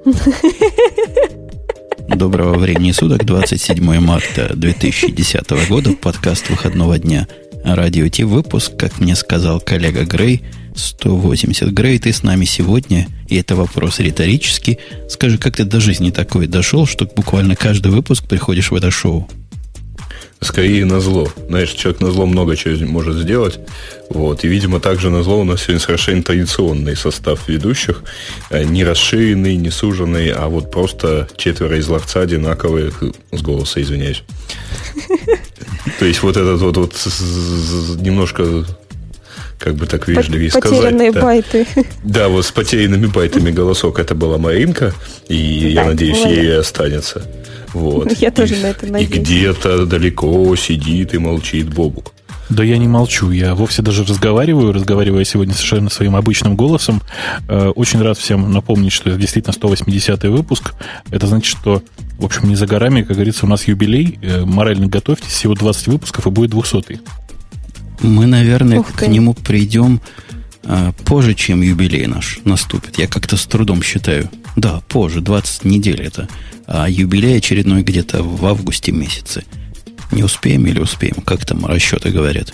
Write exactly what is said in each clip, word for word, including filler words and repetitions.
Доброго времени суток, двадцать седьмое марта две тысячи десятого года, подкаст выходного дня Радио Ти, выпуск, как мне сказал коллега Грей, сто восемьдесят. Грей, ты с нами сегодня, и это вопрос риторический. Скажи, как ты до жизни такой дошел, что буквально каждый выпуск приходишь в это шоу? Скорее назло. Знаешь, человек назло много чего может сделать. Вот. И, видимо, также назло у нас сегодня совершенно традиционный состав ведущих. Не расширенный, не суженный, а вот просто четверо из ловца одинаковые. С голоса, извиняюсь. То есть вот этот вот, вот немножко, как бы так вежливее сказать. Потерянные да. байты. Да, вот с потерянными байтами голосок. Это была Маринка. И да, я надеюсь, ей и останется. Вот. Я тоже и, на это надеюсь. И где-то далеко сидит и молчит Бобук. Да я не молчу, я вовсе даже разговариваю, разговаривая сегодня совершенно своим обычным голосом. Очень рад всем напомнить, что это действительно сто восьмидесятый выпуск. Это значит, что, в общем, не за горами, как говорится, у нас юбилей. Морально готовьтесь, всего двадцать выпусков, и будет двухсотый. Мы, наверное, к нему придем а, позже, чем юбилей наш наступит. Я как-то с трудом считаю. Да, позже, двадцать недель это. А юбилей очередной где-то в августе месяце. Не успеем или успеем? Как там расчеты говорят?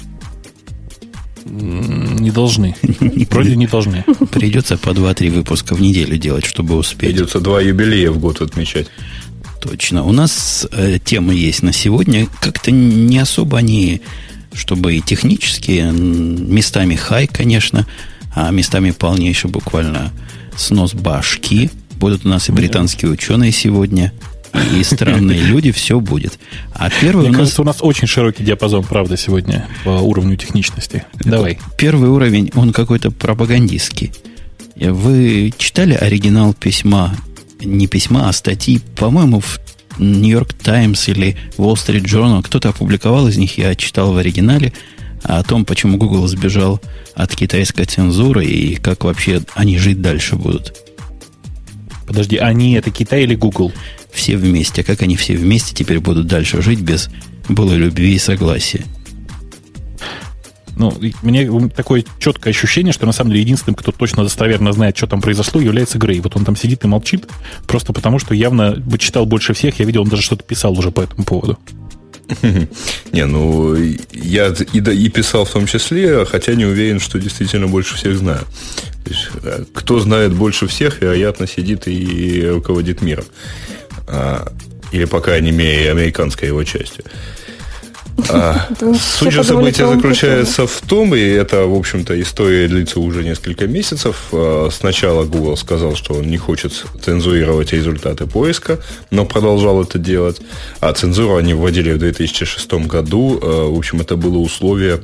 Не должны. Вроде не должны. Придется по два-три выпуска в неделю делать, чтобы успеть. Придется два юбилея в год отмечать. Точно. У нас э, темы есть на сегодня. Как-то не особо они, чтобы и технические, местами хай, конечно, а местами полнейший буквально снос башки. Будут у нас и британские ученые сегодня, и странные люди, все будет. А первый Мне у нас... кажется, у нас очень широкий диапазон, правда, сегодня по уровню техничности. Давай. Первый уровень, он какой-то пропагандистский. Вы читали оригинал письма, не письма, а статьи, по-моему, в Нью-Йорк Таймс или Wall Street Journal, кто-то опубликовал из них, я читал в оригинале, о том, почему Google сбежал от китайской цензуры и как вообще они жить дальше будут. Подожди, они это Китай или Google? Все вместе. Как они все вместе теперь будут дальше жить без былой любви и согласия? Ну, мне такое четкое ощущение, что на самом деле единственным, кто точно достоверно знает, что там произошло, является Грей. Вот он там сидит и молчит, просто потому что явно читал больше всех. Я видел, он даже что-то писал уже по этому поводу. Не, ну, я и, и писал в том числе, хотя не уверен, что действительно больше всех знаю. То есть, кто знает больше всех, вероятно, сидит и руководит миром. А, или, по крайней мере, американской его частью. А, суть же события заключается в том, и это, в общем-то, история длится уже несколько месяцев. Сначала Google сказал, что он не хочет цензурировать результаты поиска, но продолжал это делать. А цензуру они вводили в две тысячи шестом году. В общем, это было условие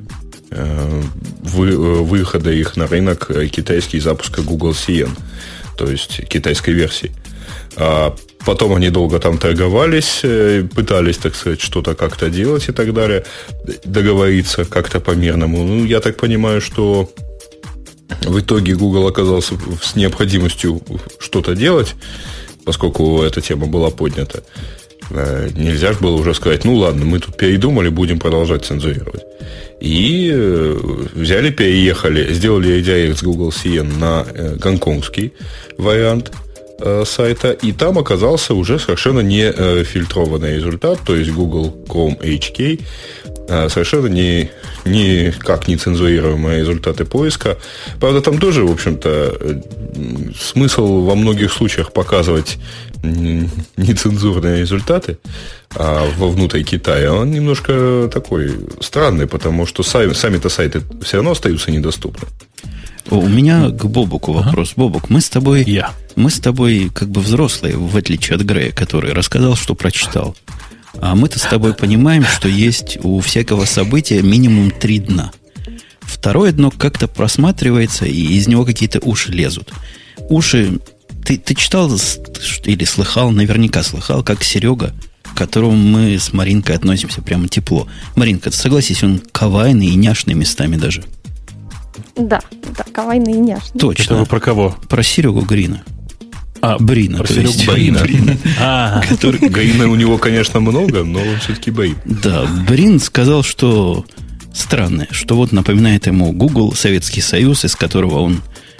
выхода их на рынок китайский запуска Google си эн, то есть китайской версии. А потом они долго там торговались, пытались, так сказать, что-то как-то делать и так далее, договориться как-то по-мирному. Ну, я так понимаю, что в итоге Google оказался с необходимостью что-то делать, поскольку эта тема была поднята. Нельзя же было уже сказать, ну ладно, мы тут передумали, будем продолжать цензурировать. И взяли, переехали, сделали редирект с Google си эн на гонконгский вариант сайта, и там оказался уже совершенно не фильтрованный результат, то есть Google Chrome эйч кей, совершенно не, никак не цензурируемые результаты поиска. Правда, там тоже, в общем-то, смысл во многих случаях показывать нецензурные результаты а вовнутрь Китая, он немножко такой странный, потому что сами, сами-то сайты все равно остаются недоступны. У меня к Бобуку вопрос. Ага. Бобук, мы с тобой, Я. мы с тобой как бы взрослые, в отличие от Грея, который рассказал, что прочитал. А мы-то с тобой понимаем, что есть у всякого события минимум три дна. Второе дно как-то просматривается, и из него какие-то уши лезут. Уши... Ты, ты читал или слыхал, наверняка слыхал, как Серега, к которому мы с Маринкой относимся прямо тепло. Маринка, ты согласись, он кавайный и няшный местами даже. Да, да, кавайный и няшный. Точно. Это вы про кого? Про Серегу Грина. А, Брина, про то Серегу есть. Брина. Брина. А, Грина у него, конечно, много, но он все-таки Брин. Да, Брин сказал, что странное, что вот напоминает ему Google, Советский Союз, из которого он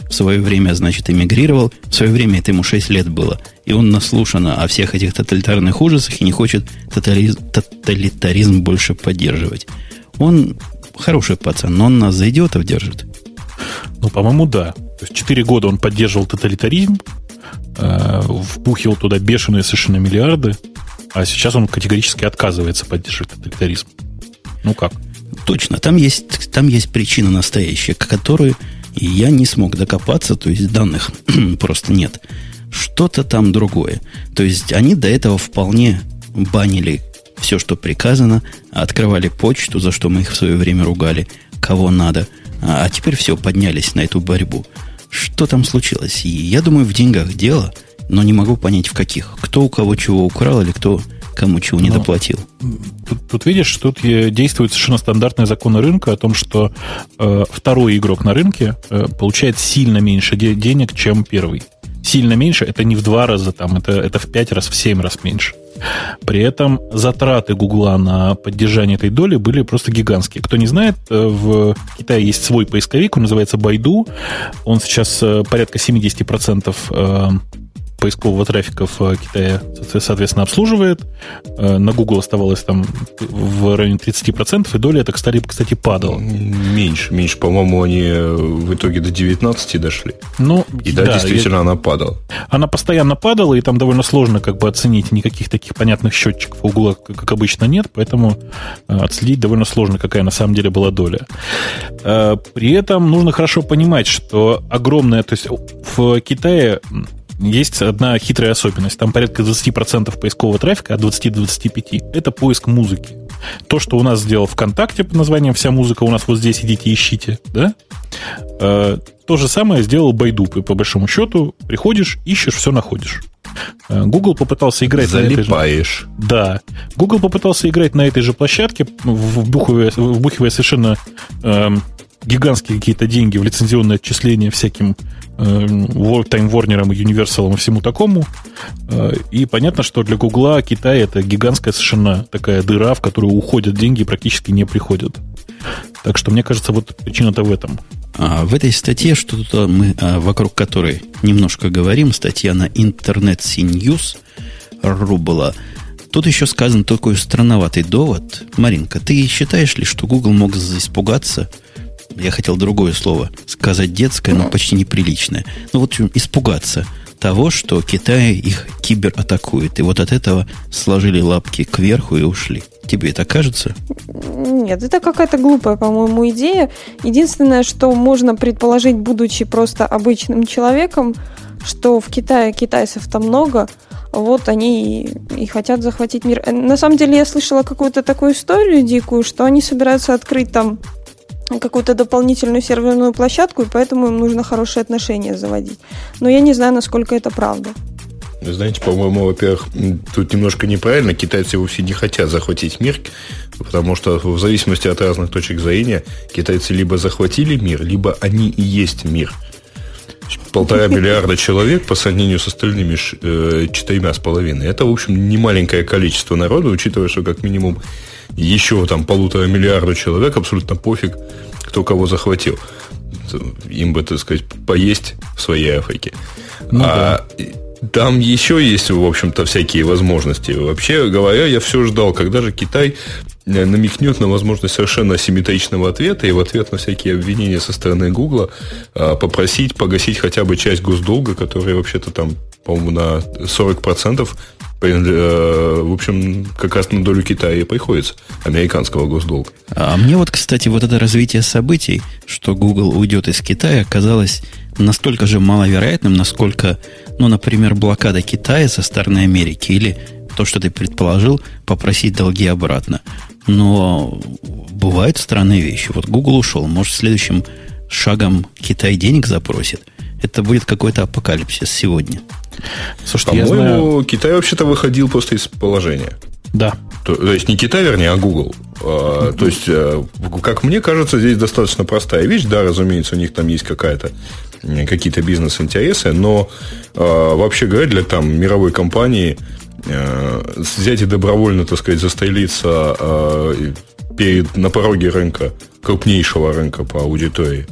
в свое время, значит, эмигрировал, в свое время это ему шесть лет было, и он наслушан о всех этих тоталитарных ужасах и не хочет тотализ... тоталитаризм больше поддерживать. Он хороший пацан, но он нас за идиотов держит. Ну, по-моему, да. То есть четыре года он поддерживал тоталитаризм, э, вбухивал туда бешеные совершенно миллиарды, а сейчас он категорически отказывается поддерживать тоталитаризм. Ну как? Точно. Там есть, там есть причина настоящая, к которой я не смог докопаться, то есть данных просто нет. Что-то там другое. То есть они до этого вполне банили все, что приказано, открывали почту, за что мы их в свое время ругали, кого надо, а теперь все, поднялись на эту борьбу. Что там случилось? И я думаю, в деньгах дело, но не могу понять, в каких. Кто у кого чего украл или кто кому чего не но доплатил. Тут, тут видишь, тут действуют совершенно стандартные законы рынка о том, что э, второй игрок на рынке э, получает сильно меньше де- денег, чем первый. Сильно меньше, это не в два раза, там, это, это в пять раз, в семь раз меньше. При этом затраты Гугла на поддержание этой доли были просто гигантские. Кто не знает, в Китае есть свой поисковик, он называется Байду. Он сейчас порядка семьдесят процентов поискового трафика в Китае, соответственно, обслуживает. На Google оставалось там в районе тридцать процентов, и доля эта, кстати, кстати, падала. Меньше, меньше. По-моему, они в итоге до девятнадцати дошли. Ну, и да, да действительно, я... она падала. Она постоянно падала, и там довольно сложно как бы оценить. Никаких таких понятных счетчиков у Google, как обычно, нет, поэтому отследить довольно сложно, какая на самом деле была доля. При этом нужно хорошо понимать, что огромная... То есть в Китае... Есть одна хитрая особенность. Там порядка двадцать процентов поискового трафика, от двадцати до двадцати пяти – это поиск музыки. То, что у нас сделал ВКонтакте под названием «Вся музыка у нас вот здесь, идите ищите», да? Э, то же самое сделал Байду. По большому счету, приходишь, ищешь, все находишь. Google попытался играть Залипаешь. на этой же... Да. Google попытался играть на этой же площадке, вбухивая, вбухивая совершенно э, гигантские какие-то деньги в лицензионное отчисление всяким Time Warner и Universal и всему такому. И понятно, что для Гугла Китай — это гигантская совершенно такая дыра, в которую уходят деньги и практически не приходят. Так что, мне кажется, вот причина-то в этом. А в этой статье, что-то мы, вокруг которой немножко говорим, статья на интернет си ньюс точка ру была, тут еще сказан такой странноватый довод. Маринка, ты считаешь ли, что Google мог испугаться? Я хотел другое слово сказать, детское, но почти неприличное. Ну вот испугаться того, что Китай их кибератакует. И вот от этого сложили лапки кверху и ушли. Тебе это кажется? Нет, это какая-то глупая, по-моему, идея. Единственное, что можно предположить, будучи просто обычным человеком, что в Китае китайцев-то много, вот они и, и хотят захватить мир. На самом деле я слышала какую-то такую историю дикую, что они собираются открыть там какую-то дополнительную серверную площадку, и поэтому им нужно хорошие отношения заводить. Но я не знаю, насколько это правда. Вы знаете, по-моему, во-первых, тут немножко неправильно. Китайцы вовсе не хотят захватить мир, потому что в зависимости от разных точек зрения китайцы либо захватили мир, либо они и есть мир. Полтора миллиарда человек по сравнению с остальными э, четырьмя с половиной. Это, в общем, не маленькое количество народа, учитывая, что как минимум еще там полутора миллиарда человек абсолютно пофиг, кто кого захватил. Им бы, так сказать, поесть в своей Африке. Ну, а да. Там еще есть, в общем-то, всякие возможности. Вообще говоря, я все ждал, когда же Китай намекнет на возможность совершенно асимметричного ответа и в ответ на всякие обвинения со стороны Гугла попросить погасить хотя бы часть госдолга, который вообще-то там, по-моему, на сорок процентов в общем, как раз на долю Китая и приходится, американского госдолга. А мне вот, кстати, вот это развитие событий, что Google уйдет из Китая, казалось настолько же маловероятным, насколько, ну, например, блокада Китая со стороны Америки или то, что ты предположил, попросить долги обратно. Но бывают странные вещи. Вот Google ушел, может, следующим шагом Китай денег запросит. Это будет какой-то апокалипсис сегодня. Слушайте, по-моему, знаю... Китай вообще-то выходил просто из положения. Да. То, то есть не Китай, вернее, а Google. А, то есть, как мне кажется, здесь достаточно простая вещь. Да, разумеется, у них там есть какая-то, какие-то бизнес-интересы, но а, вообще говоря, для там, мировой компании а, взять и добровольно, так сказать, застрелиться а, перед, на пороге рынка, крупнейшего рынка по аудитории,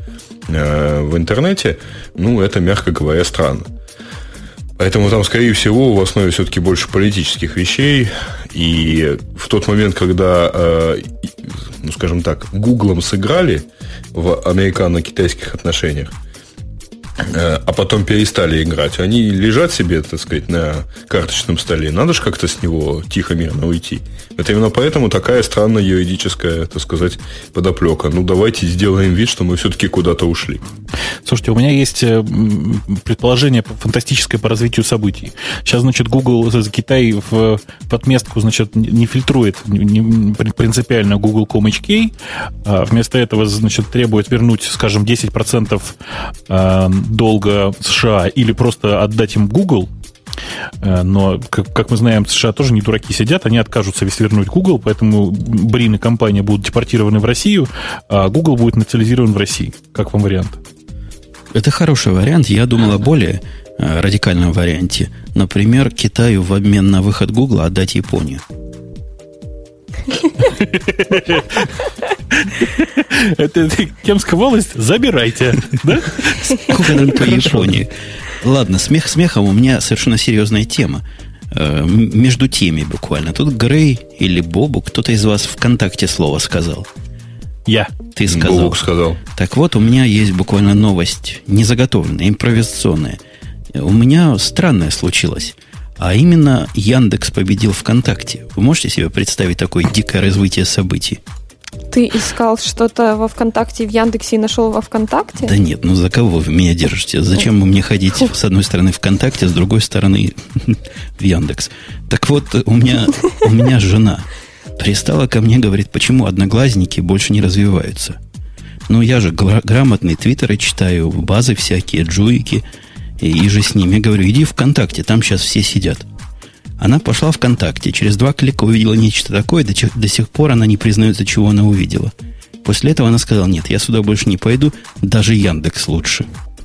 э, в интернете, ну, это, мягко говоря, странно. Поэтому там, скорее всего, в основе все-таки больше политических вещей. И в тот момент, когда, э, ну, скажем так, Гуглом сыграли в американо-китайских отношениях, а потом перестали играть. Они лежат себе, так сказать, на карточном столе. Надо же как-то с него тихо-мирно уйти. Это именно поэтому такая странная юридическая, так сказать, подоплека. Ну, давайте сделаем вид, что мы все-таки куда-то ушли. Слушайте, у меня есть предположение фантастическое по развитию событий. Сейчас, значит, Google за Китай в подместку, значит, не фильтрует не, принципиально Google точка ком эйч кей, а вместо этого, значит, требует вернуть, скажем, десять процентов долга США или просто отдать им Google. Но, как, как мы знаем, США тоже не дураки сидят, они откажутся весь вернуть Google, поэтому Брин и компания будут депортированы в Россию, а Google будет национализирован в России. Как вам вариант? Это хороший вариант. Я думал о более э, радикальном варианте. Например, Китаю в обмен на выход Google отдать Японию. Это Кемская волость? Забирайте. Да? Сколько там по Японии? Ладно, смех смехом, у меня совершенно серьезная тема. Э, между теми буквально. Тут Грей или Бобу, кто-то из вас ВКонтакте слово сказал. Я. Ты сказал. Бобук сказал. Так вот, у меня есть буквально новость незаготовленная, импровизационная. У меня странное случилось. А именно, Яндекс победил ВКонтакте. Вы можете себе представить такое дикое развитие событий? Ты искал что-то во ВКонтакте в Яндексе и нашел во ВКонтакте? Да нет, ну за кого вы меня держите? Зачем мне ходить с одной стороны ВКонтакте, с другой стороны в Яндекс? Так вот, у меня, у меня жена пристала ко мне, говорит, почему одноглазники больше не развиваются? Ну, я же гра- грамотный, твиттеры читаю, базы всякие, джуики, и, и же с ними. Я говорю, иди ВКонтакте, там сейчас все сидят. Она пошла ВКонтакте, через два клика увидела нечто такое, до, до сих пор она не признается, чего она увидела. После этого она сказала, нет, я сюда больше не пойду, даже Яндекс лучше.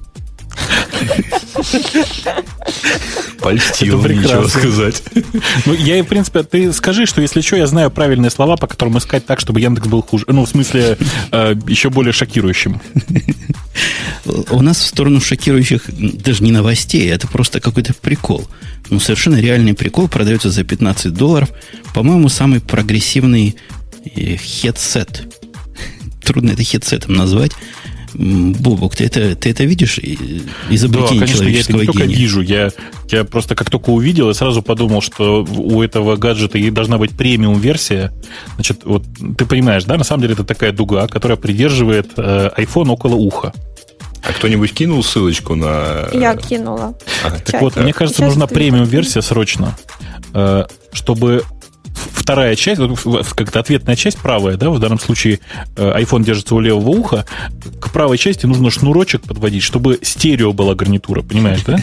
Польстил, ничего сказать. Ну, я, в принципе, ты скажи, что если что, я знаю правильные слова, по которым искать так, чтобы Яндекс был хуже. Ну, в смысле, э, еще более шокирующим. У нас в сторону шокирующих даже не новостей, это просто какой-то прикол. Ну, совершенно реальный прикол, продается за пятнадцать долларов. По-моему, самый прогрессивный э, хедсет. Трудно это хедсетом назвать. Бобок, ты это, ты это видишь? Изобретение да, конечно, человеческого я это не гения. только вижу. Я, я просто как только увидел, я сразу подумал, что у этого гаджета должна быть премиум-версия. Значит, вот ты понимаешь, да, на самом деле это такая дуга, которая придерживает э, iPhone около уха. А кто-нибудь кинул ссылочку на... Я кинула. Ага. Так вот, мне кажется, Сейчас нужна ты... премиум-версия срочно, э, чтобы... Вторая часть, как-то ответная часть правая, да, в данном случае iPhone держится у левого уха, к правой части нужно шнурочек подводить, чтобы стерео была гарнитура, понимаешь, да?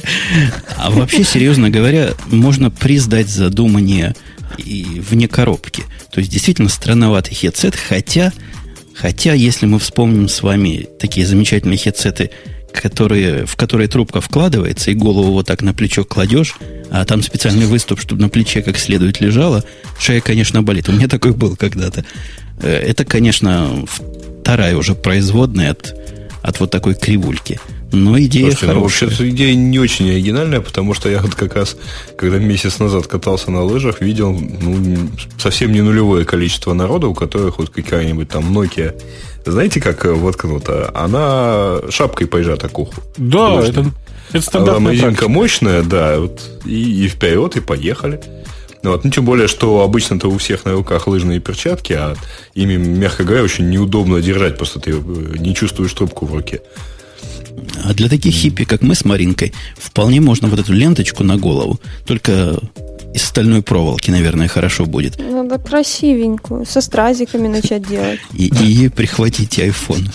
А вообще, серьезно говоря, можно приз дать за думание и вне коробки. То есть, действительно, странноватый хедсет, хотя, хотя, если мы вспомним с вами такие замечательные хедсеты, которые, в которые трубка вкладывается, и голову вот так на плечо кладешь, а там специальный выступ, чтобы на плече как следует лежало, шея, конечно, болит. У меня такой был когда-то. Это, конечно, вторая уже производная от, от вот такой кривульки. Но идея Слушайте, хорошая. Ну, вообще, идея не очень оригинальная, потому что я вот как раз, когда месяц назад катался на лыжах, видел ну, совсем не нулевое количество народа, у которых вот какая-нибудь там Nokia, знаете, как воткнута? Она шапкой прижата к уху. Да, Потому это, это стандартная она резинка практика. Мощная, да, вот, и, и вперед, и поехали. Вот. Ну, тем более, что обычно-то у всех на руках лыжные перчатки, а ими, мягко говоря, очень неудобно держать, просто ты не чувствуешь трубку в руке. А для таких хиппи, как мы с Маринкой, вполне можно вот эту ленточку на голову, только из стальной проволоки, наверное, хорошо будет. Надо красивенькую, со стразиками начать делать. И, и прихватите iPhone.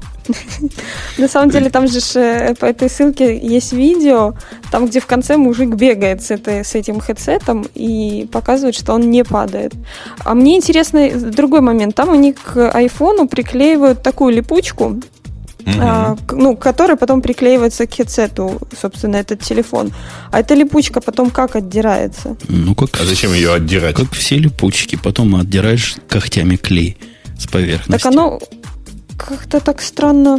На самом деле, там же ж, по этой ссылке есть видео, там, где в конце мужик бегает с, этой, с этим хедсетом и показывает, что он не падает. А мне интересно другой момент. Там они к айфону приклеивают такую липучку, Uh-huh. А, ну, которая потом приклеивается к хедсету, собственно, этот телефон. А эта липучка потом как отдирается? Ну, как, а зачем ее отдирать? Как все липучки. Потом отдираешь когтями клей с поверхности. Так оно как-то так странно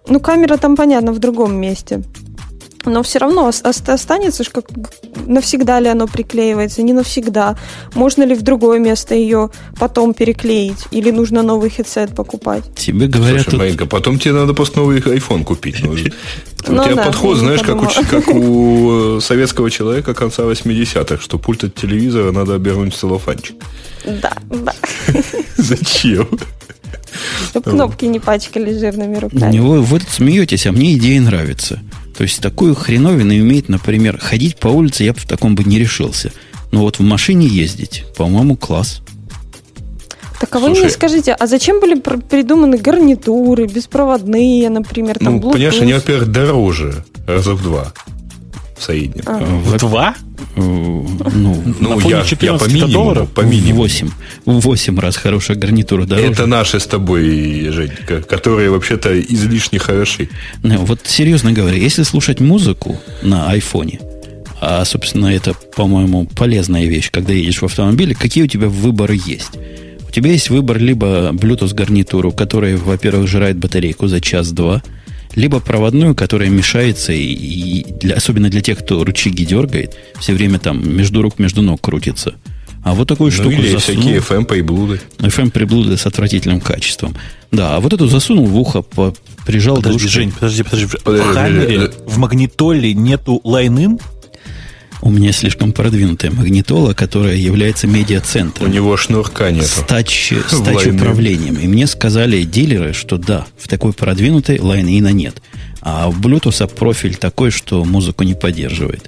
Ну, камера там, понятно, в другом месте. Но все равно останется, как навсегда ли оно приклеивается, не навсегда. Можно ли в другое место ее потом переклеить? Или нужно новый хедсет покупать? Тебе говорят... Слушай, тут... Маринка, потом тебе надо просто новый iPhone купить. Ну, у ну, тебя да, подход, знаешь, как у, как у советского человека конца восьмидесятых, что пульт от телевизора надо обернуть в целлофанчик. Да, да. Зачем? Чтобы кнопки не пачкали жирными руками. Вы, вы тут смеетесь, а мне идея нравится. То есть такую хреновину иметь, например, ходить по улице я бы в таком бы не решился. Но вот в машине ездить, по-моему, класс. Так а вы мне скажите, а зачем были придуманы гарнитуры, беспроводные, например, там, ну, Bluetooth? Понимаешь, они, во-первых, дороже раза в два в среднем. А. В два? Ну, ну я, я по минимуму, по минимуму. восемь. восемь раз хорошая гарнитура дороже. Это наши с тобой, Жень, которые вообще-то излишне хороши. Ну, вот серьезно говоря, если слушать музыку на айфоне, а, собственно, это, по-моему, полезная вещь, когда едешь в автомобиле, какие у тебя выборы есть? У тебя есть выбор либо Bluetooth гарнитуру, которая, во-первых, жрает батарейку за час-два, либо проводную, которая мешается, и, и для, особенно для тех, кто рычаги дергает, все время там между рук, между ног крутится. А вот такую ну, штуку или засунул. всякие эф эм-приблуды. эф эм-приблуды с отвратительным качеством. Да, а вот эту засунул в ухо, по, прижал... Подожди, душкой. Жень, подожди, подожди. подожди в Хаммере, подожди. в магнитоле нету line-in? У меня слишком продвинутая магнитола, которая является медиацентром. У него шнурка нет. С тач-управлением. И мне сказали дилеры, что да, в такой продвинутой лайн-ина нет. А в Bluetooth профиль такой, что музыку не поддерживает.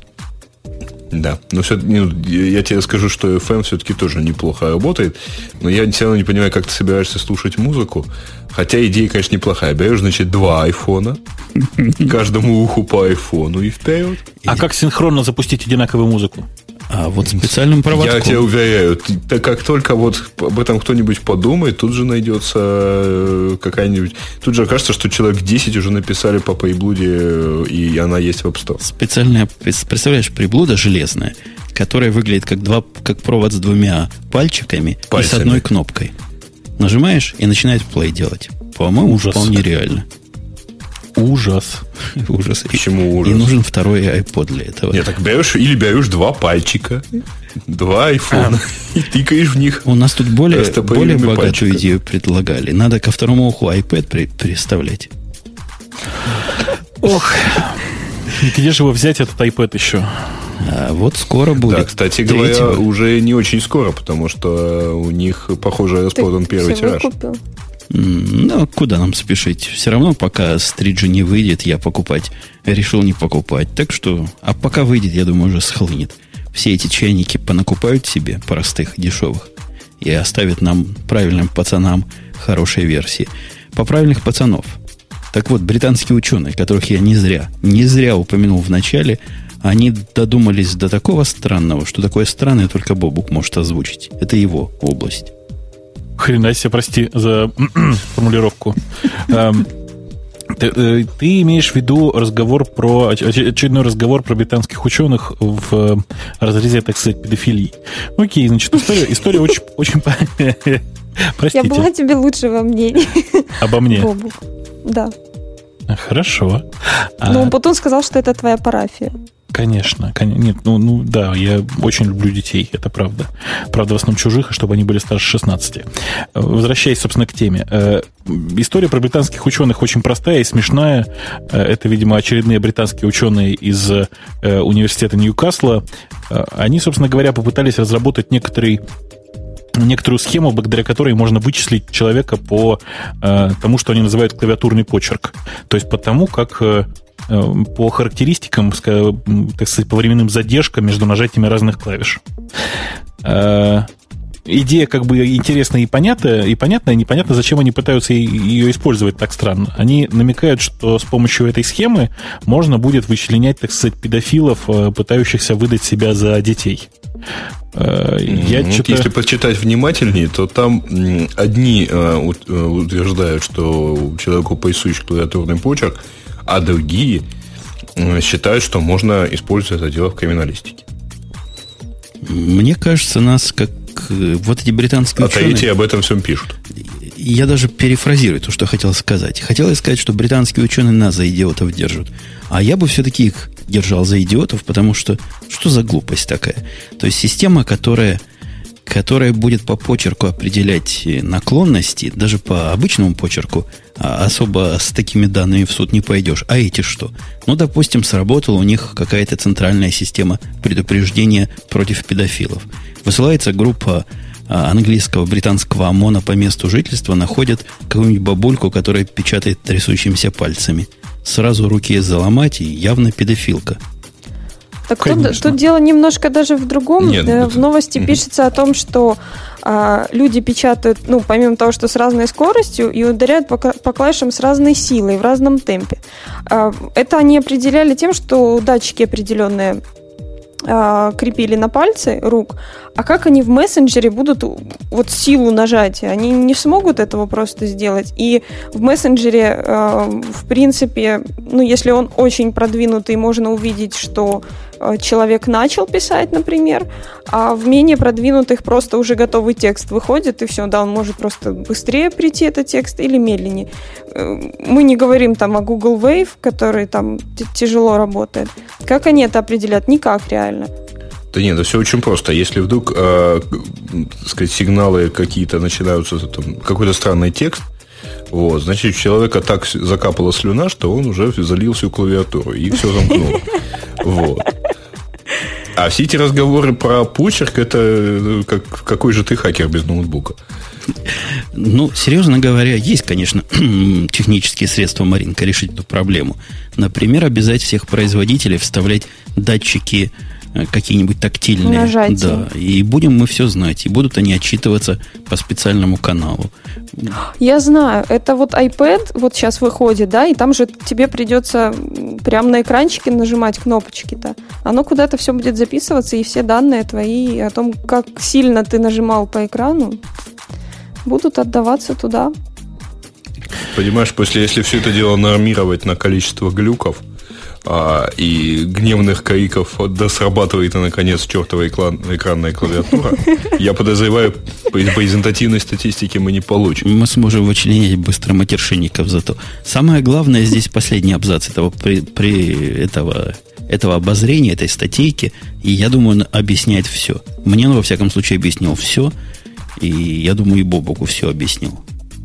Да, но все, ну, я тебе скажу, что эф эм все-таки тоже неплохо работает, но я все равно не понимаю, как ты собираешься слушать музыку, хотя идея, конечно, неплохая. Берешь, значит, два айфона, каждому уху по айфону и вперед. А как синхронно запустить одинаковую музыку? А вот специальным проводком. Я тебя уверяю, ты, как только вот об этом кто-нибудь подумает, тут же найдется какая-нибудь... Тут же окажется, что человек десять уже написали по приблуде, и она есть в App Store. Специальная, представляешь, приблуда железная, которая выглядит как, два, как провод с двумя пальчиками Пальцами. И с одной кнопкой. Нажимаешь и начинает плей делать. По-моему, ужас. Вполне реально. Ужас. Ужас. Почему ужас? И нужен второй iPod для этого. Нет, так берешь, или берешь два пальчика, два айфона, а. и тыкаешь в них. У нас тут более, более богатую пальчика. идею предлагали. Надо ко второму уху iPad при, приставлять. Ох. Где же его взять, этот iPad еще? А вот скоро будет. Да, кстати говоря, уже не очень скоро, потому что у них, похоже, распродан первый тираж. Выкупил? Ну, куда нам спешить? Все равно, пока с три джи не выйдет, я покупать решил не покупать. Так что, а пока выйдет, я думаю, уже схлынет. Все эти чайники понакупают себе простых, дешевых и оставят нам, правильным пацанам, хорошие версии. По правильных пацанов. Так вот, британские ученые, которых я не зря, не зря упомянул в начале, они додумались до такого странного, что такое странное только Бобук может озвучить. Это его область. Хрена себе, прости за формулировку. Ты, ты имеешь в виду разговор про очередной разговор про британских ученых в разрезе, так сказать, педофилии. Окей, значит, история, история очень, очень... Простите. Я была тебе лучше во мнении. Обо мне? Бобук. Да. Хорошо. Но он потом сказал, что это твоя парафия. Конечно, конечно. Нет, ну, ну да, я очень люблю детей, это правда. Правда, в основном чужих, и чтобы они были старше шестнадцати. Возвращаясь, собственно, к теме. Э, история про британских ученых очень простая и смешная. Э, это, видимо, очередные британские ученые из э, университета Ньюкасла. Э, они, собственно говоря, попытались разработать некоторый некоторую схему, благодаря которой можно вычислить человека по э, тому, что они называют клавиатурный почерк. То есть по тому, как... Э, по характеристикам, так сказать, по временным задержкам между нажатиями разных клавиш. Идея как бы интересная и понятная, и понятная, непонятно, зачем они пытаются ее использовать так странно. Они намекают, что с помощью этой схемы можно будет вычленять, так сказать, педофилов, пытающихся выдать себя за детей. Я вот что-то... Если почитать внимательнее, то там одни утверждают, что человеку присущ клавиатурный почерк, а другие считают, что можно использовать это дело в криминалистике. Мне кажется, нас как вот эти британские а ученые... А третьи об этом всем пишут. я даже перефразирую то, что хотел сказать. Хотел сказать, что британские ученые нас за идиотов держат. А я бы все-таки их держал за идиотов, потому что что за глупость такая? То есть система, которая, которая будет по почерку определять наклонности, даже по обычному почерку, а особо с такими данными в суд не пойдешь. А эти что? Ну, допустим, сработала у них какая-то центральная система предупреждения против педофилов. Высылается группа английского, британского ОМОНа по месту жительства, находят какую-нибудь бабульку, которая печатает трясущимися пальцами. Сразу руки заломать, и явно педофилка. Так тут, тут дело немножко даже в другом. Нет, да, это... В новости mm-hmm. пишется о том, что а, люди печатают, ну, помимо того, что с разной скоростью, и ударяют по, по клавишам с разной силой, в разном темпе. А, это они определяли тем, что датчики определенные крепили на пальцы рук, а как они в мессенджере будут вот силу нажатия? Они не смогут этого просто сделать. И в мессенджере, в принципе, ну, если он очень продвинутый, можно увидеть, что человек начал писать, например, а в менее продвинутых просто уже готовый текст выходит, и все, да, он может просто быстрее прийти, этот текст, или медленнее. Мы не говорим там о Google Wave, который там тяжело работает. Как они это определят? Никак реально. Да нет, это все очень просто. Если вдруг, э, так сказать, сигналы какие-то начинаются, там, какой-то странный текст, вот, значит, у человека так закапала слюна, что он уже залил всю клавиатуру и все замкнул. Вот. А все эти разговоры про почерк, это как, какой же ты хакер без ноутбука? Ну, серьезно говоря, есть, конечно, технические средства, Маринка, решить эту проблему. Например, обязать всех производителей вставлять датчики какие-нибудь тактильные. Нажатие. Да, и будем мы все знать. И будут они отчитываться по специальному каналу. Я знаю. Это вот iPad вот сейчас выходит, да, и там же тебе придется прямо на экранчике нажимать кнопочки-то. Оно куда-то все будет записываться, и все данные твои о том, как сильно ты нажимал по экрану, будут отдаваться туда. Понимаешь, после, если все это дело нормировать на количество глюков, А, и гневных криков, да срабатывает, и, наконец, чертова экран, экранная клавиатура, я подозреваю, по презентативной статистике мы не получим. Мы сможем вычленять быстро матершинников зато. Самое главное здесь последний абзац этого, при, при этого, этого обозрения, этой статейки, и я думаю, он объясняет все. Мне он, во всяком случае, объяснил все, и я думаю, и Бобуку все объяснил.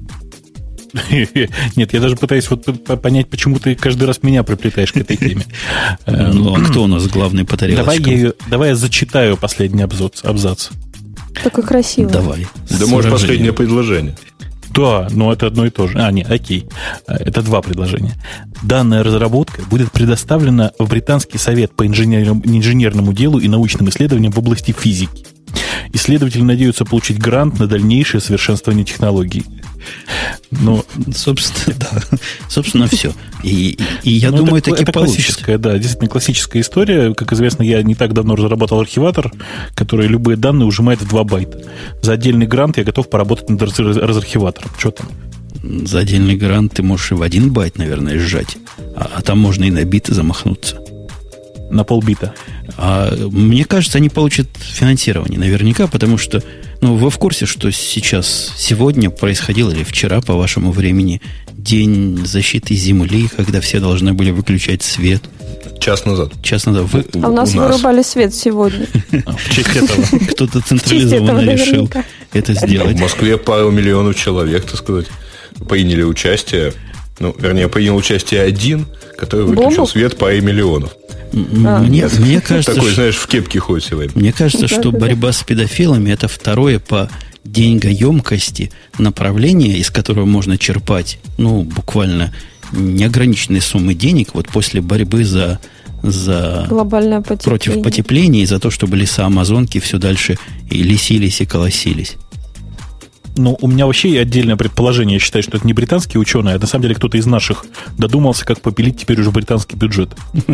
Нет, я даже пытаюсь вот понять, почему ты каждый раз меня приплетаешь к этой теме. Ну, а кто у нас главный по тарелочкам? Давай я зачитаю последний абзац. Такой красивый. Давай. Да, может, последнее предложение. Да, но это одно и то же. А, нет, окей. Это два предложения. Данная разработка будет предоставлена в Британский совет по инженерному делу и научным исследованиям в области физики. Исследователи надеются получить грант на дальнейшее совершенствование технологий. Ну, собственно, да. Собственно, все. И, и я ну, думаю, это, таки это получится. Классическая, да, действительно классическая история. Как известно, я не так давно разработал архиватор, который любые данные ужимает в два байта. За отдельный грант я готов поработать над разархиватором. Что там? За отдельный грант ты можешь и в один байт, наверное, сжать. А, а там можно и на биты замахнуться. На полбита. А мне кажется, они получат финансирование наверняка, потому что, ну, вы в курсе, что сейчас, сегодня происходил, или вчера, по вашему времени, День защиты Земли, когда все должны были выключать свет. Час назад. Час назад. Вы, а у нас у вырубали нас. свет сегодня. В честь этого. Кто-то централизованно решил это сделать. В Москве пару миллионов человек, так сказать, приняли участие. Ну, вернее, принял участие один, который выключил свет паре миллионов. А, мне, мне кажется, такой, что, знаешь, в кепке ходит сегодня. Мне кажется, что борьба с педофилами — это второе по деньгоемкости направление, из которого можно черпать, ну, буквально неограниченные суммы денег вот после борьбы за, за глобальное потепление. Против потепления и за то, чтобы леса Амазонки все дальше и лесились, и колосились. Ну, у меня вообще отдельное предположение. Я считаю, что это не британские ученые, а на самом деле кто-то из наших додумался, как попилить теперь уже британский бюджет.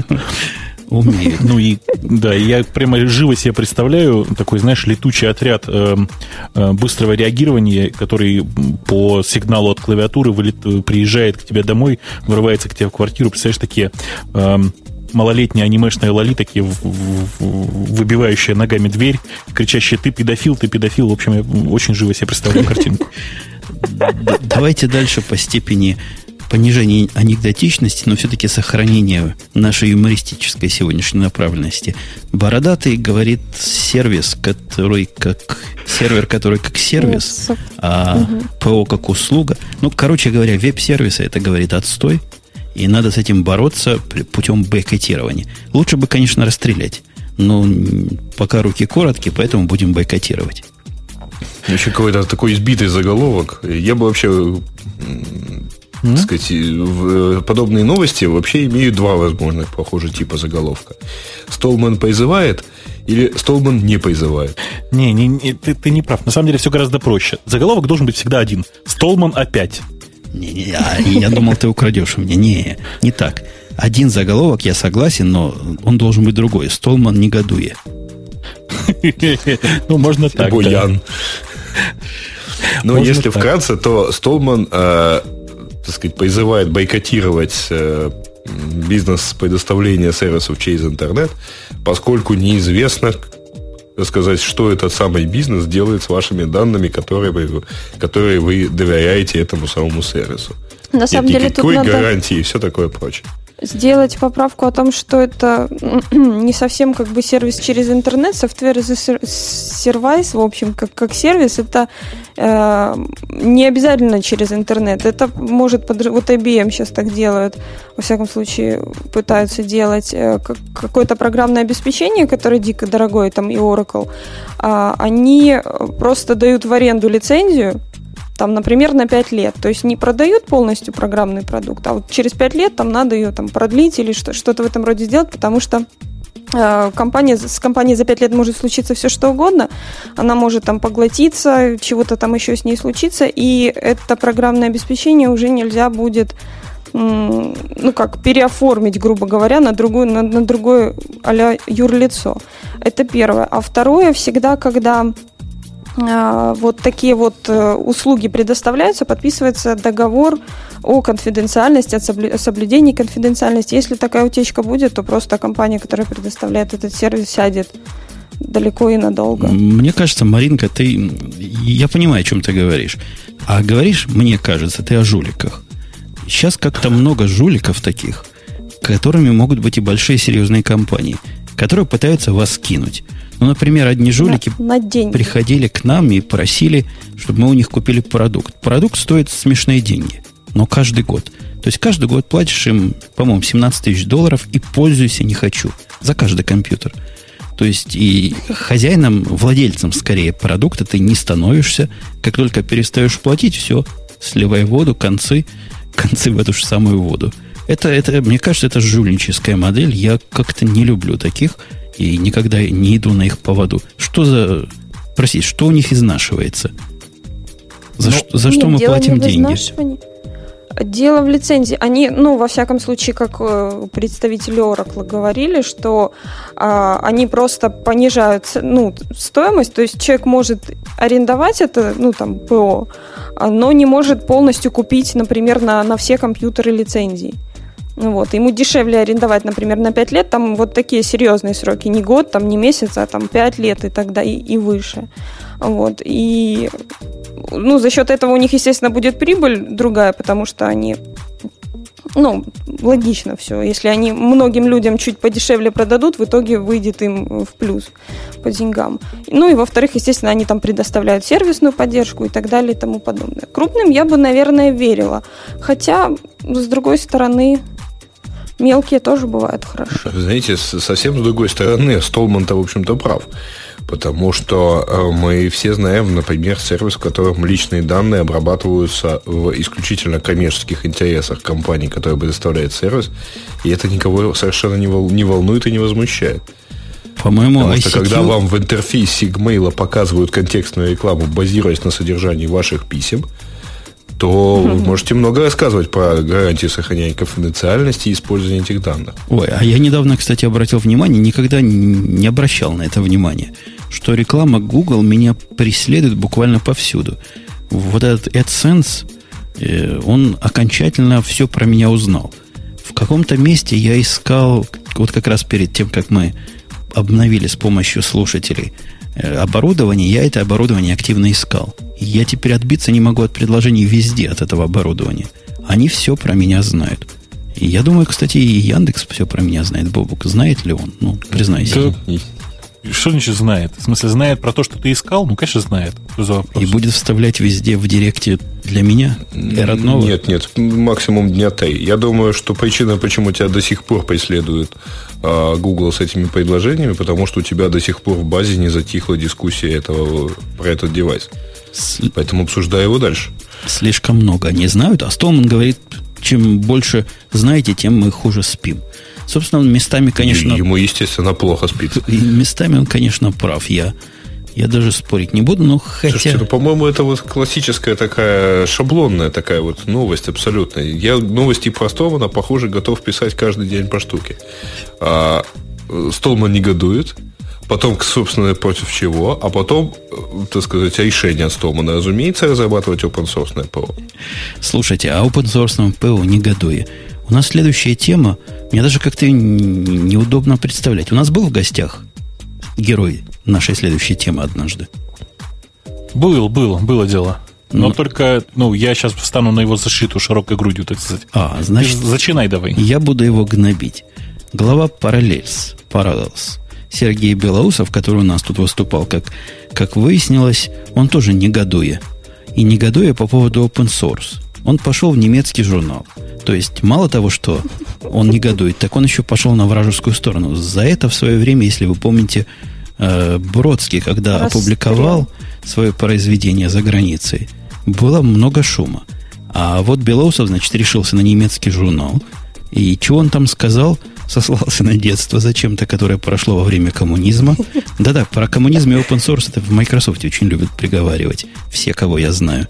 Умеет. Ну и, да, я прямо живо себе представляю такой, знаешь, летучий отряд э, э, быстрого реагирования, который по сигналу от клавиатуры вылет, приезжает к тебе домой, вырывается к тебе в квартиру. Представляешь, такие... Э, малолетние анимешные лоли, такие в, в, выбивающие ногами дверь, кричащие: ты педофил, ты педофил. В общем, я очень живо себе представляю картинку. Давайте дальше по степени понижения анекдотичности, но все-таки сохранения нашей юмористической сегодняшней направленности. Бородатый говорит сервис, который как сервер, который как сервис, yes. а угу. ПО как услуга. Ну, короче говоря, веб-сервисы это говорит отстой, и надо с этим бороться путем бойкотирования. Лучше бы, конечно, расстрелять, но пока руки короткие, поэтому будем бойкотировать. Еще какой-то такой избитый заголовок. Я бы вообще... Так сказать, подобные новости вообще имеют два возможных, похоже, типа заголовка. Столман призывает или Столман не призывает? Не, не, не ты, ты не прав. На самом деле все гораздо проще. Заголовок должен быть всегда один. Столман опять. Не, не, я, я думал, ты украдешь у меня. Не, не так. Один заголовок, я согласен, но он должен быть другой. Столман негодует. Ну, можно так. Буян. Но если вкратце, то Столман... так сказать, призывает бойкотировать э, бизнес предоставления сервисов через интернет, поскольку неизвестно, так сказать, что этот самый бизнес делает с вашими данными, которые вы, которые вы доверяете этому самому сервису. На самом Нет деле никакой тут надо гарантии и все такое прочее. Сделать поправку о том, что это не совсем как бы сервис через интернет, software as a service, в общем, как, как сервис, это э, не обязательно через интернет. Это может, под, вот ай би эм сейчас так делают, во всяком случае пытаются делать э, как, какое-то программное обеспечение, которое дико дорогое, там и Oracle, э, они просто дают в аренду лицензию, там, например, на пять лет. То есть не продают полностью программный продукт, а вот через пять лет там надо ее там продлить или что- что-то в этом роде сделать, потому что э, компания, с компанией за пять лет может случиться все что угодно. Она может там поглотиться, чего-то там еще с ней случится, и это программное обеспечение уже нельзя будет м- ну как, переоформить, грубо говоря, на, другую, на, на другое а-ля юрлицо. Это первое. А второе, всегда, когда вот такие вот услуги предоставляются, подписывается договор о конфиденциальности, о соблюдении конфиденциальности. Если такая утечка будет, то просто компания, которая предоставляет этот сервис, сядет далеко и надолго. Мне кажется, Маринка, ты... Я понимаю, о чем ты говоришь. А говоришь, мне кажется, ты о жуликах. Сейчас как-то много жуликов таких, которыми могут быть и большие серьезные компании, которые пытаются вас кинуть. Ну, например, одни жулики на, на приходили к нам и просили, чтобы мы у них купили продукт. Продукт стоит смешные деньги, но каждый год. То есть каждый год платишь им, по-моему, семнадцать тысяч долларов и пользуйся не хочу за каждый компьютер. То есть и хозяином, владельцем скорее продукта ты не становишься. Как только перестаешь платить, все, сливай воду, концы, концы в эту же самую воду. Это, это, мне кажется, это жульническая модель. Я как-то не люблю таких и никогда не иду на их поводу. Что за... Простите, что у них изнашивается? За, ну, что, за нет, что мы платим деньги? Дело в лицензии. Они, ну, во всяком случае, как представители Oracle говорили, что а, они просто понижают, ну, стоимость. То есть человек может арендовать это, ну, там, ПО, но не может полностью купить, например, на, на все компьютеры лицензии. Вот. Ему дешевле арендовать, например, на пять лет, там вот такие серьезные сроки, не год, там, не месяц, а там пять лет и тогда и, и выше. Вот. И ну, за счет этого у них, естественно, будет прибыль другая, потому что они, ну, логично все. Если они многим людям чуть подешевле продадут, в итоге выйдет им в плюс по деньгам. Ну и, во-вторых, естественно, они там предоставляют сервисную поддержку и так далее и тому подобное. Крупным я бы, наверное, верила. Хотя, с другой стороны, мелкие тоже бывают хорошо. Знаете, совсем с другой стороны, Столман-то, в общем-то, прав. Потому что мы все знаем, например, сервис, в котором личные данные обрабатываются в исключительно коммерческих интересах компании, которая предоставляет сервис, и это никого совершенно не волнует и не возмущает. По-моему, Потому что когда вам в интерфейсе Gmail показывают контекстную рекламу, базируясь на содержании ваших писем, то mm-hmm. вы можете много рассказывать про гарантии сохранения конфиденциальности и использования этих данных. Ой, а я недавно, кстати, обратил внимание, никогда не обращал на это внимание, что реклама Google меня преследует буквально повсюду. Вот этот AdSense, он окончательно все про меня узнал. В каком-то месте я искал, вот как раз перед тем, как мы обновили с помощью слушателей оборудование, я это оборудование активно искал. И я теперь отбиться не могу от предложений везде от этого оборудования. Они все про меня знают. И я думаю, кстати, и Яндекс все про меня знает. Бобук, знает ли он? Ну, признайся. Да, что значит знает? В смысле, знает про то, что ты искал? Ну, конечно, знает. Что за вопрос? И будет вставлять везде в директе для меня? Для родного? Нет, нет, максимум дня три. Я думаю, что причина, почему тебя до сих пор преследует а, Google с этими предложениями, потому что у тебя до сих пор в базе не затихла дискуссия этого, про этот девайс. С... Поэтому обсуждай его дальше. Слишком много они знают, а Столман говорит, чем больше знаете, тем мы хуже спим. Собственно, он местами, конечно... И ему, естественно, плохо спит. И местами он, конечно, прав. Я, я даже спорить не буду, но хотя... Слушайте, ну, по-моему, это вот классическая такая, шаблонная такая вот новость абсолютно. Я новости про Столмана, похоже, готов писать каждый день по штуке. А Столман негодует, потом, собственно, против чего, а потом, так сказать, решение от Столмана, разумеется, разрабатывать open-source ПО. Слушайте, а open-source ПО негодуя. У нас следующая тема, мне даже как-то неудобно представлять. У нас был в гостях герой нашей следующей темы однажды? Был, был, было дело. Но ну, только, ну, я сейчас встану на его защиту широкой грудью, так сказать. А, значит... Ты зачинай давай. Я буду его гнобить. Глава Parallels, Parallels Сергей Белоусов, который у нас тут выступал, как, как выяснилось, он тоже негодуя. И негодуя по поводу open source. Он пошел в немецкий журнал. То есть, мало того, что он негодует, так он еще пошел на вражескую сторону. За это в свое время, если вы помните, Бродский, когда Расстрел. опубликовал свое произведение за границей, было много шума. А вот Белоусов, значит, решился на немецкий журнал. И что он там сказал? Сослался на детство зачем-то, которое прошло во время коммунизма. Да-да, про коммунизм и open source это в Microsoft очень любят приговаривать. Все, кого я знаю.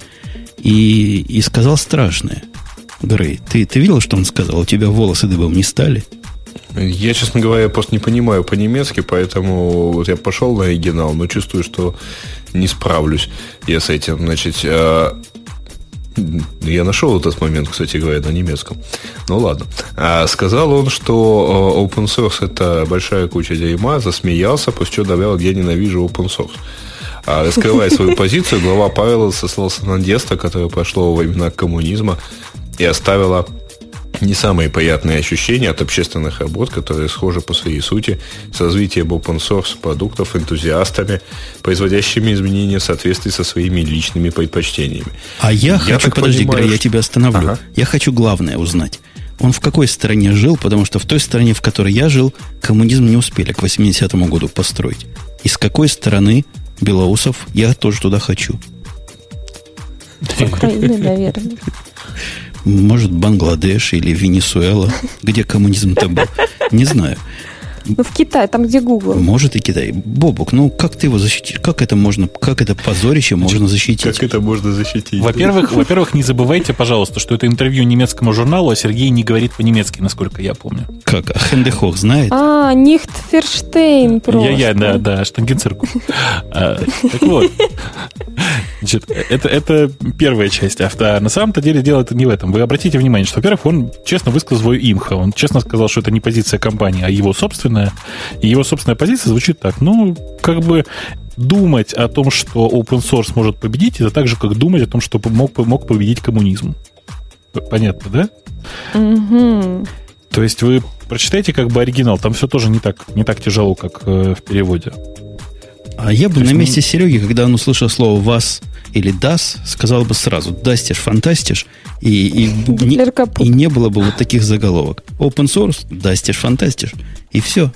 И, и сказал страшное. Грей, ты, ты видел, что он сказал? У тебя волосы дыбом не стали? Я, честно говоря, просто не понимаю по-немецки, поэтому вот я пошел на оригинал, но чувствую, что не справлюсь я с этим. Значит, я нашел этот момент, кстати говоря, на немецком. Ну ладно. Сказал он, что open source это большая куча дерьма, засмеялся, после чего добавил, я ненавижу open source. Раскрывая свою позицию, глава Parallels сослался на детство, которое прошло во времена коммунизма и оставило не самые приятные ощущения от общественных работ, которые схожи по своей сути с развитием open source продуктов энтузиастами, производящими изменения в соответствии со своими личными предпочтениями. А я, я хочу, подожди, понимаю, Грей, я тебя остановлю. Ага. Я хочу главное узнать. Он в какой стране жил, потому что в той стране, в которой я жил, коммунизм не успели к восьмидесятому году построить. И с какой стороны Белоусов я тоже туда хочу? Украина, наверное. Может, Бангладеш или Венесуэла, где коммунизм-то был. Не знаю. Ну, в Китае, там, где Google. Может, и Китай. Бобук, ну, как ты его защитишь? Как это можно, как это позорище можно защитить? Как это можно защитить? Во-первых, во-первых, не забывайте, пожалуйста, что это интервью немецкому журналу, а Сергей не говорит по-немецки, насколько я помню. Как? А Хендехох знает? А, Нихтферштейн просто. Я-я, да, да, Штангенциркуль. Так вот. Значит, это, это первая часть. А на самом-то деле дело это не в этом. Вы обратите внимание, что, во-первых, он честно высказал свою имхо. Он честно сказал, что это не позиция компании, а его собственная. И его собственная позиция звучит так. Ну, как бы думать о том, что open source может победить, это так же, как думать о том, что мог, мог победить коммунизм. Понятно, да? Mm-hmm. То есть вы прочитайте как бы оригинал. Там все тоже не так, не так тяжело, как э, в переводе. А я бы на месте Сереги, когда он услышал слово «вас» или «das», сказал бы сразу «дастиш, фантастиш», и, и, не, и не было бы вот таких заголовок. Open source, «дастиш, фантастиш», и все.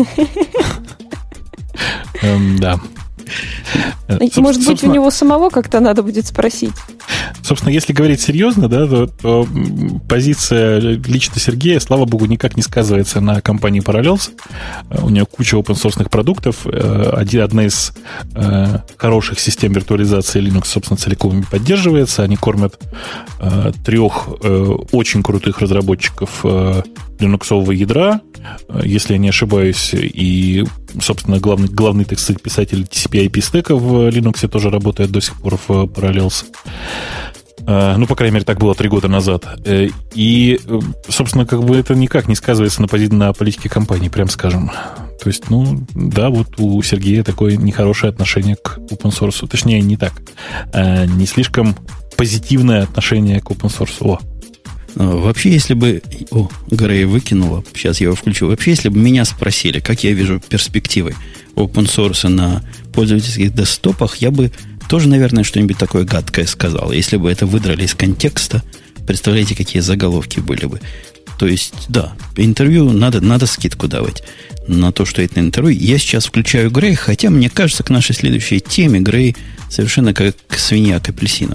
Да. Может быть, у него самого как-то надо будет спросить. Собственно, если говорить серьезно, да, то, то позиция лично Сергея, слава богу, никак не сказывается на компании Parallels. У нее куча open-source продуктов. Одна из э, хороших систем виртуализации Linux, собственно, целиком поддерживается. Они кормят э, трех э, очень крутых разработчиков э, линуксового ядра, если я не ошибаюсь, и, собственно, главный, главный, так сказать, писатель ти си пи ай пи стека в Linux тоже работает до сих пор в Parallels. Ну, по крайней мере, так было три года назад. И, собственно, как бы это никак не сказывается на, пози- на политике компании, прям скажем. То есть, ну, да, вот у Сергея такое нехорошее отношение к open source. Точнее, не так. Не слишком позитивное отношение к open source. О. Вообще, если бы... О, Грей выкинула. Сейчас я его включу. Вообще, если бы меня спросили, как я вижу перспективы open source на пользовательских десктопах, я бы тоже, наверное, что-нибудь такое гадкое сказал. Если бы это выдрали из контекста, представляете, какие заголовки были бы. То есть, да, интервью надо, надо скидку давать на то, что это интервью. Я сейчас включаю Грей, хотя, мне кажется, к нашей следующей теме Грей совершенно как свинья к апельсинам.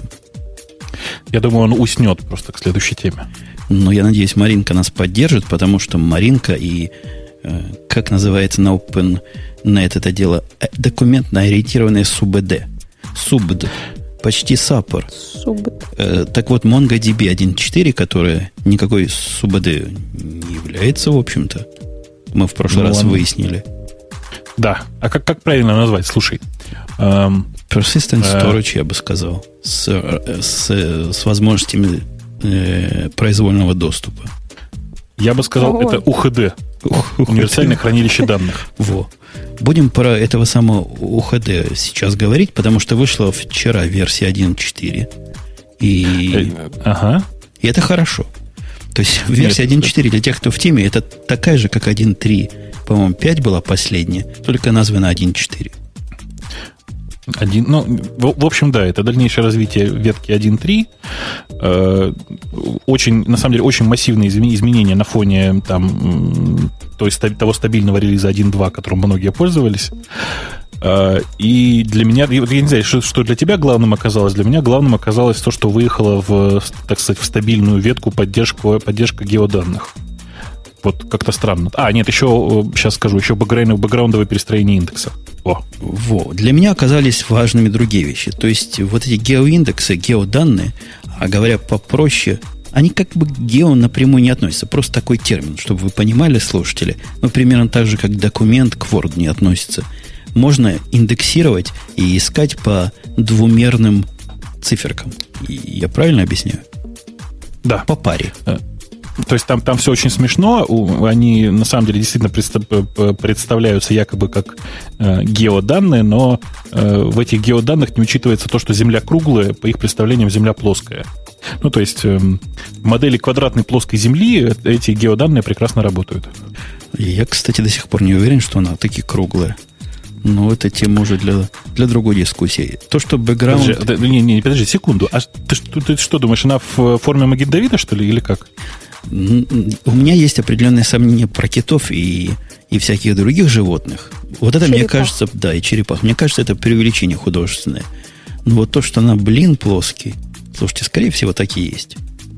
Я думаю, он уснет просто к следующей теме. Но я надеюсь, Маринка нас поддержит, потому что Маринка и, э, как называется на OpenNet это дело, документно-ориентированное СУБД. СУБД. Почти саппор. Э, так вот, MongoDB один точка четыре, которая никакой СУБД не является, в общем-то, мы в прошлый ну, раз он... выяснили. Да. А как, как правильно назвать? Слушай. Эм, Persistent Storage, э... я бы сказал. С, с, с возможностями э, произвольного доступа. Я бы сказал, Ой. это УХД. Универсальное хранилище данных. Во. Будем про этого самого УХД сейчас говорить, потому что вышла вчера версия один точка четыре. И, ага. и это хорошо. То есть версия один точка четыре для тех, кто в теме, это такая же, как один точка три. По-моему, пять была последняя, только названа один точка четыре. Один, ну, в, в общем, да, это дальнейшее развитие ветки один точка три. Э, очень, на самом деле, очень массивные изменения на фоне там, то есть, того стабильного релиза один точка два, которым многие пользовались. Э, и для меня, я не знаю, что, что для тебя главным оказалось. Для меня главным оказалось то, что выехало в, так сказать, в стабильную ветку поддержку, поддержка геоданных. Вот как-то странно. А, нет, еще, сейчас скажу, еще бэкграундовое перестроение индекса. Во. Во. Для меня оказались важными другие вещи. То есть, вот эти геоиндексы, геоданные, а говоря попроще, они как бы к гео напрямую не относятся. Просто такой термин, чтобы вы понимали, слушатели. Ну, примерно так же, как документ к Word не относится. Можно индексировать и искать по двумерным циферкам. Я правильно объясняю? Да. По паре. То есть там, там все очень смешно. Они на самом деле действительно представляются якобы как э, геоданные, но э, в этих геоданных не учитывается то, что Земля круглая, по их представлениям Земля плоская. Ну, то есть э, в модели квадратной плоской Земли эти геоданные прекрасно работают. Я, кстати, до сих пор не уверен, что она таки круглая. Но это тема уже для, для другой дискуссии. То, что бэкграунд... Подожди, не, не, подожди, секунду. А ты, ты, ты что думаешь, она в форме Маген-Давида, что ли, или как? У меня есть определенные сомнения про китов и, и всяких других животных. Вот это, черепах. Мне кажется, да, и черепах. Мне кажется, это преувеличение художественное. Но вот то, что она, блин, плоский, слушайте, скорее всего, так и есть.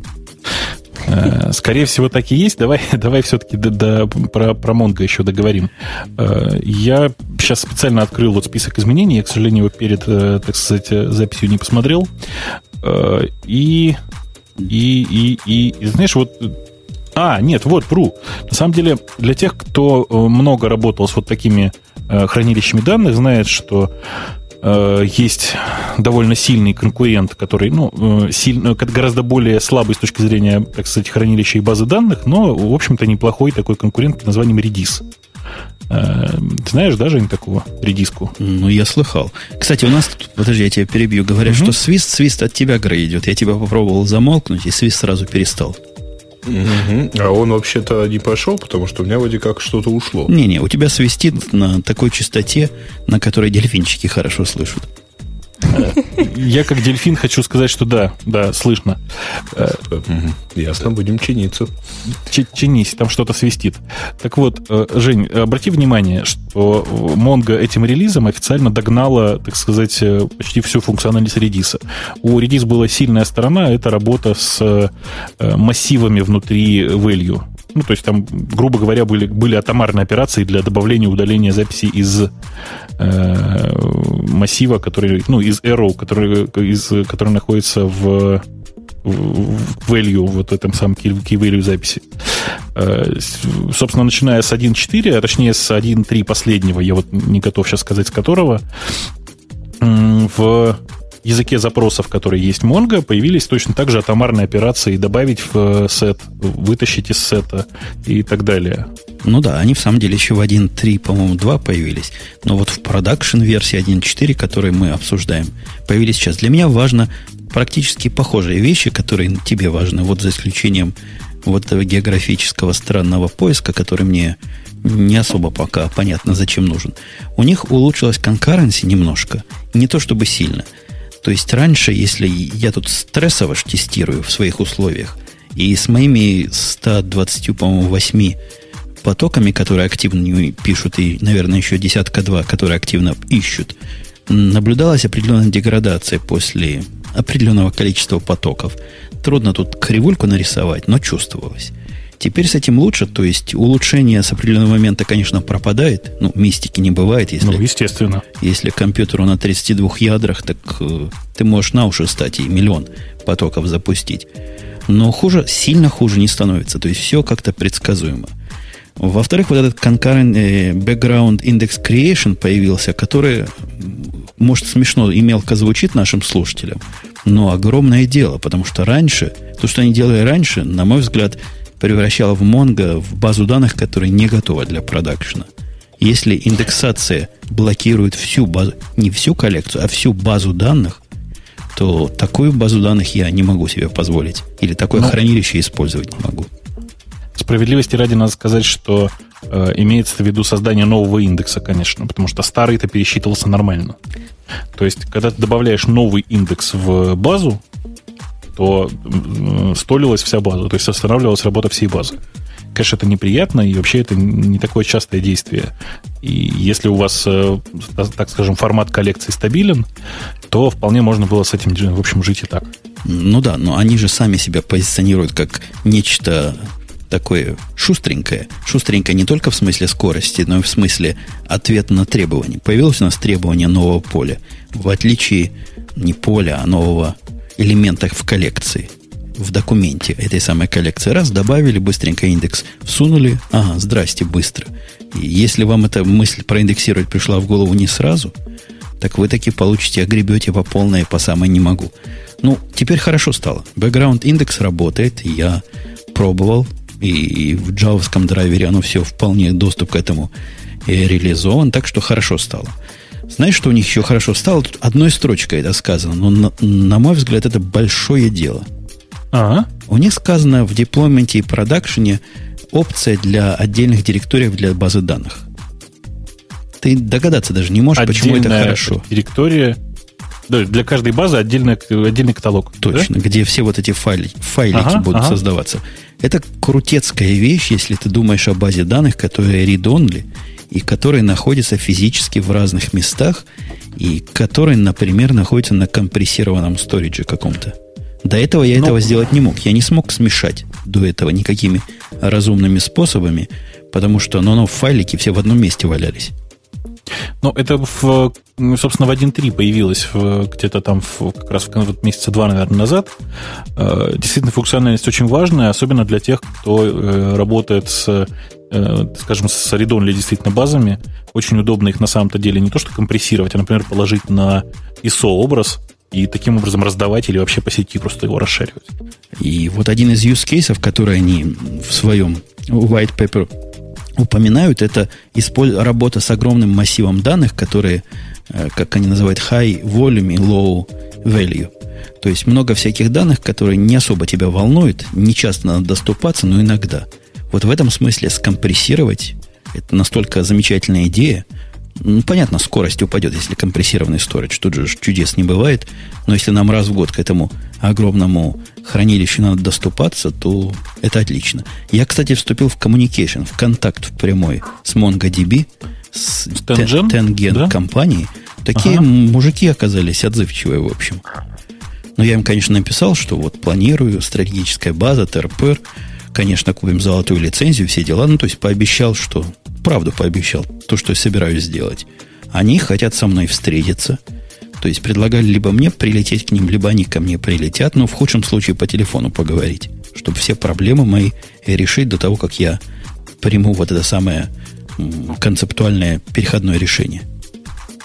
Скорее всего, так и есть. Давай, давай все-таки до, до, про, про Mongo еще договорим. Я сейчас специально открыл вот список изменений. Я, к сожалению, его перед, так сказать, записью не посмотрел. И... И, и, и, и, знаешь, вот... А, нет, вот, вру. На самом деле, для тех, кто много работал с вот такими э, хранилищами данных, знает, что э, есть довольно сильный конкурент, который, ну, э, сильно, гораздо более слабый с точки зрения, так сказать, хранилища и базы данных, но, в общем-то, неплохой такой конкурент под названием Redis. Ты знаешь, да, Жень, такого редиску? Ну, я слыхал. Кстати, у нас тут, подожди, я тебя перебью, говорят, угу. что свист, свист от тебя, Грей, идет. Я тебя попробовал замолкнуть, и свист сразу перестал. Угу. А он вообще-то не пошел, потому что у меня вроде как что-то ушло. Не-не, у тебя свистит на такой частоте, на которой дельфинчики хорошо слышат. Я как дельфин хочу сказать, что да, да, слышно. Ясно, будем чиниться. Чинись, там что-то свистит. Так вот, Жень, обрати внимание, что Mongo этим релизом официально догнала, так сказать, почти всю функциональность Redis. У Redis была сильная сторона, это работа с массивами внутри value. Ну, то есть там, грубо говоря, были, были атомарные операции для добавления и удаления записей из э, массива, который, ну, из arrow, который, из, который находится в, в value, вот этом самом key, key value записи. Э, собственно, начиная с один точка четыре, а точнее с один точка три последнего, я вот не готов сейчас сказать, с которого, э, в языке запросов, которые есть Mongo, появились точно так же атомарные операции: добавить в сет, вытащить из сета и так далее. Ну да, они в самом деле еще в один точка три, по-моему, два появились. Но вот в продакшн-версии один точка четыре, которую мы обсуждаем, появились сейчас. Для меня важно практически похожие вещи, которые тебе важны, вот за исключением вот этого географического странного поиска, который мне не особо пока понятно, зачем нужен. У них улучшилась конкуренция немножко. Не то чтобы сильно. То есть раньше, если я тут стрессово тестирую в своих условиях, и с моими ста двадцатью, по-моему, восьми потоками, которые активно пишут, и, наверное, еще десятка-два, которые активно ищут, наблюдалась определенная деградация после определенного количества потоков. Трудно тут кривульку нарисовать, но чувствовалось. Теперь с этим лучше, то есть улучшение с определенного момента, конечно, пропадает. Ну, мистики не бывает. Если, ну, естественно. Если компьютеру на тридцати двух ядрах, так э, ты можешь на уши стать и миллион потоков запустить. Но хуже, сильно хуже не становится. То есть все как-то предсказуемо. Во-вторых, вот этот concurrent э, background index creation появился, который, может, смешно и мелко звучит нашим слушателям, но огромное дело, потому что раньше, то, что они делали раньше, на мой взгляд, превращало в Mongo в базу данных, которая не готова для продакшена. Если индексация блокирует всю базу, не всю коллекцию, а всю базу данных, то такую базу данных я не могу себе позволить. Или такое Но... хранилище использовать не могу. Справедливости ради надо сказать, что э, имеется в виду создание нового индекса, конечно, потому что старый-то пересчитывался нормально. То есть, когда ты добавляешь новый индекс в базу, то э, столилась вся база, то есть останавливалась работа всей базы. Конечно, это неприятно, и вообще это не такое частое действие. И если у вас, э, так скажем, формат коллекции стабилен, то вполне можно было с этим, в общем, жить и так. Ну да, но они же сами себя позиционируют как нечто такое шустренькое. Шустренькое не только в смысле скорости, но и в смысле ответа на требования. Появилось у нас требование нового поля. В отличие не поля, а нового элемента в коллекции. В документе этой самой коллекции. Раз, добавили, быстренько индекс всунули. Ага, здрасте, быстро. И если вам эта мысль проиндексировать пришла в голову не сразу, так вы таки получите, огребете по полной, по самой не могу. Ну, теперь хорошо стало. Background индекс работает. Я пробовал. И в джавовском драйвере оно все вполне, доступ к этому реализован, так что хорошо стало. Знаешь, что у них еще хорошо стало? Тут одной строчкой это сказано, но на, на мой взгляд это большое дело. А-а. У них сказано в деплойменте и продакшене опция для отдельных директориев для базы данных. Ты догадаться даже не можешь, отдельная почему это хорошо. Директория. Да, для каждой базы отдельный, отдельный каталог. Точно, да? Где все вот эти файли, файлики ага, будут ага. создаваться. Это крутецкая вещь, если ты думаешь о базе данных, которая read-only, и которая находится физически в разных местах, и которая, например, находится на компрессированном сторидже каком-то. До этого я Но... этого сделать не мог. Я не смог смешать до этого никакими разумными способами, потому что ну, ну, файлики все в одном месте валялись. Ну, это, в, собственно, в один точка три появилось в, где-то там в, как раз в месяца два, наверное, назад. Действительно, функциональность очень важная, особенно для тех, кто работает с, скажем, с read-only действительно базами. Очень удобно их на самом-то деле не то что компрессировать, а, например, положить на ай эс о-образ и таким образом раздавать или вообще по сети просто его расшаривать. И вот один из use cases, который они в своем white paper упоминают, это работа с огромным массивом данных, которые, как они называют, high volume и low value. То есть много всяких данных, которые не особо тебя волнуют, не часто надо доступаться, но иногда. Вот в этом смысле скомпрессировать – это настолько замечательная идея. Ну, понятно, скорость упадет, если компрессированный storage. Тут же чудес не бывает. Но если нам раз в год к этому огромному хранилищу надо доступаться, то это отлично. Я, кстати, вступил в communication, в контакт в прямой с MongoDB, с Tengen да? компанией. Такие ага. мужики оказались отзывчивые, в общем. Но я им, конечно, написал, что вот планирую, стратегическая база, ти ар пи ар. Конечно, купим золотую лицензию, все дела. Ну, то есть пообещал, что... Правду пообещал, то, что я собираюсь сделать. Они хотят со мной встретиться. То есть предлагали либо мне прилететь к ним, либо они ко мне прилетят, но в худшем случае по телефону поговорить, чтобы все проблемы мои решить до того, как я приму вот это самое концептуальное переходное решение.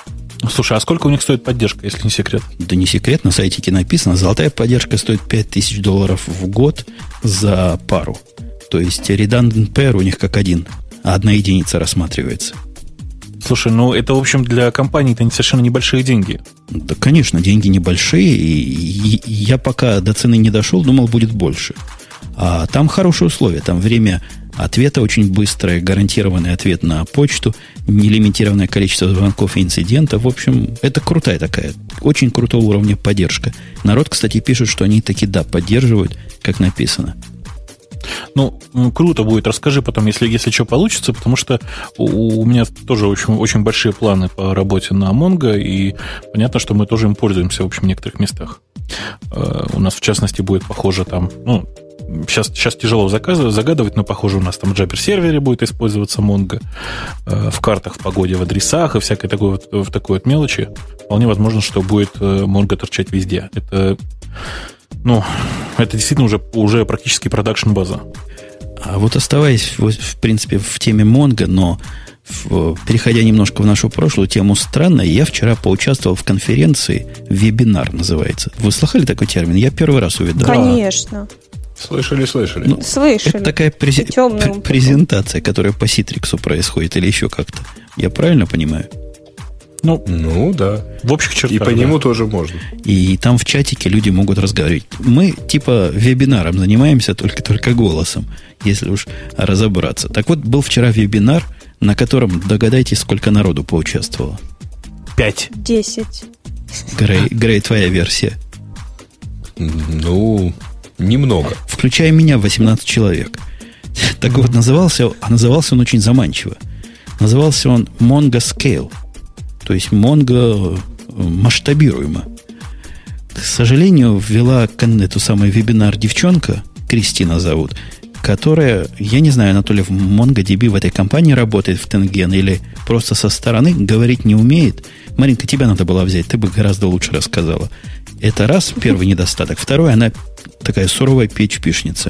Слушай, а сколько у них стоит поддержка, если не секрет? Да не секрет, на сайтике написано. Золотая поддержка стоит пять тысяч долларов в год за пару. То есть redundant pair у них как один, а одна единица рассматривается. Слушай, ну это, в общем, для компании это совершенно небольшие деньги. Да, конечно, деньги небольшие. И я пока до цены не дошел, думал, будет больше. А там хорошие условия. Там время ответа очень быстрое, гарантированный ответ на почту, нелимитированное количество звонков и инцидентов. В общем, это крутая такая, очень крутого уровня поддержка. Народ, кстати, пишет, что они таки, да, поддерживают, как написано. Ну, круто будет. Расскажи потом, если, если что получится, потому что у, у меня тоже очень, очень большие планы по работе на Mongo, и понятно, что мы тоже им пользуемся, в общем, в некоторых местах. Uh, у нас, в частности, будет похоже там, ну, сейчас, сейчас тяжело заказывать, загадывать, но, похоже, у нас там в Jabber-сервере будет использоваться Mongo, uh, в картах, в погоде, в адресах и всякой такой вот, в такой вот мелочи. Вполне возможно, что будет Mongo торчать везде. Это... Ну, это действительно уже, уже практически продакшн-база. А вот оставаясь, в, в принципе, в теме Mongo, но в, переходя немножко в нашу прошлую тему странно, я вчера поучаствовал в конференции, вебинар называется. Вы слыхали такой термин? Я первый раз увидел. Конечно. Слышали, слышали. Ну, слышали. Это такая прези- пр- презентация, которая по Citrix происходит или еще как-то. Я правильно понимаю? Ну, ну, да. В общих чертах. И по да. нему тоже можно. И там в чатике люди могут разговаривать. Мы типа вебинаром занимаемся только-только голосом, если уж разобраться. Так вот, был вчера вебинар, на котором, догадайтесь, сколько народу поучаствовало. Пять. Десять. Грей, Грей, твоя версия. Ну, немного. Включая меня, восемнадцать человек. Так вот, назывался, а назывался он очень заманчиво. Назывался он Mongo Scale. То есть Mongo масштабируемо. К сожалению, ввела эту самую вебинар девчонка, Кристина зовут, которая, я не знаю, она то ли в MongoDB в этой компании работает в Tengen или просто со стороны говорить не умеет. Маринка, тебя надо было взять, ты бы гораздо лучше рассказала. Это раз, первый недостаток. Второй, она такая суровая пи эйч пи-шница.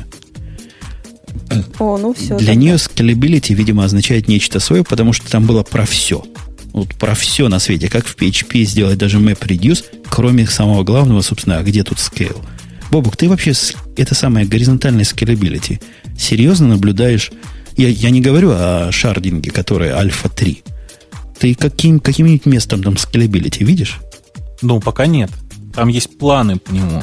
О, ну все. Для нее scalability, видимо, означает нечто свое, потому что там было про все. Вот про все на свете, как в пи эйч пи сделать даже MapReduce, кроме самого главного, собственно, а где тут scale? Бобук, ты вообще это самое горизонтальное scalability серьезно наблюдаешь? Я, я не говорю о шардинге, который альфа три. Ты каким, каким-нибудь местом там scalability видишь? Ну, пока нет. Там есть планы по нему.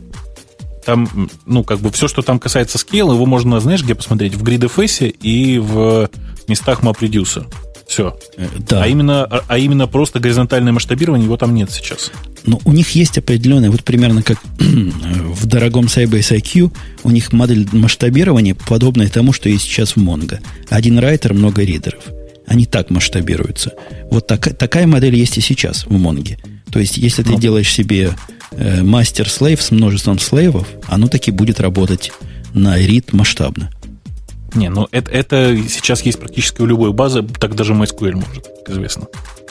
Там, ну, как бы все, что там касается scale, его можно, знаешь, где посмотреть? В GridFS и в местах MapReduce. Все. Да. А, именно, а, а именно просто горизонтальное масштабирование, его там нет сейчас. Но у них есть определенное, вот примерно как в дорогом Sybase ай кью, у них модель масштабирования подобная тому, что есть сейчас в Mongo. Один райтер, много ридеров. Они так масштабируются. Вот так, такая модель есть и сейчас в Mongo. То есть, если ты ну. делаешь себе э, мастер-слейв с множеством слейвов, оно таки будет работать на рид масштабно. Не, ну это, это сейчас есть практически у любой базы, так даже MySQL может, как известно.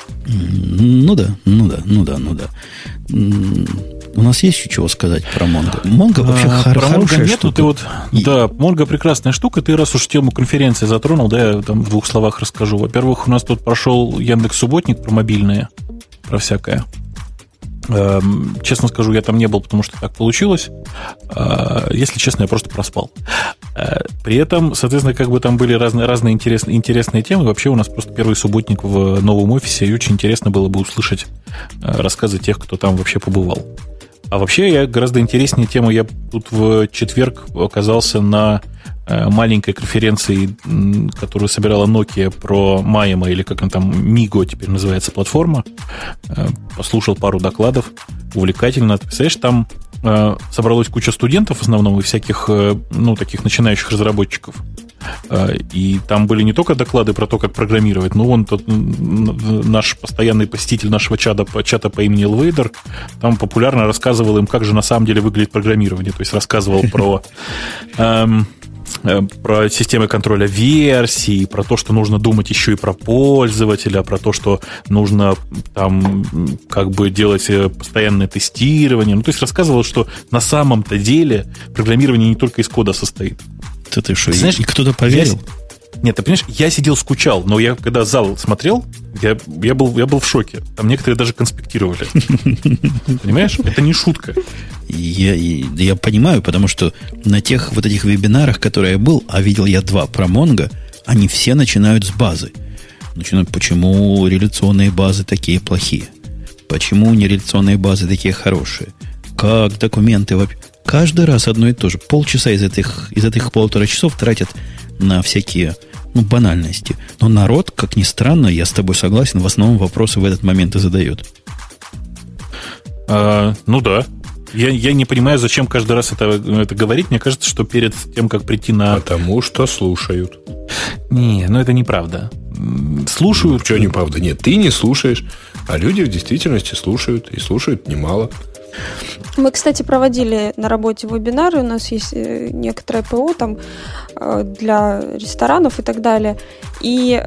Ну да, ну да, ну да, ну да. У нас есть еще чего сказать про Mongo? Mongo вообще а, хор- про хорошая Mongo нету, штука. Ты вот, И... Да, Mongo прекрасная штука. Ты раз уж тему конференции затронул, да, я там в двух словах расскажу. Во-первых, у нас тут прошел Яндекс.Субботник про мобильные, про всякое. Честно скажу, я там не был, потому что так получилось. Если честно, я просто проспал. При этом, соответственно, как бы там были разные, разные интересные, интересные темы. Вообще у нас просто первый субботник в новом офисе, и очень интересно было бы услышать рассказы тех, кто там вообще побывал. А вообще я гораздо интереснее тему. Я тут в четверг оказался на маленькой конференции, которую собирала Nokia про Маема, или как он там, Migo теперь называется платформа. Послушал пару докладов. Увлекательно. Ты представляешь, там собралось куча студентов в основном и всяких, ну, таких начинающих разработчиков. И там были не только доклады про то, как программировать, но вон тот наш постоянный посетитель нашего чата, чата по имени Элвейдер там популярно рассказывал им, как же на самом деле выглядит программирование. То есть рассказывал про... Эм, про системы контроля версий, про то, что нужно думать еще и про пользователя, про то, что нужно там как бы делать постоянное тестирование. Ну, то есть рассказывал, что на самом-то деле программирование не только из кода состоит. Ты, ты что, знаешь, и кто-то поверил? Нет, ты понимаешь, я сидел, скучал, но я когда зал смотрел, я, я, был, я был в шоке. Там некоторые даже конспектировали. Понимаешь? Это не шутка. Я, я понимаю, потому что на тех вот этих вебинарах, которые я был, а видел я два про Mongo, они все начинают с базы. Начинают, почему реляционные базы такие плохие? Почему нереляционные базы такие хорошие? Как документы вообще? Каждый раз одно и то же. Полчаса из этих, из этих полутора часов тратят на всякие, ну, банальности. Но народ, как ни странно, я с тобой согласен, в основном вопросы в этот момент и задает. А, ну да. Я, я не понимаю, зачем каждый раз это, это говорить. Мне кажется, что перед тем, как прийти на... Потому что слушают. Не, ну это неправда. Слушают... Ну, что неправда? Нет, ты не слушаешь, а люди в действительности слушают, и слушают немало. Мы, кстати, проводили на работе вебинары. У нас есть некоторое ПО там для ресторанов и так далее. И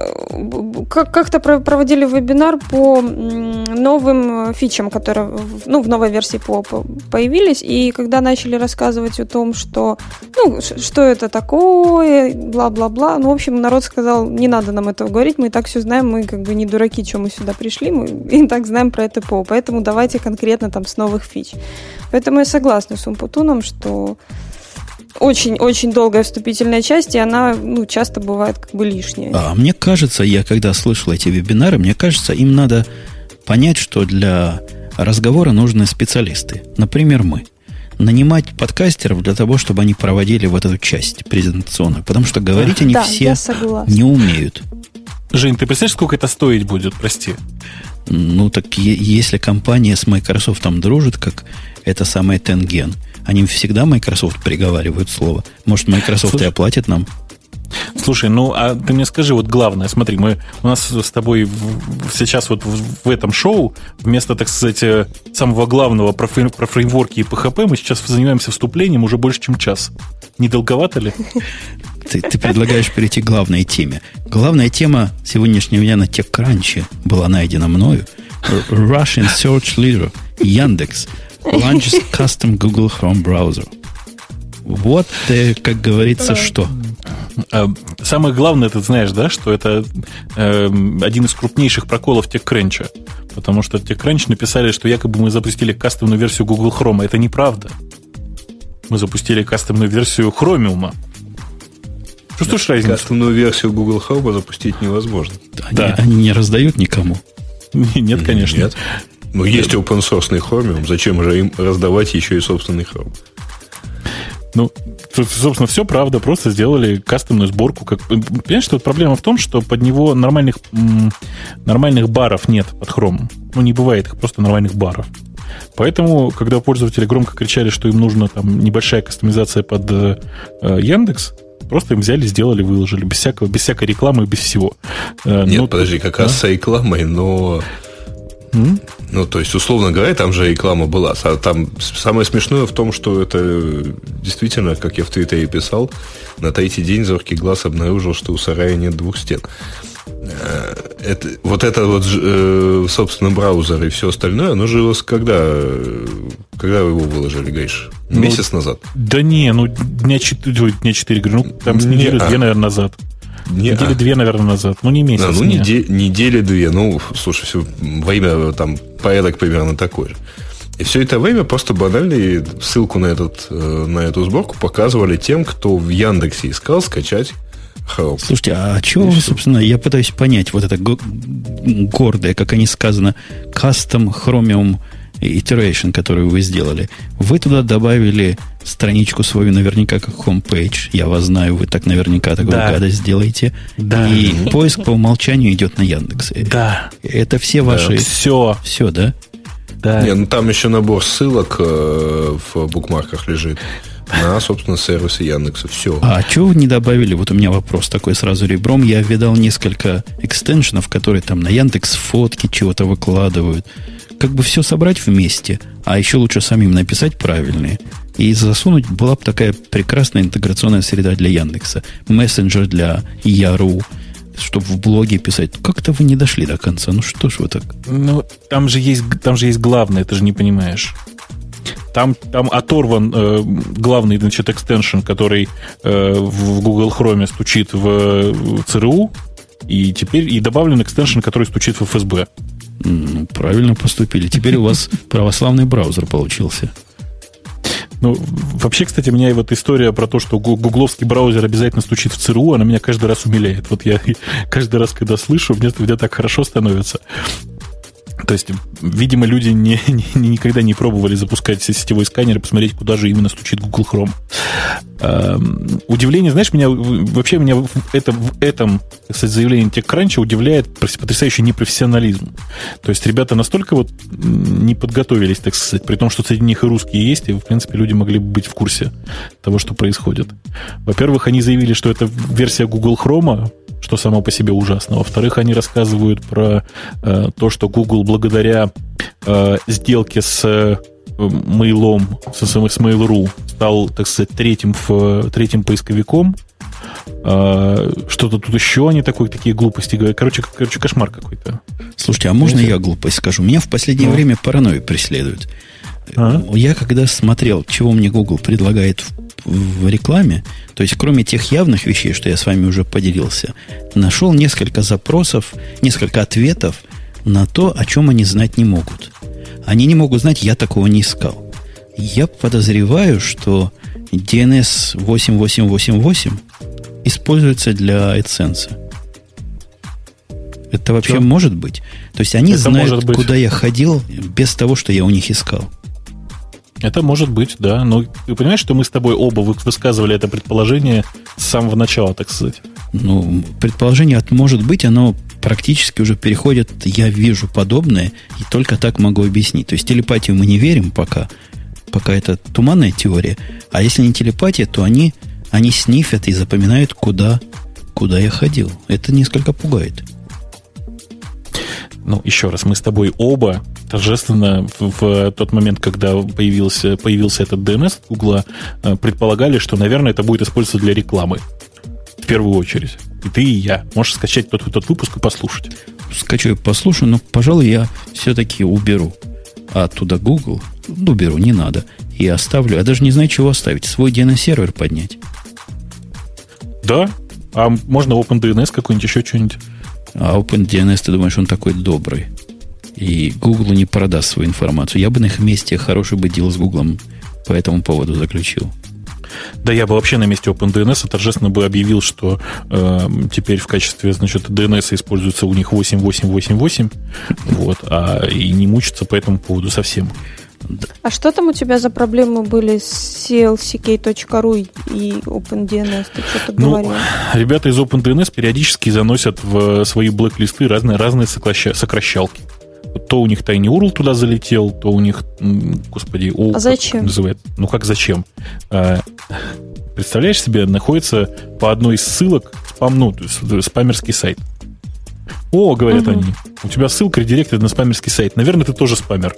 как-то проводили вебинар по новым фичам, которые, ну, в новой версии ПО появились. И когда начали рассказывать о том, что, ну, что это такое, бла-бла-бла. Ну, в общем, народ сказал, не надо нам этого говорить, мы и так все знаем, мы как бы не дураки, что мы сюда пришли, мы и так знаем про это ПО. Поэтому давайте конкретно там с новых фич. Поэтому я согласна с Умпутуном, что очень-очень долгая вступительная часть, и она, ну, часто бывает как бы лишняя. А мне кажется, я когда слышал эти вебинары, мне кажется, им надо понять, что для разговора нужны специалисты. Например, мы. Нанимать подкастеров для того, чтобы они проводили вот эту часть презентационную. Потому что говорить они да, все не умеют. Жень, ты представляешь, сколько это стоить будет, прости? Ну, так е- если компания с Microsoft там дружит, как это самое Tengen, они всегда Microsoft приговаривают слово. Может, Microsoft Слушай, и оплатит нам? Слушай, ну, а ты мне скажи, вот главное, смотри, мы, у нас с тобой в, сейчас вот в, в этом шоу вместо, так сказать, самого главного про, фрейм, про фреймворки и пи эйч пи мы сейчас занимаемся вступлением уже больше, чем час. Не долговато ли? Ты, ты предлагаешь перейти к главной теме. Главная тема сегодняшнего дня на TechCrunch была найдена мною. Russian Search Leader Яндекс launches custom Google Chrome browser. Вот, э, как говорится, что? Самое главное, ты знаешь, да, что это э, один из крупнейших проколов TechCrunch. Потому что TechCrunch написали, что якобы мы запустили кастомную версию Google Chrome. Это неправда. Мы запустили кастомную версию Chromium. Чувствуешь разницу? Кастомную версию Google Chrome запустить невозможно. Они, да. они не раздают никому? Нет, конечно. Нет. Но есть open-source Chromium. Зачем же им раздавать еще и собственный Chrome? Ну, собственно, все правда. Просто сделали кастомную сборку. Как... Понимаешь, что проблема в том, что под него нормальных, нормальных баров нет под Chrome. Ну, не бывает их просто нормальных баров. Поэтому, когда пользователи громко кричали, что им нужна там небольшая кастомизация под э, Яндекс, просто им взяли, сделали, выложили. Без всякого, без всякой рекламы, без всего. Нет, но, подожди, как раз а? с рекламой, но... Mm? Ну, то есть, условно говоря, там же реклама была. Там самое смешное в том, что это действительно, как я в Твиттере писал, на третий день зоркий глаз обнаружил, что у сарая нет двух стен. Это, вот это вот, собственно, браузер и все остальное, оно жилось когда? Когда вы его выложили, Гриш? Месяц ну, назад? Да не, ну дня четыре, дня четыре, ну там с недели две, наверное, назад. Не, недели а. две, наверное, назад. Ну, не месяц. А, ну, неде, недели две. Ну, слушай, все, время, там, порядок примерно такой же. И все это время просто банально ссылку на, этот, на эту сборку показывали тем, кто в Яндексе искал скачать Chrome. Слушайте, а чего, собственно, я пытаюсь понять вот это гордое, как они сказано, Custom Chromium Iteration, которую вы сделали. Вы туда добавили страничку свою наверняка как homepage. Я вас знаю, вы так наверняка такую да. гадость сделаете. Да. И поиск по умолчанию идет на Яндекс. Да. Это все ваши... Да. Все. Все, да? Да. Не, ну там еще набор ссылок э, в букмарках лежит на, собственно, сервисы Яндекса. Все. А чего вы не добавили? Вот у меня вопрос такой сразу ребром. Я видал несколько экстеншенов, которые там на Яндекс фотки чего-то выкладывают. Как бы все собрать вместе, а еще лучше самим написать правильные и засунуть, была бы такая прекрасная интеграционная среда для Яндекса, мессенджер для Яру, чтобы в блоге писать. Как-то вы не дошли до конца. Ну что ж вы так? Ну, там же есть, там же есть главное, ты же не понимаешь. Там, там оторван э, главный, значит, экстеншн, который э, в Google Chrome стучит в, в ЦРУ, и теперь и добавлен экстеншн, который стучит в эф эс бэ. Ну, правильно поступили. Теперь у вас православный браузер получился. Ну, вообще, кстати, меня вот история про то, что гугловский браузер обязательно стучит в ЦРУ, она меня каждый раз умиляет. Вот я каждый раз, когда слышу, мне, мне так хорошо становится. То есть, видимо, люди не, не, никогда не пробовали запускать сетевой сканер и посмотреть, куда же именно стучит Google Chrome. Эм, удивление, знаешь, меня вообще меня в этом, в этом кстати, заявлении TechCrunch удивляет потрясающий непрофессионализм. То есть, ребята настолько вот не подготовились, так сказать, при том, что среди них и русские есть, и, в принципе, люди могли бы быть в курсе того, что происходит. Во-первых, они заявили, что это версия Google Chrome, что само по себе ужасно. Во-вторых, они рассказывают про э, то, что Google благодаря э, сделке с э, Mail.com, с, с Mail.ru стал, так сказать, третьим, в, третьим поисковиком. Э, что-то тут еще они такой, такие глупости говорят. Короче, короче, кошмар какой-то. Слушайте, а можно Знаете? я глупость скажу? Меня в последнее ну. время паранойя преследует. А? Я когда смотрел, чего мне Google предлагает в, в рекламе, то есть кроме тех явных вещей, что я с вами уже поделился, нашел несколько запросов, несколько ответов на то, о чем они знать не могут. Они не могут знать, я такого не искал. Я подозреваю, что ди эн эс восемь восемь восемь восемь используется для AdSense. Это вообще Что? может быть? То есть они Это знают, куда я ходил, без того, что я у них искал. Это может быть, да. Но ты понимаешь, что мы с тобой оба высказывали это предположение с самого начала, так сказать? Ну, предположение от «может быть», оно практически уже переходит, я вижу подобное, и только так могу объяснить. То есть телепатию мы не верим пока, пока это туманная теория. А если не телепатия, то они, они снифят и запоминают, куда, куда я ходил. Это несколько пугает. Ну, еще раз, мы с тобой оба торжественно в, в тот момент, когда появился, появился этот ди эн эс от Гугла, предполагали, что, наверное, это будет использоваться для рекламы. В первую очередь. И ты, и я. Можешь скачать тот, тот выпуск и послушать. Скачаю, послушаю, но, пожалуй, я все-таки уберу оттуда Google. Ну, уберу, не надо. И оставлю. Я даже не знаю, чего оставить. Свой ди эн эс-сервер поднять. Да. А можно OpenDNS какой-нибудь, еще что-нибудь. А OpenDNS, ты думаешь, он такой добрый? И Google не продаст свою информацию. Я бы на их месте хороший бы дел с Гуглом по этому поводу заключил. Да, я бы вообще на месте OpenDNS торжественно бы объявил, что э, теперь в качестве, значит, ди эн эс используется у них восемь восемь восемь восемь, вот, а, и не мучиться по этому поводу совсем. А что там у тебя за проблемы были с си эл си кей точка ру и OpenDNS? Ты что-то ну, говорил? Ребята из OpenDNS периодически заносят в свои блэк-листы разные, разные сокращалки. То у них TinyURL туда залетел, то у них, господи, о, а зачем? Называют? Ну как зачем? А, представляешь себе, находится по одной из ссылок спам, ну, спамерский сайт. О, говорят угу. они, у тебя ссылка редиректит на спамерский сайт. Наверное, ты тоже спамер.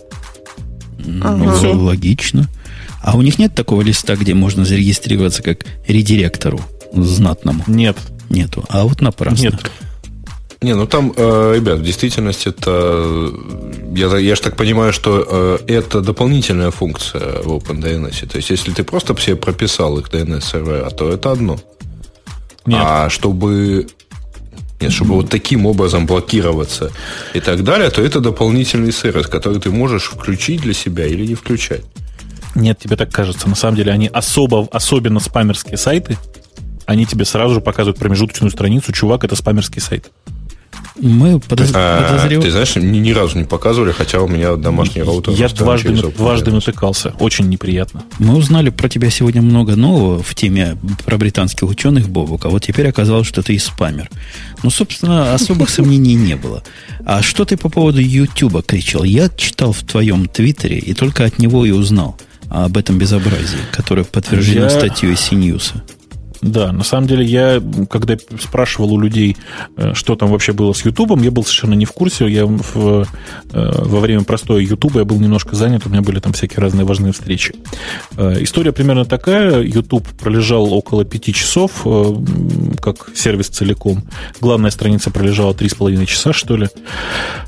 Ага. Ну, логично. А у них нет такого листа, где можно зарегистрироваться как редиректору знатному? Нет. Нету. А вот напрасно. Нет. Не, ну там, э, ребят, в действительности это... Я, я же так понимаю, что э, это дополнительная функция в OpenDNS. То есть, если ты просто себе прописал их ди эн эс-сервера, то это одно. Нет. А чтобы... Нет, чтобы вот таким образом блокироваться и так далее, то это дополнительный сервис, который ты можешь включить для себя или не включать. Нет, тебе так кажется. На самом деле они особо, особенно спамерские сайты, они тебе сразу же показывают промежуточную страницу. Чувак, это спамерский сайт. Мы подоз... а, подозреваем. Ты знаешь, ни, ни разу не показывали, хотя у меня домашний роутер. Я дважды, дважды натыкался. Очень неприятно. Мы узнали про тебя сегодня много нового в теме про британских ученых, Бобук, а вот теперь оказалось, что ты и спамер. Ну, собственно, особых сомнений не было. А что ты по поводу Ютуба кричал? Я читал в твоем твиттере и только от него и узнал об этом безобразии, которое подтверждено Я... статьей си ньюс. Да, на самом деле я, когда спрашивал у людей, что там вообще было с Ютубом, я был совершенно не в курсе. Я в, во время простоя Ютуба я был немножко занят, у меня были там всякие разные важные встречи. История примерно такая. Ютуб пролежал около пяти часов, как сервис целиком. Главная страница пролежала три с половиной часа, что ли.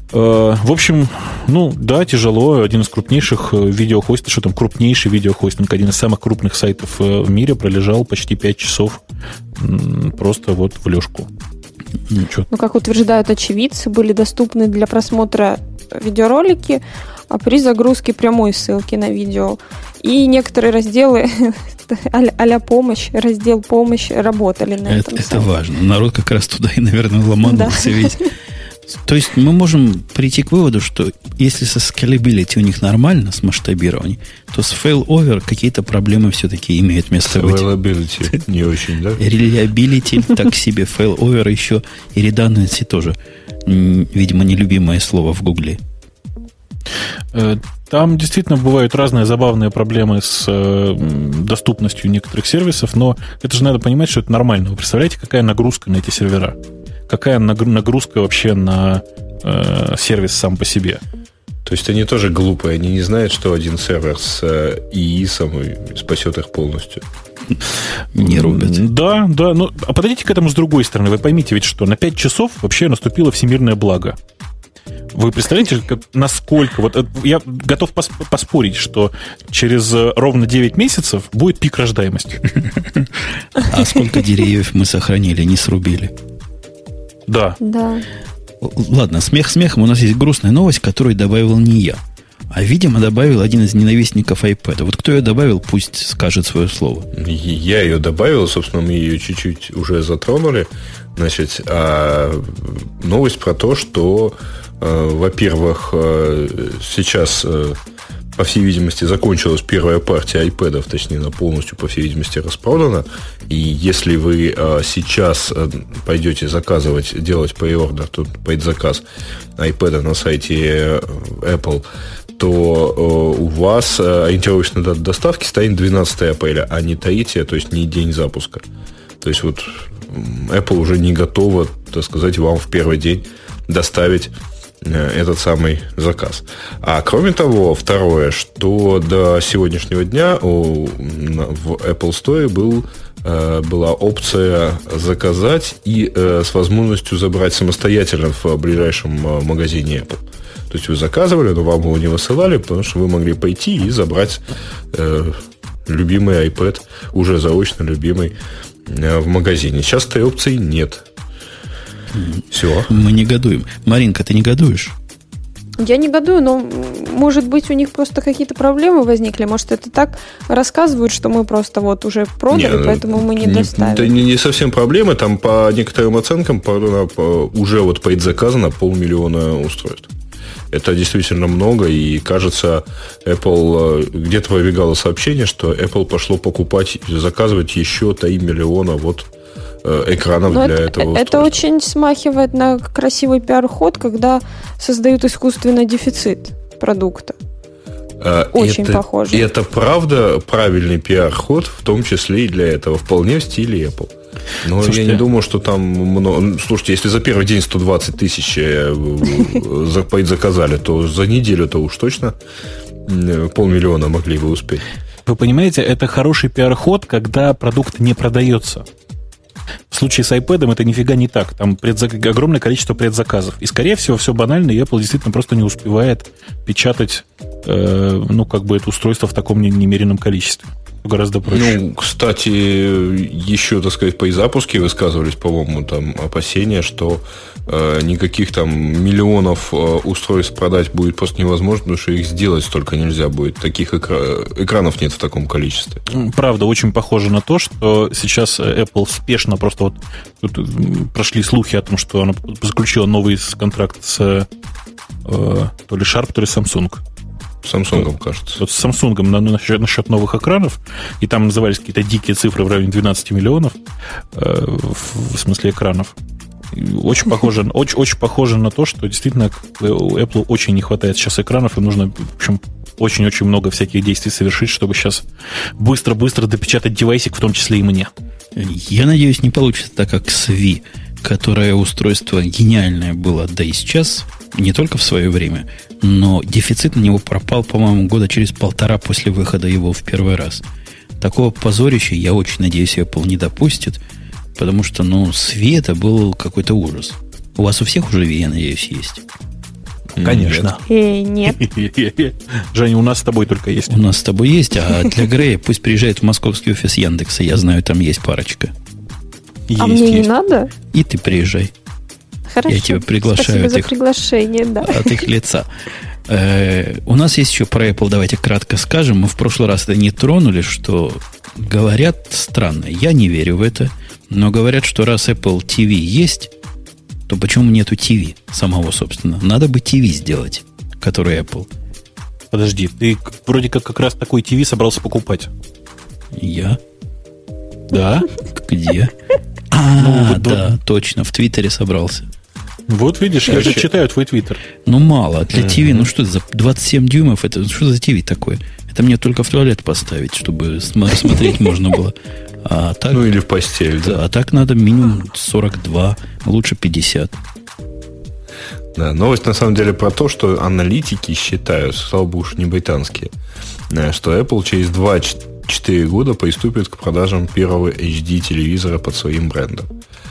В общем, ну да, тяжело. Один из крупнейших видеохостингов, что там крупнейший видеохостинг, один из самых крупных сайтов в мире пролежал почти пять часов просто вот в лёжку. Ничего. Ну, как утверждают очевидцы, были доступны для просмотра видеоролики при загрузке прямой ссылки на видео. И некоторые разделы а-ля помощь, раздел помощь работали на это, этом. Это важно. Народ как раз туда и, наверное, ломанулся да. весь. То есть мы можем прийти к выводу, что если со scalability у них нормально, с масштабированием, то с failover какие-то проблемы все-таки имеют место быть. Availability не очень, да? Reliability так себе, failover еще и redundancy тоже, видимо, нелюбимое слово в Гугле. Там действительно бывают разные забавные проблемы с доступностью некоторых сервисов, но это же надо понимать, что это нормально. Вы представляете, какая нагрузка на эти сервера? Какая нагрузка вообще на э, сервис сам по себе? То есть они тоже глупые, они не знают, что один сервер с ИИСом спасет их полностью. Не рубят. Да, да. Ну, а подойдите к этому с другой стороны. Вы поймите ведь, что на пять часов вообще наступило всемирное благо. Вы представляете, как, насколько... Вот я готов поспорить, что через ровно девять месяцев будет пик рождаемости. А сколько деревьев мы сохранили, не срубили? Да. Да. Ладно, смех смехом. У нас есть грустная новость, которую добавил не я. А, видимо, добавил один из ненавистников iPad. Вот кто ее добавил, пусть скажет свое слово. Я ее добавил, собственно, мы ее чуть-чуть уже затронули. Значит, а новость про то, что, во-первых, сейчас, по всей видимости, закончилась первая партия iPad'ов, точнее, она полностью, по всей видимости, распродана. И если вы сейчас пойдете заказывать, делать pre-order, тут предзаказ iPad'а на сайте Apple, то у вас ориентировочная дата доставки станет двенадцатого апреля, а не третьего, то есть не день запуска. То есть вот Apple уже не готова, так сказать, вам в первый день доставить этот самый заказ. А кроме того, второе, что до сегодняшнего дня у, в Apple Store был, была опция заказать и с возможностью забрать самостоятельно в ближайшем магазине Apple. То есть вы заказывали, но вам его не высылали, потому что вы могли пойти и забрать э, любимый iPad, уже заочно любимый, э, в магазине. Сейчас этой опции нет. Все. Мы негодуем. Маринка, ты негодуешь? Я негодую, но, может быть, у них просто какие-то проблемы возникли. Может, это так рассказывают, что мы просто вот уже продали, не, поэтому мы не, не доставили. Это не, не совсем проблемы. Там по некоторым оценкам по, по, уже вот предзаказано полмиллиона устройств. Это действительно много, и, кажется, Apple, где-то пробегало сообщение, что Apple пошло покупать, заказывать еще три миллиона вот экранов Но для это, этого устройства. Это очень смахивает на красивый пиар-ход, когда создают искусственный дефицит продукта. Очень это, похоже. И это правда правильный пиар-ход, в том числе и для этого, вполне в стиле Apple. Но слушайте, я не думаю, что там много... Слушайте, если за первый день сто двадцать тысяч заказали, то за неделю-то уж точно полмиллиона могли бы успеть. Вы понимаете, это хороший пиар-ход, когда продукт не продается. В случае с iPad это нифига не так. Там предзак... огромное количество предзаказов. И, скорее всего, все банально, и Apple действительно просто не успевает печатать э, ну, как бы это устройство в таком немеренном количестве. Гораздо проще. Ну, кстати, еще, так сказать, по запуске высказывались, по-моему, там опасения, что э, никаких там миллионов э, устройств продать будет просто невозможно, потому что их сделать столько нельзя будет. Таких экра... экранов нет в таком количестве. Правда, очень похоже на то, что сейчас Apple спешно просто вот тут прошли слухи о том, что она заключила новый контракт с э, то ли Sharp, то ли Samsung. Samsung, кажется. Вот с Samsung на, насчет, насчет новых экранов, и там назывались какие-то дикие цифры в районе двенадцать миллионов, э, в, в смысле экранов. Очень похоже, очень, очень похоже на то, что действительно у Apple очень не хватает сейчас экранов, и нужно, в общем, очень-очень много всяких действий совершить, чтобы сейчас быстро-быстро допечатать девайсик, в том числе и мне. Я надеюсь, не получится так, как с Ви, которое устройство гениальное было, да и сейчас, не только в свое время, но дефицит на него пропал, по-моему, года через полтора после выхода его в первый раз. Такого позорища, я очень надеюсь, Apple не допустит, потому что, ну, с Ви это был какой-то ужас. У вас у всех уже Ви, я надеюсь, есть? Конечно. Эй, нет. Женя, у нас с тобой только есть. У нас с тобой есть, а для Грея пусть приезжает в московский офис Яндекса. Я знаю, там есть парочка. А мне не надо? И ты приезжай. Хорошо. Я тебя приглашаю Спасибо от за их, приглашение, да. от их лица. Э, у нас есть еще про Apple, давайте кратко скажем. Мы в прошлый раз это не тронули, что говорят странно. Я не верю в это, но говорят, что раз Apple ти ви есть, то почему нету ти ви самого, собственно? Надо бы ти ви сделать, который Apple. Подожди, ты вроде как как раз такой ти ви собрался покупать. Я? Да? Где? А, да, точно, в Твиттере собрался. Вот видишь, я же читаю твой Твиттер. Ну, мало. Для ти ви, ну что это за двадцать семь дюймов? Это что за ти ви такое? Это мне только в туалет поставить, чтобы смотреть можно было. А так, ну, или в постель, да. да. А так надо минимум сорок два, лучше пятьдесят. Да, новость на самом деле про то, что аналитики считают, слава богу, не британские, что Apple через два-четыре года приступит к продажам первого эйч ди телевизора под своим брендом.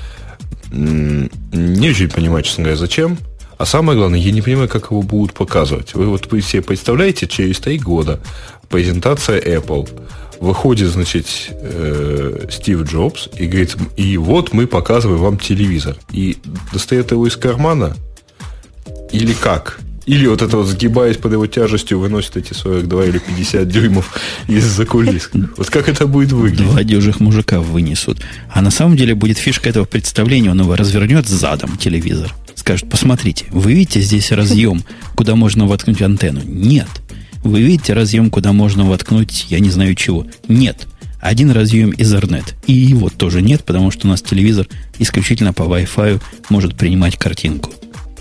Не очень понимаю, честно говоря, зачем. А самое главное, я не понимаю, как его будут показывать. Вы вот вы себе представляете, через три года презентация Apple. Выходит, значит, э, Стив Джобс и говорит, и вот мы показываем вам телевизор. И достает его из кармана. Или как? Или вот это вот, сгибаясь под его тяжестью, выносит эти сорок два или пятьдесят дюймов из-за кулис. Вот как это будет выглядеть? Два дюжих мужика вынесут. А на самом деле будет фишка этого представления. Он его развернет задом, телевизор. Скажет, посмотрите, вы видите здесь разъем, куда можно воткнуть антенну? Нет. Вы видите разъем, куда можно воткнуть, я не знаю чего? Нет. Один разъем Ethernet. И его тоже нет, потому что у нас телевизор исключительно по Wi-Fi может принимать картинку.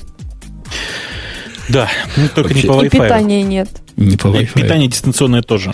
Да, ну только вообще, не по Wi-Fi. И питания нет. Не по Wi-Fi. Питание дистанционное тоже.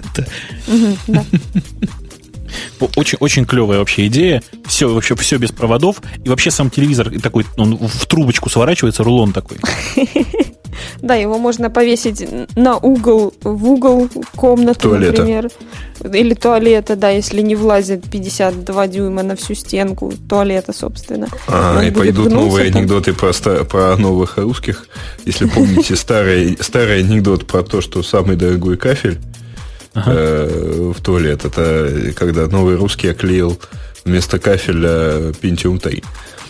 Очень, очень клевая вообще идея. Все, вообще все без проводов. И вообще сам телевизор такой, он в трубочку сворачивается, рулон такой. Да, его можно повесить на угол, в угол комнаты, туалета, например. Или туалета, да, если не влазит пятьдесят два дюйма на всю стенку туалета, собственно. А, и пойдут новые там анекдоты про, про новых русских. Если помните старый, старый анекдот про то, что самый дорогой кафель ага. э, в туалет, это когда новый русский оклеил вместо кафеля Pentium три.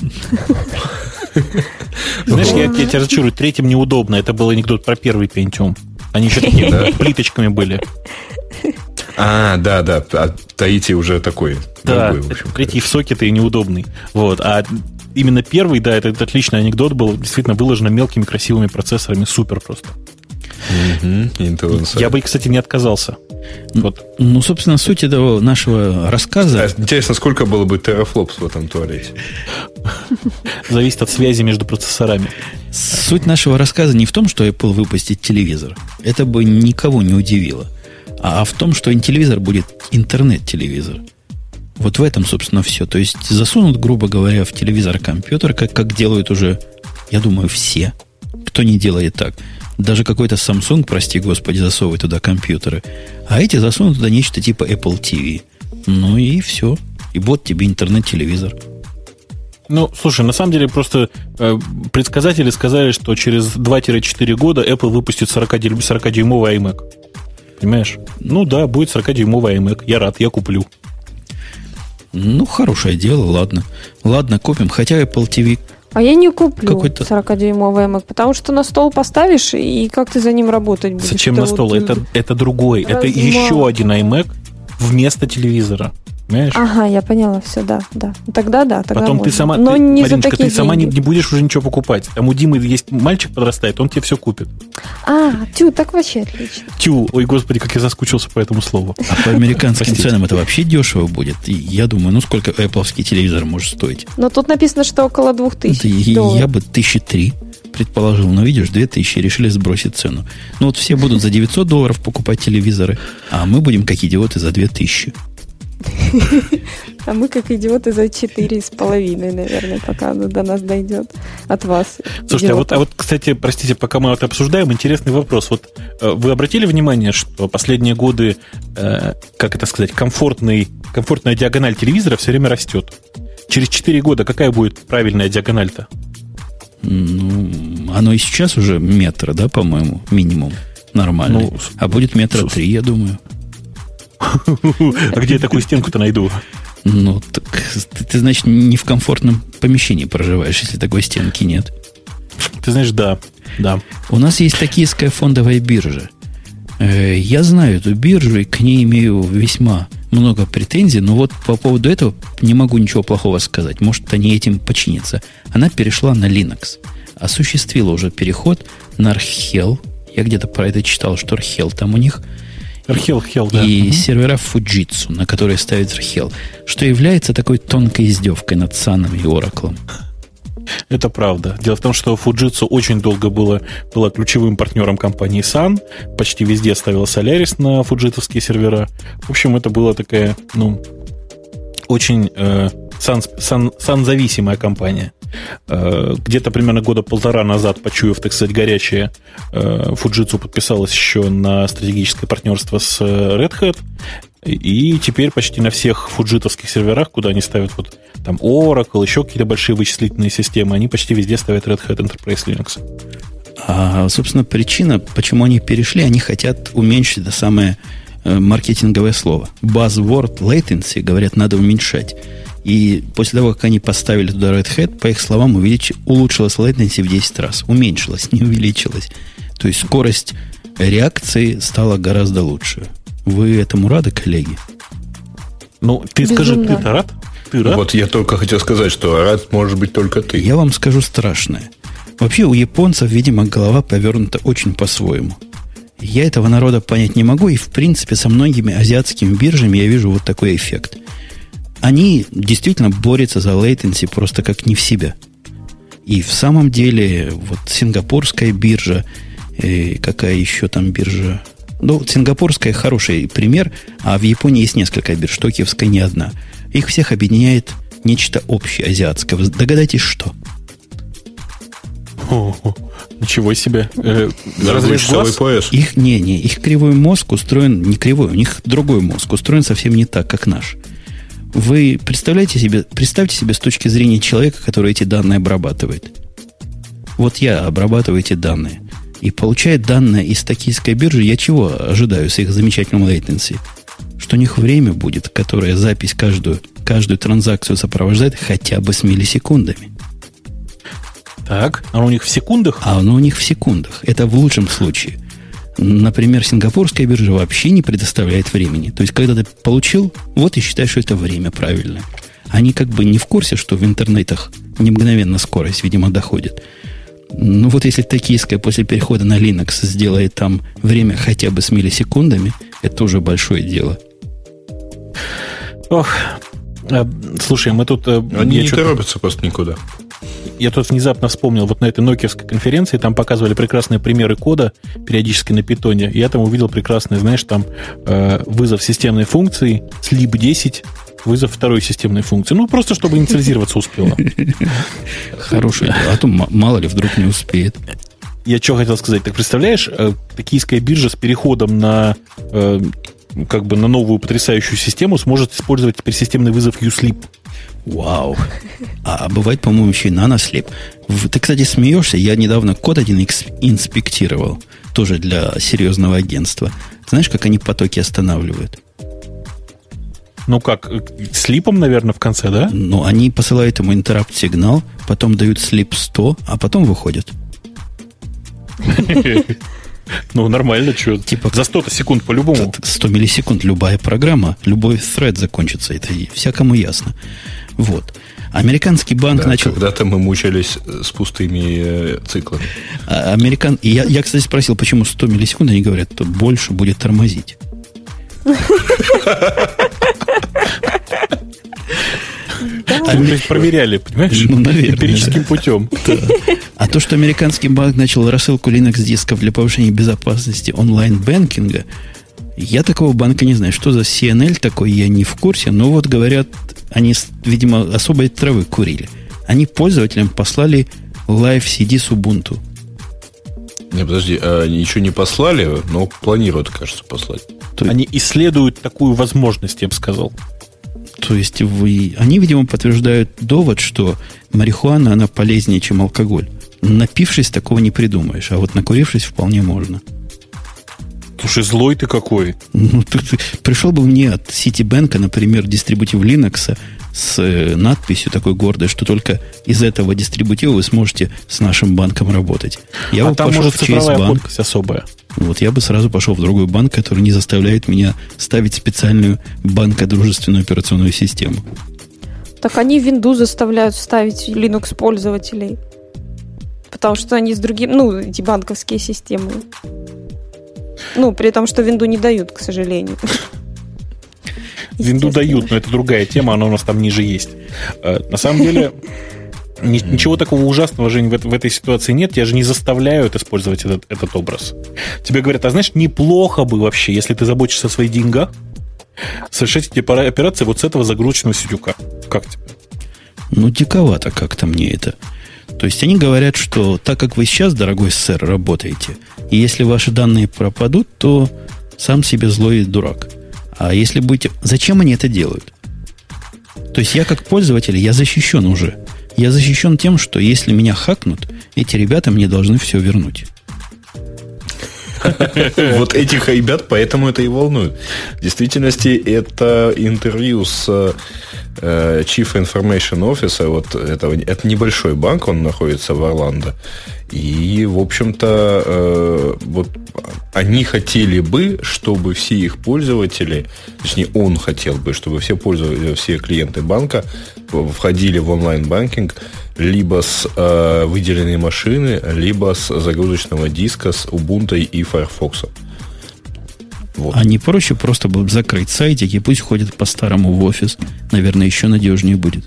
Знаешь, я, я тебя разочарую, третьим неудобно. Это был анекдот про первый Pentium. Они еще такими да, плиточками были. А, да, да. А третий уже такой. Да, другой, в общем, третий в сокеты и неудобный. Вот. А именно первый, да, это, это отличный анекдот был. Действительно выложено мелкими красивыми процессорами. Супер просто. Mm-hmm. Я бы, кстати, не отказался. Вот. Ну, собственно, суть этого нашего рассказа... А, интересно, сколько было бы терафлопс в этом туалете? Зависит от связи между процессорами. Суть нашего рассказа не в том, что Apple выпустит телевизор. Это бы никого не удивило. А в том, что телевизор будет интернет-телевизор. Вот в этом, собственно, все. То есть засунут, грубо говоря, в телевизор компьютер, как, как делают уже, я думаю, все. Кто не делает так? Даже какой-то Samsung, прости господи, засовывает туда компьютеры. А эти засунут туда нечто типа Apple ти ви. Ну и все. И вот тебе интернет-телевизор. Ну, слушай, на самом деле просто э, предсказатели сказали, что через два-четыре года Apple выпустит сорокадюймовый iMac. Понимаешь? Ну да, будет сорокадюймовый iMac. Я рад, я куплю. Ну, хорошее дело, ладно. Ладно, купим. Хотя Apple ти ви... А я не куплю сорокадюймовый iMac, потому что на стол поставишь, и как ты за ним работать будешь? Зачем это на стол? Вот... Это, это другой. Размах. Это еще один iMac вместо телевизора. Понимаешь? Ага, я поняла, все, да, да. Тогда да, тогда Потом можно. ты сама, но ты, не Мариночка, за такие ты сама не, деньги. не будешь уже ничего покупать. Там у Димы есть мальчик подрастает, он тебе все купит. А, тю, так вообще отлично. Тю, ой, господи, как я соскучился по этому слову. А по американским ценам это вообще дешево будет. И я думаю, ну сколько Apple'овский телевизор может стоить? Но тут написано, что около двух тысяч долларов. Я бы тысячи три предположил. Но видишь, две тысячи решили сбросить цену. Ну вот все будут за девятьсот долларов покупать телевизоры, а мы будем как идиоты за две тысячи. А мы, как идиоты, за четыре с половиной, наверное, пока оно до нас дойдет от вас. Слушайте, а вот, а вот, кстати, простите, пока мы это обсуждаем, интересный вопрос. Вот вы обратили внимание, что последние годы, э, как это сказать, комфортный, комфортная диагональ телевизора все время растет? Через четыре года какая будет правильная диагональ-то? Ну, оно и сейчас уже метр, да, по-моему, минимум нормальный. Ну, а будет метра три, я думаю. А где я такую стенку-то найду? Ну, так ты, ты, значит, не в комфортном помещении проживаешь, если такой стенки нет. Ты знаешь, да, да. У нас есть токийская фондовая биржа. Я знаю эту биржу и к ней имею весьма много претензий, но вот по поводу этого не могу ничего плохого сказать. Может, они этим починятся. Она перешла на Linux. Осуществила уже переход на Archel. Я где-то про это читал, что Archel там у них. Archel, Hell, да. И угу. сервера Fujitsu, на которые ставит Archel. Что является такой тонкой издевкой над Sun и Oracle. Это правда. Дело в том, что Fujitsu очень долго было, была ключевым партнером компании Sun. Почти везде ставила Solaris на фуджитовские сервера. В общем, это была такая, ну, очень э, Sun, Sun, Sun-зависимая компания. Э, где-то примерно года полтора назад, почуяв, так сказать, горячее, э, Fujitsu подписалась еще на стратегическое партнерство с Red Hat. И теперь почти на всех фуджитовских серверах, куда они ставят вот там Oracle, еще какие-то большие вычислительные системы, они почти везде ставят Red Hat Enterprise Linux. А, собственно, причина, почему они перешли, они хотят уменьшить это самое э, маркетинговое слово. Buzzword latency, говорят, надо уменьшать. И после того, как они поставили туда Red Hat, по их словам, увелич... улучшилась latency в десять раз. Уменьшилась, не увеличилась. То есть скорость реакции стала гораздо лучше. Вы этому рады, коллеги? Ну, ты Безумно. скажи, ты-то рад? Ты рад? Вот я только хотел сказать, что рад может быть только ты. Я вам скажу страшное. Вообще у японцев, видимо, голова повернута очень по-своему. Я этого народа понять не могу, и, в принципе, со многими азиатскими биржами я вижу вот такой эффект. Они действительно борются за latency просто как не в себя. И в самом деле, вот сингапурская биржа, и какая еще там биржа... Ну, сингапурская хороший пример, а в Японии есть несколько бирж, токиевская не одна. Их всех объединяет нечто общее азиатское. Вы догадайтесь, что? О, ничего себе. Э, разрез глаз? Пояс. Их, не, не, их кривой мозг устроен, не кривой, у них другой мозг, устроен совсем не так, как наш. Вы представляете себе, представьте себе с точки зрения человека, который эти данные обрабатывает. Вот я обрабатываю эти данные. И получает данные из токийской биржи, я чего ожидаю с их замечательным latency? Что у них время будет, которое запись каждую, каждую транзакцию сопровождает хотя бы с миллисекундами. Так, а у них в секундах? А оно у них в секундах. Это в лучшем случае. Например, сингапурская биржа вообще не предоставляет времени. То есть, когда ты получил, вот и считай, что это время правильное. Они как бы не в курсе, что в интернетах не мгновенно скорость, видимо, доходит. Ну вот если токийская после перехода на Linux сделает там время хотя бы с миллисекундами, это уже большое дело. Ох, слушай, мы тут... Они не торопятся просто никуда. Я тут внезапно вспомнил, вот на этой нокиевской конференции там показывали прекрасные примеры кода периодически на питоне. Я там увидел прекрасный, знаешь, там э, вызов системной функции слип десять, вызов второй системной функции. Ну, просто чтобы инициализироваться успела. Хороший. А то мало ли вдруг не успеет. Я что хотел сказать. Так представляешь, токийская биржа с переходом на как бы на новую потрясающую систему сможет использовать теперь системный вызов uSleep. Вау. А бывает, по-моему, еще и нанослип. Ты, кстати, смеешься. Я недавно код один инспектировал. Тоже для серьезного агентства. Знаешь, как они потоки останавливают? Ну как, слипом, наверное, в конце, да? Ну, они посылают ему интеррапт-сигнал, потом дают слип сто, а потом выходят. Ну, нормально, что? Типа за сто секунд по-любому. сто миллисекунд любая программа, любой thread закончится. Это всякому ясно. Вот. Американский банк да, начал... Когда-то мы мучались с пустыми э, циклами. А, американ... И я, я, кстати, спросил, почему сто миллисекунд, они говорят, то больше будет тормозить. Они то есть проверяли, понимаешь? Ну, наверное, эмпирическим да. путем. Да. А то, что американский банк начал рассылку Linux-дисков для повышения безопасности онлайн-бэнкинга, я такого банка не знаю. Что за си эн эл такой, я не в курсе. Но вот, говорят, они, видимо, особой травы курили. Они пользователям послали Live си ди с Ubuntu. Не, подожди, они еще не послали, но планируют, кажется, послать. То... Они исследуют такую возможность, я бы сказал. То есть вы... они, видимо, подтверждают довод, что марихуана, она полезнее, чем алкоголь. напившись, такого не придумаешь, а вот накурившись вполне можно. Слушай, злой ты какой. Ну, ты, ты, пришел бы мне от Citibank, например, дистрибутив Linux с э, надписью такой гордой, что только из этого дистрибутива вы сможете с нашим банком работать. Я а бы там пошел может в цифровая Чейз-банк. подпись особая. Вот я бы сразу пошел в другой банк, который не заставляет меня ставить специальную банкодружественную операционную систему. Так они в Windows заставляют ставить Linux пользователей. Потому что они с другим, ну, эти банковские системы. Ну, при том, что Винду не дают, к сожалению. Винду дают, но это другая тема, она у нас там ниже есть. На самом деле, ничего такого ужасного, Жень, в, в этой ситуации нет. Тебя же не заставляют использовать этот, этот образ. Тебе говорят, а знаешь, неплохо бы вообще, если ты заботишься о своих деньгах, совершать эти операции вот с этого загрузочного сидюка. Как тебе? Ну, диковато как-то мне это. То есть они говорят, что так как вы сейчас, дорогой сэр, работаете, и если ваши данные пропадут, то сам себе злой дурак. А если будете... Зачем они это делают? То есть я как пользователь, я защищен уже. Я защищен тем, что если меня хакнут, эти ребята мне должны все вернуть. Вот этих ребят поэтому это и волнует. В действительности это интервью с э, Chief Information Officer вот этого, это небольшой банк, он находится в Орландо. И, в общем-то, э, вот они хотели бы, чтобы все их пользователи, точнее, он хотел бы, чтобы все пользователи, все клиенты банка входили в онлайн-банкинг либо с э, выделенной машины, либо с загрузочного диска с Ubuntu и Firefox. Вот. А не проще просто было бы закрыть сайтик и пусть ходят по-старому в офис. Наверное, еще надежнее будет.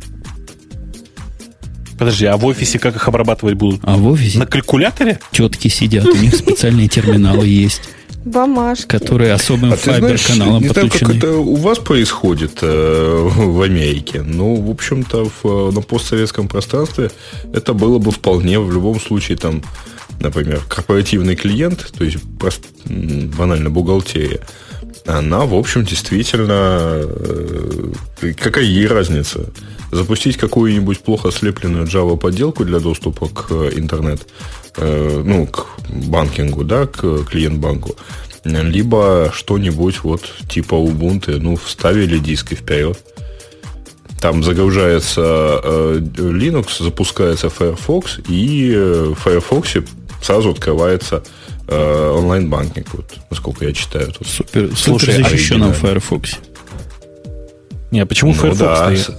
Подожди, а в офисе как их обрабатывать будут? А в офисе на калькуляторе? Тетки сидят, у них специальные терминалы есть. Бумажки. Которые особым а файбер-каналом подключены. Не знаю, как это у вас происходит э, в Америке. Ну, в общем-то, в, на постсоветском пространстве это было бы вполне в любом случае там, например, корпоративный клиент, то есть просто, банально бухгалтерия, она, в общем, действительно, э, какая ей разница? Запустить какую-нибудь плохо слепленную Java-подделку для доступа к интернет, э, ну, к банкингу, да, к клиент-банку, либо что-нибудь вот типа Ubuntu, ну, вставили диск и вперед. Там загружается э, Linux, запускается Firefox, и э, в Firefox сразу открывается э, онлайн-банкинг, вот, насколько я читаю. Тут. Супер, супер защищенном в Firefox. Не, а почему ну, Firefox да. стоит?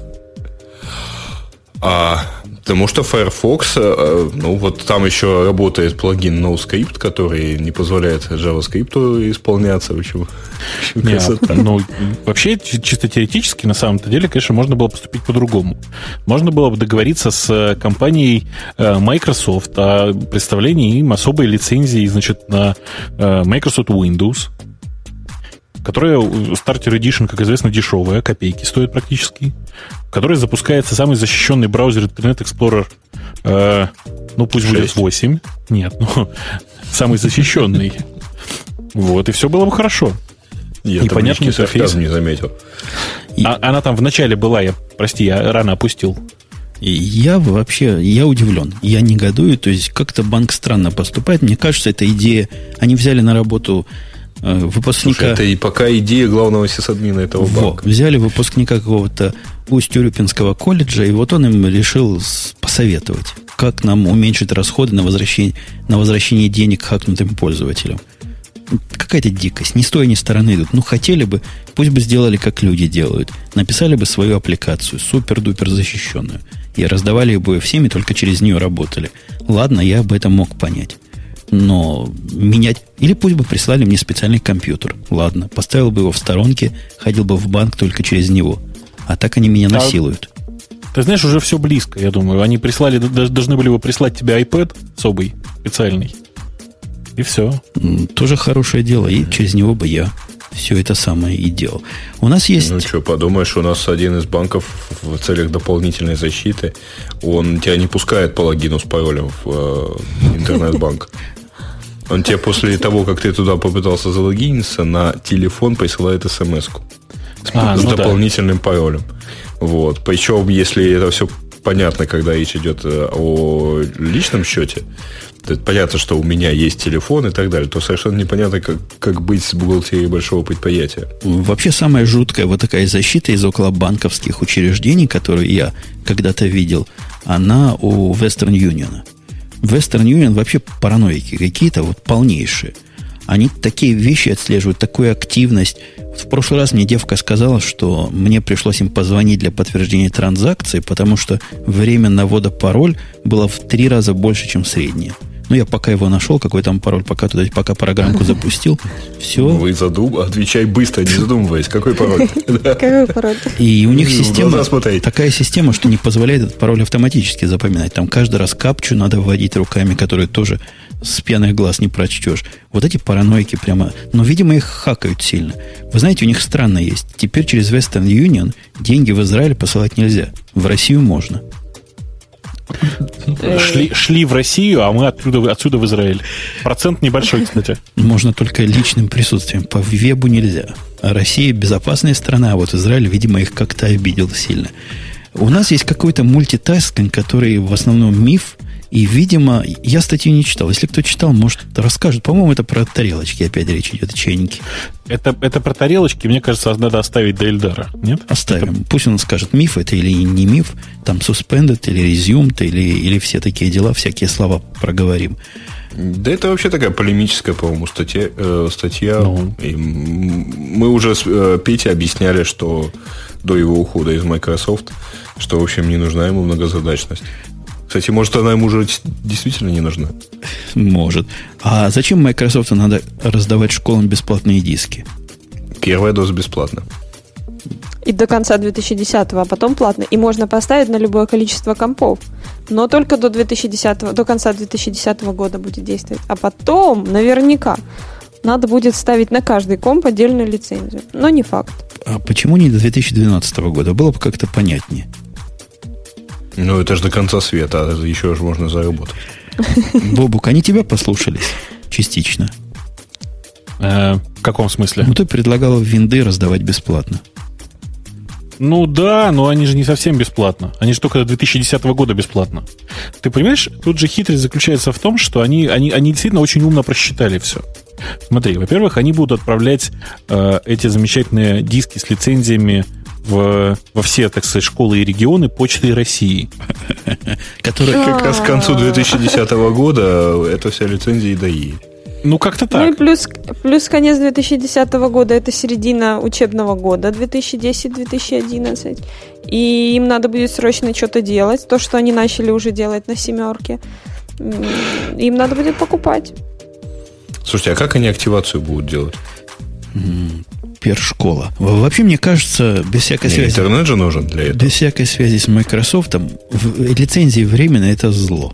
А, потому что Firefox, ну вот там еще работает плагин NoScript, который не позволяет JavaScript исполняться. В общем, не, а, ну, вообще, чисто теоретически, на самом-то деле, конечно, можно было поступить по-другому. Можно было бы договориться с компанией Microsoft о представлении им особой лицензии, значит, на Microsoft Windows, которая Starter Edition, как известно, дешевая, копейки стоит практически, в которой запускается самый защищенный браузер Internet Explorer, э, ну, пусть шесть. Будет восемь. Нет, ну, самый защищенный. Вот, и все было бы хорошо. Я непонятный интерфейс. Не заметил. И... А, она там вначале была, я, прости, я рано опустил. И я вообще, я удивлен. Я негодую, то есть как-то банк странно поступает. Мне кажется, эта идея, они взяли на работу выпускника... Слушай, это и пока идея главного сисадмина этого банка. Во, взяли выпускника какого-то Усть-Урюпинского колледжа, и вот он им решил посоветовать, как нам уменьшить расходы на возвращение, на возвращение денег хакнутым пользователям. Какая-то дикость. Ни с той, ни с стороны идут. Ну, хотели бы, пусть бы сделали, как люди делают. Написали бы свою аппликацию, супер-дупер защищенную. И раздавали бы всеми, только через нее работали. Ладно, я об этом мог понять. Но менять... Или пусть бы прислали мне специальный компьютер. Ладно, поставил бы его в сторонке, ходил бы в банк только через него. А так они меня насилуют. А, ты знаешь, уже все близко, я думаю. Они прислали, должны были бы прислать тебе iPad особый, специальный. И все. Тоже хорошее дело. И через него бы я все это самое и делал. У нас есть... Ну что, подумаешь, у нас один из банков в целях дополнительной защиты, он тебя не пускает по логину с паролем в э, интернет-банк. Он тебе после того, как ты туда попытался залогиниться, на телефон присылает смс-ку с, а, с ну дополнительным да. паролем. Вот. Причем, если это все понятно, когда речь идет о личном счете, понятно, что у меня есть телефон и так далее, то совершенно непонятно, как, как быть с бухгалтерией большого предприятия. Вообще самая жуткая вот такая защита из околобанковских учреждений, которую я когда-то видел, она у Western Union. Western Union вообще параноики какие-то, вот полнейшие. Они такие вещи отслеживают, такую активность. В прошлый раз мне девка сказала, что мне пришлось им позвонить для подтверждения транзакции, потому что время навода пароль было в три раза больше, чем среднее. Ну, я пока его нашел, какой там пароль, пока туда, пока программку запустил, все. Вы задум... Отвечай быстро, не задумываясь. Какой пароль? Какой пароль? И у них система, такая система, что не позволяет этот пароль автоматически запоминать. Там каждый раз капчу надо вводить руками, которые тоже с пьяных глаз не прочтешь. Вот эти параноики прямо... Но, видимо, их хакают сильно. Вы знаете, у них странно есть. Теперь через Western Union деньги в Израиль посылать нельзя. В Россию можно. Шли, шли в Россию, а мы отсюда, отсюда в Израиль. Процент небольшой, кстати. Можно только личным присутствием. По вебу нельзя. А Россия безопасная страна, а вот Израиль, видимо, их как-то обидел сильно. У нас есть какой-то мультитаскинг, который в основном миф. И, видимо, я статью не читал. Если кто читал, может, расскажет. По-моему, это про тарелочки опять речь идет, чайники. Это, это про тарелочки, мне кажется, надо оставить до Эльдара, нет? Оставим. Это... Пусть он скажет, миф это или не миф, там suspended или resumed, или, или все такие дела, всякие слова проговорим. Да это вообще такая полемическая, по-моему, статья. Э, статья. Ну. И мы уже с э, Петей объясняли, что до его ухода из Microsoft, что, в общем, не нужна ему многозадачность. Кстати, может, она ему уже действительно не нужна? Может. А зачем Microsoft надо раздавать школам бесплатные диски? Первая доза бесплатна. И до конца две тысячи десятого, а потом платно. И можно поставить на любое количество компов. Но только до две тысячи десятого, до конца две тысячи десятого года будет действовать. А потом, наверняка, надо будет ставить на каждый комп отдельную лицензию. Но не факт. А почему не до две тысячи двенадцатого года? Было бы как-то понятнее. Ну, это же до конца света, а еще же можно заработать. Бобук, они тебя послушались частично. Э, в каком смысле? Ну, ты предлагал винды раздавать бесплатно. Ну да, но они же не совсем бесплатно. Они же только до две тысячи десятого года бесплатно. Ты понимаешь, тут же хитрость заключается в том, что они, они, они действительно очень умно просчитали все. Смотри, во-первых, они будут отправлять э, эти замечательные диски с лицензиями в, во все, так сказать, школы и регионы Почты России. Которая как раз к концу две тысячи десятого года эта вся лицензия и доедет. Ну, как-то так. Ну и плюс, плюс конец две тысячи десятого года, это середина учебного года, две тысячи десятый - две тысячи одиннадцатый. И им надо будет срочно что-то делать. То, что они начали уже делать на семерке. Им надо будет покупать. Слушайте, а как они активацию будут делать? Першкола. Вообще, мне кажется, без всякой Не, связи... интернет же нужен для этого. Без всякой связи с Microsoft, лицензии временные – это зло.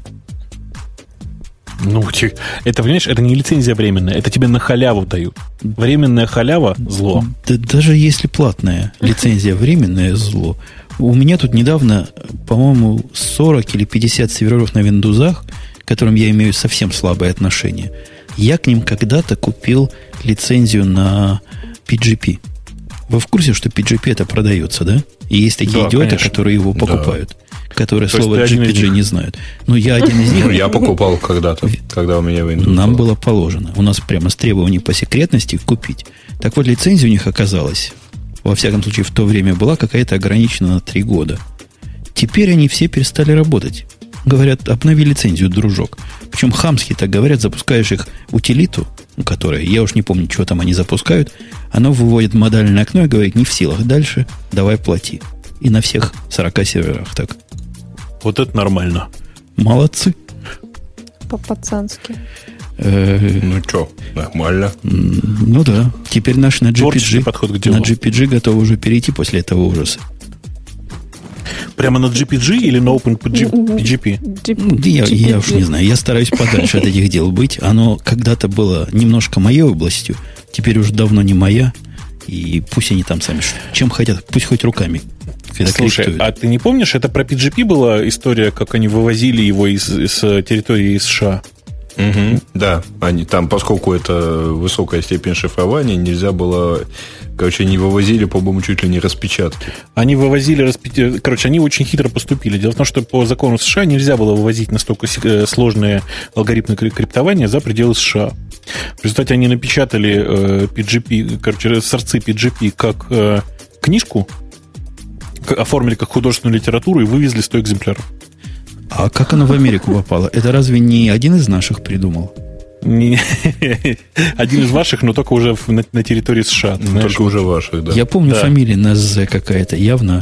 Ну, это, понимаешь, это не лицензия временная, это тебе на халяву дают. Временная халява – зло. Да, даже если платная лицензия временная – зло. У меня тут недавно, по-моему, сорок или пятьдесят серверов на Windows, к которым я имею совсем слабое отношение. Я к ним когда-то купил лицензию на пи джи пи. Вы в курсе, что пи джи пи это продается, да? И есть такие да, идиоты, конечно. Которые его покупают. Да. Которые То слово джи пи джи не знают. Ну, я один из них. Ну, я покупал когда-то, когда у меня Windows. Нам было положено. У нас прямо с требований по секретности купить. Так вот, лицензия у них оказалась, во всяком случае, в то время была какая-то ограничена на три года. Теперь они все перестали работать. Говорят, обнови лицензию, дружок. Причем хамски так говорят, запускаешь их утилиту, которая, я уж не помню, что там они запускают, оно выводит модальное окно и говорит, не в силах дальше, давай плати. И на всех сорока серверах так. Вот это нормально. Молодцы. По-пацански. Ну что, нормально. Ну да. Теперь наш на джи пи джи, подход к делу. на джи пи джи готовы уже перейти после этого ужаса. Прямо на джи пи джи или на OpenPGP? Я, я уж не знаю. Я стараюсь подальше от этих дел быть. Оно когда-то было немножко моей областью, теперь уже давно не моя. И пусть они там сами чем хотят, пусть хоть руками. Слушай, криптуют. А ты не помнишь, это про пи джи пи была история, как они вывозили его из, из территории США? Угу, да, они там, поскольку это высокая степень шифрования, нельзя было, короче, они вывозили, по-моему, чуть ли не распечатки. Они вывозили, распечатки, короче, они очень хитро поступили. Дело в том, что по закону США нельзя было вывозить настолько сложные алгоритмы криптования за пределы США. В результате они напечатали пи джи пи, короче, сорцы пи джи пи как книжку, оформили как художественную литературу и вывезли сто экземпляров. А как оно в Америку попало? Это разве не один из наших придумал? Не, один из ваших, но только уже на, на территории США. Знаешь, только уже ваших, да. Я помню, да. Фамилия на «З» какая-то, явно.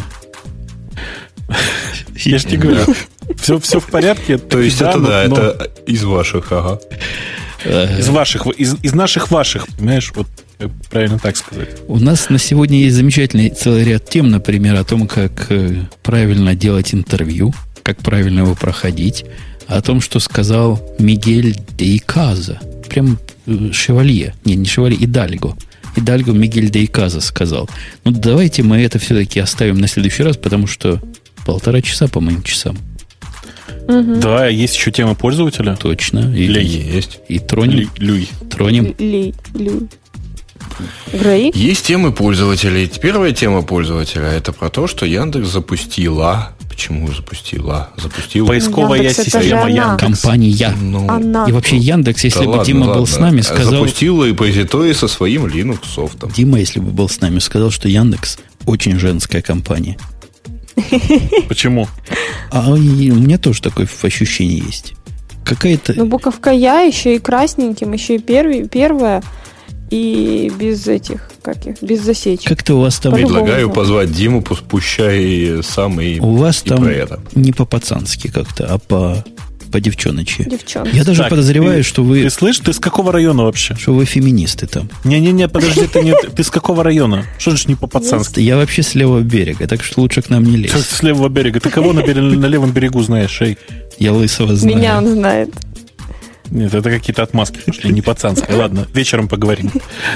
Я же тебе говорю, все, все в порядке. То есть это да, это из ваших, ага. Из ваших, из, из наших ваших, понимаешь, вот правильно так сказать. У нас на сегодня есть замечательный целый ряд тем, например, о том, как правильно делать интервью, как правильно его проходить, о том, что сказал Мигель де Иказа. Прям шевалье. Не, не шевалье, Идальго. Идальго Мигель де Иказа сказал. Ну, давайте мы это все-таки оставим на следующий раз, потому что полтора часа по моим часам. Угу. Да, есть еще тема пользователя. Точно. И, есть. И тронем. Люй. Тронем. Люй. Люй. Грей? Есть темы пользователей. Первая тема пользователя – это про то, что Яндекс запустила. Почему запустила? Запустила. Поисковая Яндекс, система Яндекс. Компания. Ну, Она. И вообще Яндекс, если да бы ладно, Дима ладно. был с нами, сказал... Запустила репозиторий со своим Linux софтом. Дима, если бы был с нами, сказал, что Яндекс очень женская компания. Почему? А и у меня тоже такое ощущение есть. Какая-то... Ну, буковка Я еще и красненьким, еще и первый, первая, и без этих, как их, без засечек. Как-то у вас там... По-любому. Предлагаю позвать Диму, пусть пущай сам и, У вас и там про это. не по-пацански как-то, а по, по девчоночи. Девчонки. Я даже Так, подозреваю, ты, что вы... Ты слышишь, ты с какого района вообще? Что вы феминисты там. Не-не-не, подожди, ты, не, ты с какого района? Что же не по-пацански? Я вообще с левого берега, так что лучше к нам не лезь. Как с левого берега? Ты кого на, берег, на левом берегу знаешь, эй? Я лысого знаю. Меня он знает. Нет, это какие-то отмазки пошли, не пацанские. Ладно, вечером поговорим.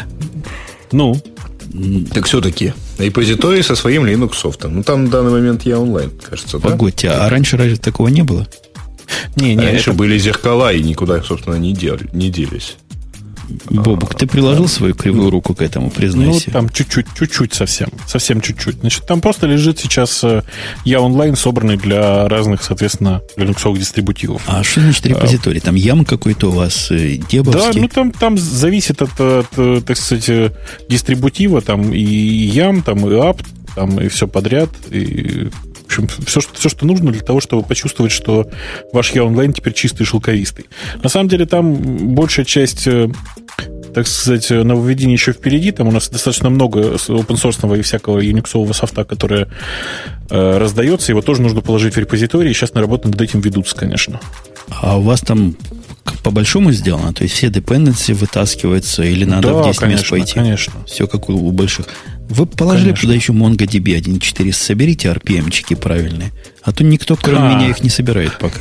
Ну? Так все-таки, репозиторий со своим Linux софтом. Ну, там на данный момент я онлайн, кажется, да? Погодьте, а раньше разве такого не было? Не, не, Раньше это... были зеркала и никуда, собственно, не, дел, не делись. Бобук, ты приложил свою кривую руку к этому, Ну, признайся? там чуть-чуть, чуть-чуть совсем. Совсем чуть-чуть. Значит, там просто лежит сейчас Я онлайн, собранный для разных, соответственно, линуксовых дистрибутивов. А что значит репозиторий? Там ям какой-то у вас, э, дебовский? Да, ну там, там зависит от, от, так сказать, дистрибутива, там и ям, там и apt, там и все подряд. И, в общем, все что, все, что нужно для того, чтобы почувствовать, что ваш Я онлайн теперь чистый и шелковистый. На самом деле там большая часть, так сказать, нововведений еще впереди. Там у нас достаточно много open-source и всякого юниксового софта, которое э, раздается. Его тоже нужно положить в репозиторий. И сейчас наработки над этим ведутся, конечно. А у вас там по-большому сделано? То есть все dependency вытаскиваются или надо да, в десять конечно, мест пойти? конечно. Все как у, у больших. Вы положили Конечно. туда еще MongoDB один точка четыре. Соберите ар пи эм-чики правильные. А то никто, кроме А. меня, их не собирает пока.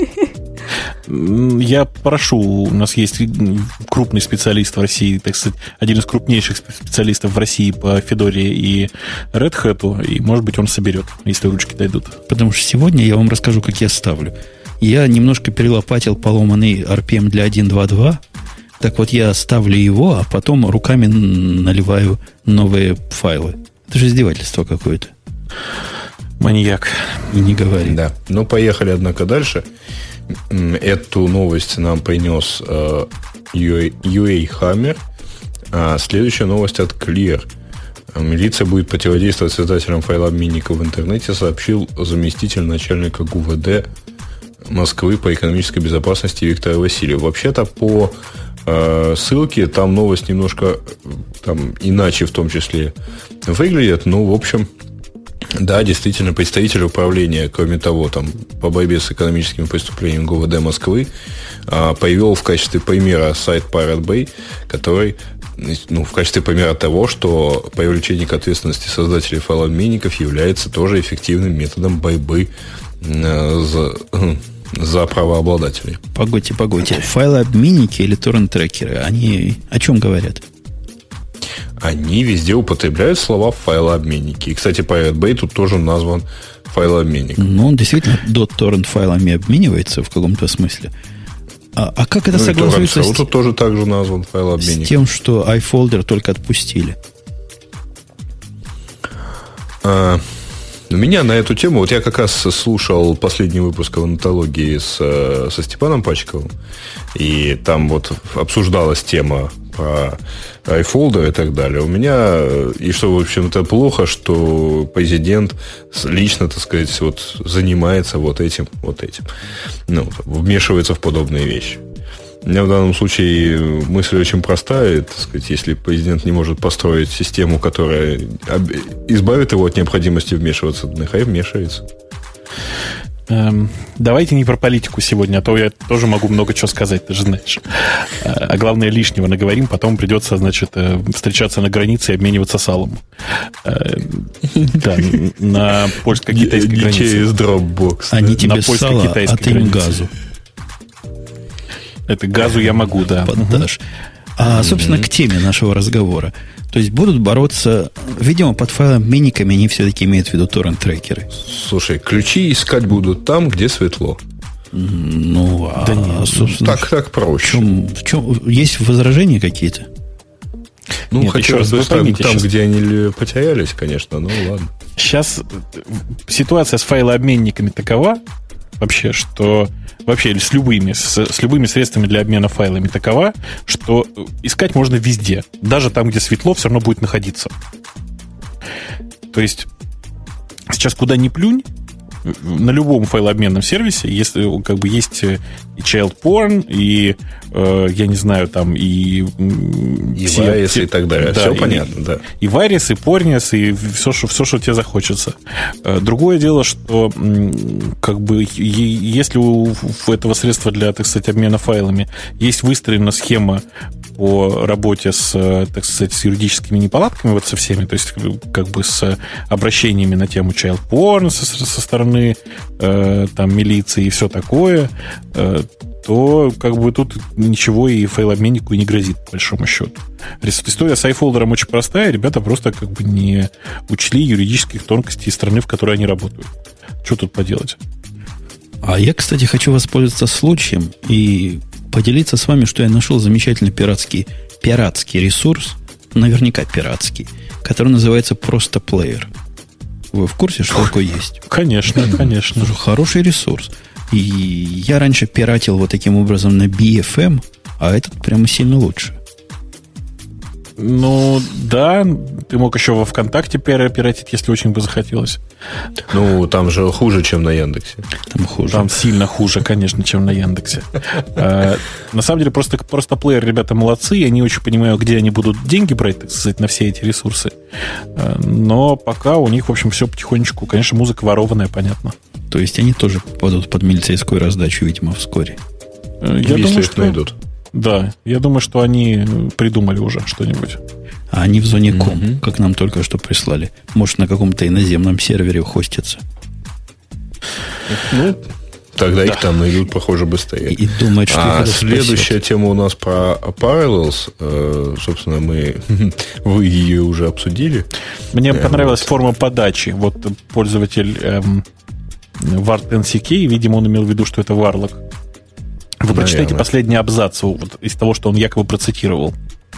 Я прошу, у нас есть крупный специалист в России, так сказать, один из крупнейших специалистов в России по Федоре и Red Hat, и, может быть, он соберет, если ручки дойдут. Потому что сегодня я вам расскажу, как я ставлю. Я немножко перелопатил поломанный ар пи эм для один точка два точка два. Так вот, я ставлю его, а потом руками наливаю новые файлы. Это же издевательство какое-то. Маньяк. И не говори. Да. Ну, поехали, однако, дальше. Эту новость нам принес э, ю эй Hammer. А следующая новость от Clear. Милиция будет противодействовать создателям файлообменников в интернете, сообщил заместитель начальника ГУВД Москвы по экономической безопасности Виктор Васильев. Вообще-то по э, ссылке там новость немножко там, иначе в том числе выглядит. Ну, в общем, да, действительно, представитель управления, кроме того, там, по борьбе с экономическими преступлениями ГУВД Москвы э, привел в качестве примера сайт Pirate Bay, который, ну, в качестве примера того, что привлечение к ответственности создателей файлообменников является тоже эффективным методом борьбы э, за... за правообладателей. Погодьте, погодьте. Файлообменники или торрент-трекеры, они о чем говорят? Они везде употребляют слова файлообменники. И, кстати, Pirate Bay тут тоже назван файлообменник. Ну, он действительно .torrent файлами обменивается в каком-то смысле. А, а как это ну, согласуется с, тут тоже так же назван файлообменник. С тем, что iFolder только отпустили? А, у меня на эту тему, вот я как раз слушал последний выпуск авантологии с, со Степаном Пачковым, и там вот обсуждалась тема про iFolder и так далее. У меня, и что, в общем, это плохо, что президент лично, так сказать, вот занимается вот этим, вот этим. Ну, вмешивается в подобные вещи. У меня в данном случае мысль очень простая. Так сказать, если президент не может построить систему, которая избавит его от необходимости вмешиваться, нехай вмешивается. Эм, давайте не про политику сегодня, а то я тоже могу много чего сказать, ты же знаешь. А главное, лишнего наговорим, потом придется, значит, встречаться на границе и обмениваться салом. Да, на польско-китайской границе. Не через Dropbox. Они тебе сало, а ты им газу. Это газу я могу, да. Поддашь. А, собственно, к теме нашего разговора. То есть будут бороться, видимо, под файлообменниками они все-таки имеют в виду торрент-трекеры. Слушай, ключи искать будут там, где светло. Ну, а, да нет, собственно, так, так проще. В чем, в чем, есть возражения какие-то? Ну, нет, хотелось бы там, там где они потерялись, конечно, ну ладно. Сейчас ситуация с файлообменниками такова, вообще, что вообще с любыми, с, с любыми средствами для обмена файлами такова, что искать можно везде. Даже там, где светло, все равно будет находиться. То есть сейчас куда ни плюнь, на любом файлообменном сервисе, если как бы есть и child porn, и э, я не знаю, там и и варис и так далее. Да, все и, понятно, да. И варис, и порнис, и все, что, все, что тебе захочется. Другое дело, что как бы если у этого средства для, так сказать, обмена файлами есть выстроена схема по работе с, так сказать, с юридическими неполадками, вот со всеми, то есть как бы с обращениями на тему child porn со, со стороны э, там милиции и все такое, э, то как бы тут ничего и файлообменнику и не грозит, по большому счету. История с iFolder очень простая, ребята просто как бы не учли юридических тонкостей страны, в которой они работают. Что тут поделать? А я, кстати, хочу воспользоваться случаем и поделиться с вами, что я нашел замечательный пиратский, пиратский ресурс, наверняка пиратский, который называется просто Player. Вы в курсе, что такое есть? Конечно, конечно. Хороший ресурс. И я раньше пиратил вот таким образом на би эф эм, а этот прямо сильно лучше. Ну, да, ты мог еще во ВКонтакте пиратить, если очень бы захотелось. Ну, там же хуже, чем на Яндексе. Там хуже. Там сильно хуже, конечно, чем на Яндексе. На самом деле, просто, просто плеер, ребята, молодцы. Я не очень понимаю, где они будут деньги брать, так сказать, на все эти ресурсы. Но пока у них, в общем, все потихонечку. Конечно, музыка ворованная, понятно. То есть они тоже попадут под милицейскую раздачу, видимо, вскоре. Я Если думаю, их что... найдут. Да, я думаю, что они придумали уже что-нибудь. А они в зоне ком, mm-hmm. как нам только что прислали. Может, на каком-то иноземном сервере хостятся. Ну, тогда да. их там найдут, похоже, быстрее. И, и думают, что а их это следующая спасет. тема у нас про Parallels. Э, собственно, мы вы ее уже обсудили. Мне э, понравилась вот. форма подачи. Вот пользователь эм, wart.nck, видимо, он имел в виду, что это Warlock. Вы прочитайте последний абзац вот, из того, что он якобы процитировал.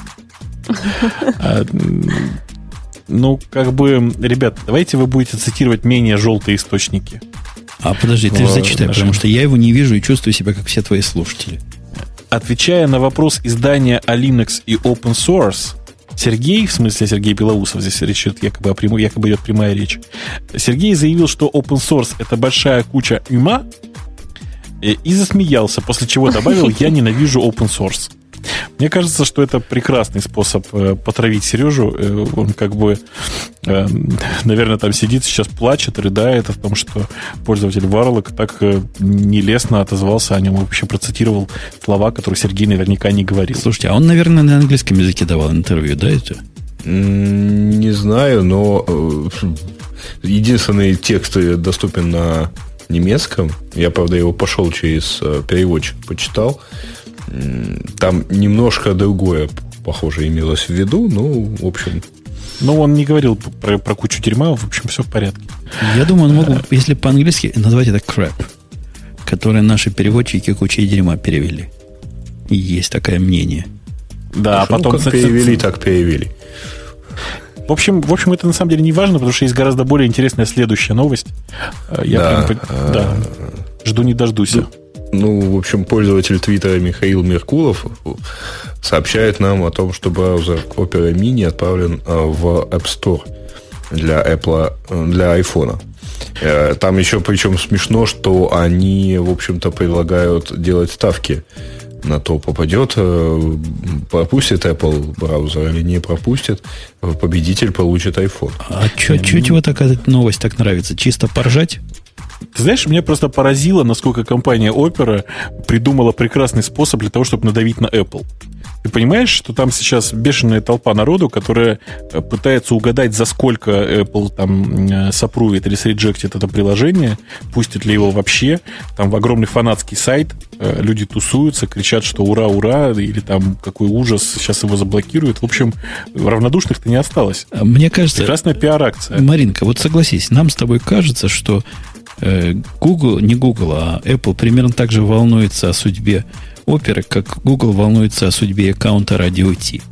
Ну, как бы, ребят, давайте вы будете цитировать менее желтые источники. А подожди, ты же зачитай, потому что я его не вижу и чувствую себя, как все твои слушатели. Отвечая на вопрос издания о Linux и Open Source, Сергей, в смысле Сергей Белоусов, здесь речь идет якобы, о прямой, якобы идет прямая речь, Сергей заявил, что Open Source — это большая куча ума, и засмеялся, после чего добавил: «Я ненавижу open source». Мне кажется, что это прекрасный способ э, потравить Сережу. Э, он как бы, э, наверное, там сидит сейчас, плачет, рыдает о том, что пользователь Warlock так э, нелестно отозвался о нем и вообще процитировал слова, которые Сергей наверняка не говорил. Слушайте, а он, наверное, на английском языке давал интервью, да, это? Не знаю, но э, единственный текст доступен на немецком. Я, правда, его пошел через э, переводчик, почитал. Там немножко другое, похоже, имелось в виду. Ну, в общем... Ну, он не говорил про, про кучу дерьма. В общем, все в порядке. Я думаю, он мог бы, если по-английски, назвать это crap, которое наши переводчики кучей дерьма перевели. Есть такое мнение. Да, а потом... Как перевели, так перевели. В общем, в общем, это на самом деле не важно, потому что есть гораздо более интересная следующая новость. Я да, прям, а... да, жду не дождусь. Ну, в общем, пользователь Твиттера Михаил Меркулов сообщает нам о том, что браузер Opera Mini отправлен в App Store для Apple, для iPhone. Там еще, причем, смешно, что они, в общем-то, предлагают делать ставки на то, попадет, пропустит Apple браузер или не пропустит, победитель получит iPhone. А что тебе такая новость так нравится? Чисто поржать? Ты знаешь, меня просто поразило, насколько компания Opera придумала прекрасный способ для того, чтобы надавить на Apple. Ты понимаешь, что там сейчас бешеная толпа народу, которая пытается угадать, за сколько Apple там сапрувит или среджектит это приложение, пустит ли его вообще. Там в огромный фанатский сайт, люди тусуются, кричат, что ура, ура, или там какой ужас, сейчас его заблокируют. В общем, равнодушных-то не осталось. Мне кажется... Прекрасная пиар-акция. Маринка, вот согласись, нам с тобой кажется, что Google, не Google, а Apple примерно так же волнуется о судьбе Оперы, как Google волнуется о судьбе аккаунта Radio T.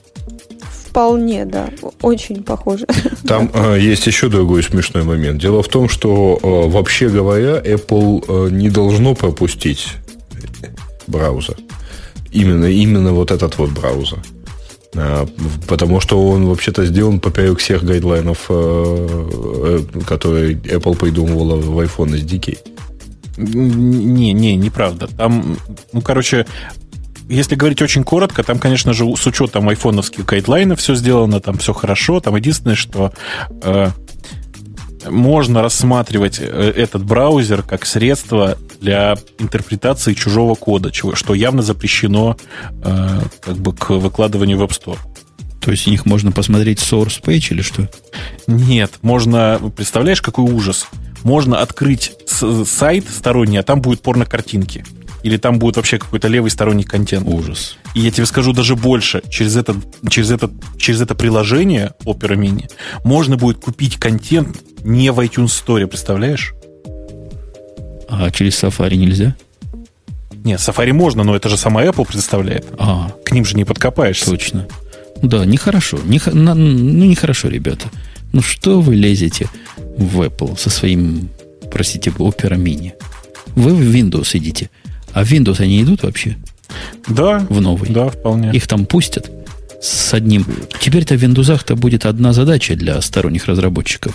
Вполне, да. Очень похоже. Там да. э, есть еще другой смешной момент. Дело в том, что, э, вообще говоря, Apple э, не должно пропустить браузер. Именно, именно вот этот вот браузер. А, потому что он вообще-то сделан поперек всех гайдлайнов, э, э, которые Apple придумывала в iPhone эс ди кей. Не, не, неправда. Там, ну, короче, если говорить очень коротко, там, конечно же, с учетом айфоновских гайдлайнов все сделано, там все хорошо. Там единственное, что э, можно рассматривать этот браузер как средство для интерпретации чужого кода, что явно запрещено э, как бы к выкладыванию в App Store. То есть у них можно посмотреть source page или что? Нет, можно, представляешь, какой ужас? Можно открыть сайт сторонний, а там будут порно-картинки. Или там будет вообще какой-то левый сторонний контент. Ужас. И я тебе скажу даже больше. Через это, через это, через это приложение Opera Mini можно будет купить контент не в iTunes Store, представляешь? А через Safari нельзя? Нет, Safari можно, но это же сама Apple предоставляет. А, к ним же не подкопаешься. Точно. Да, нехорошо. Не, на, ну, нехорошо, ребята. Ну, что вы лезете в Apple со своим, простите, Opera Mini? Вы в Windows идите. А в Windows они идут вообще? Да. В новый? Да, вполне. Их там пустят с одним... Теперь-то в Windows-то будет одна задача для сторонних разработчиков.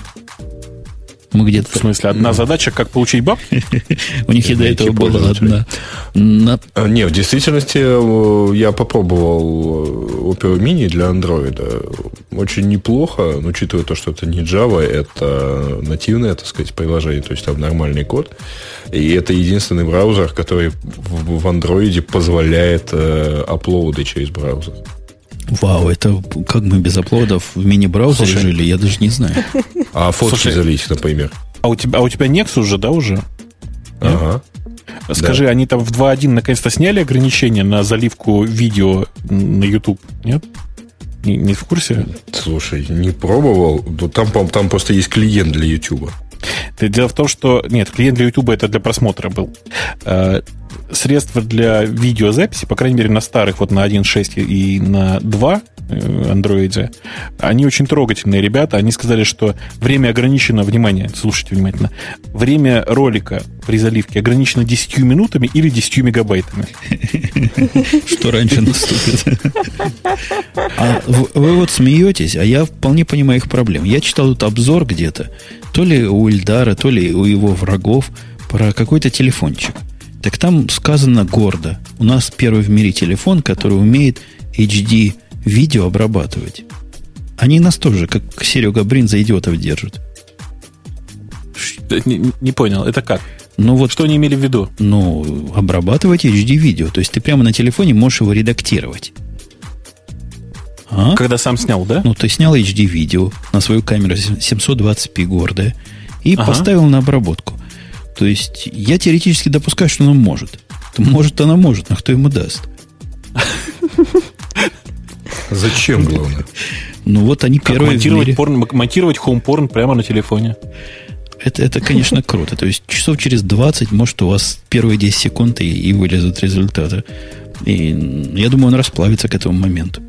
Мы где-то... В смысле, одна задача, как получить бабки? У них и до этого была одна. Не, в действительности я попробовал Opera Mini для Android. Очень неплохо, учитывая то, что это не Java, это нативное, так сказать, приложение, то есть там нормальный код. И это единственный браузер, который в Android позволяет аплоуды через браузер. Вау, это как мы без аплодов в мини-браузере Слушай, жили, я даже не знаю. А фотки Слушай, залить, например. А у тебя, а у тебя Nexus же, да, уже? Ага. Скажи, да. Они там в два точка один наконец-то сняли ограничения на заливку видео на YouTube, нет? Не, не в курсе? Слушай, не пробовал. Там, там просто есть клиент для YouTube. Дело в том, что... Нет, клиент для YouTube это для просмотра был. Средства для видеозаписи, по крайней мере, на старых, вот на один точка шесть и на два андроиде, они очень трогательные ребята. Они сказали, что время ограничено, внимание, слушайте внимательно, время ролика при заливке ограничено десятью минутами или десятью мегабайтами. Что раньше наступит. Вы вот смеетесь, а я вполне понимаю их проблем. Я читал тут обзор где-то, то ли у Ильдара, то ли у его врагов, про какой-то телефончик. Так там сказано гордо. У нас первый в мире телефон, который умеет эйч ди видео обрабатывать. Они нас тоже, как Серега Брин, за идиотов держат. Не, не понял, это как? Ну, вот, что они имели в виду? Ну, обрабатывать эйч ди видео. То есть ты прямо на телефоне можешь его редактировать. А? Когда сам снял, да? Ну, ты снял эйч ди видео на свою камеру семьсот двадцать пи гордая и ага. поставил на обработку. То есть я теоретически допускаю, что она может. Может, она может, но кто ему даст? Зачем, главное? Ну, вот они как первые монтировать в мире. Порн, монтировать хоум-порн прямо на телефоне. Это, это, конечно, круто. То есть часов через двадцать, может, у вас первые десять секунд и, и вылезут результаты. И я думаю, он расплавится к этому моменту.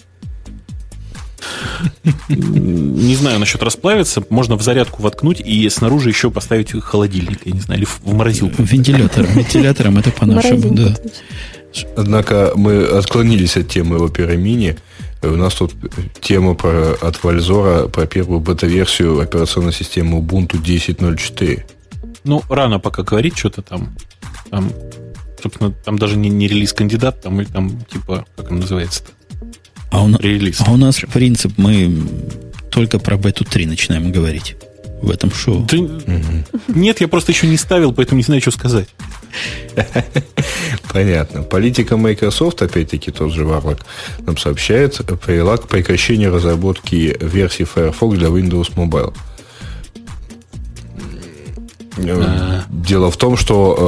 Не знаю насчет расплавиться. Можно в зарядку воткнуть и снаружи еще поставить холодильник, я не знаю, или в морозилку. Вентилятором. Вентилятором это по-нашему, да. Однако мы отклонились от темы Opera Mini. У нас тут тема про, от Вальзора про первую бета-версию операционной системы Ubuntu десять ноль четыре. Ну, рано пока говорить что-то там. Там, собственно, там даже не, не релиз-кандидат, там, там типа, как он называется-то? А у, а у нас принцип, мы только про бету три начинаем говорить в этом шоу. Ты... Угу. Нет, я просто еще не ставил, поэтому не знаю, что сказать. Понятно. Политика Microsoft, опять-таки тот же Варлок, нам сообщает, привела к прекращению разработки версии Firefox для Windows Mobile. А. Дело в том,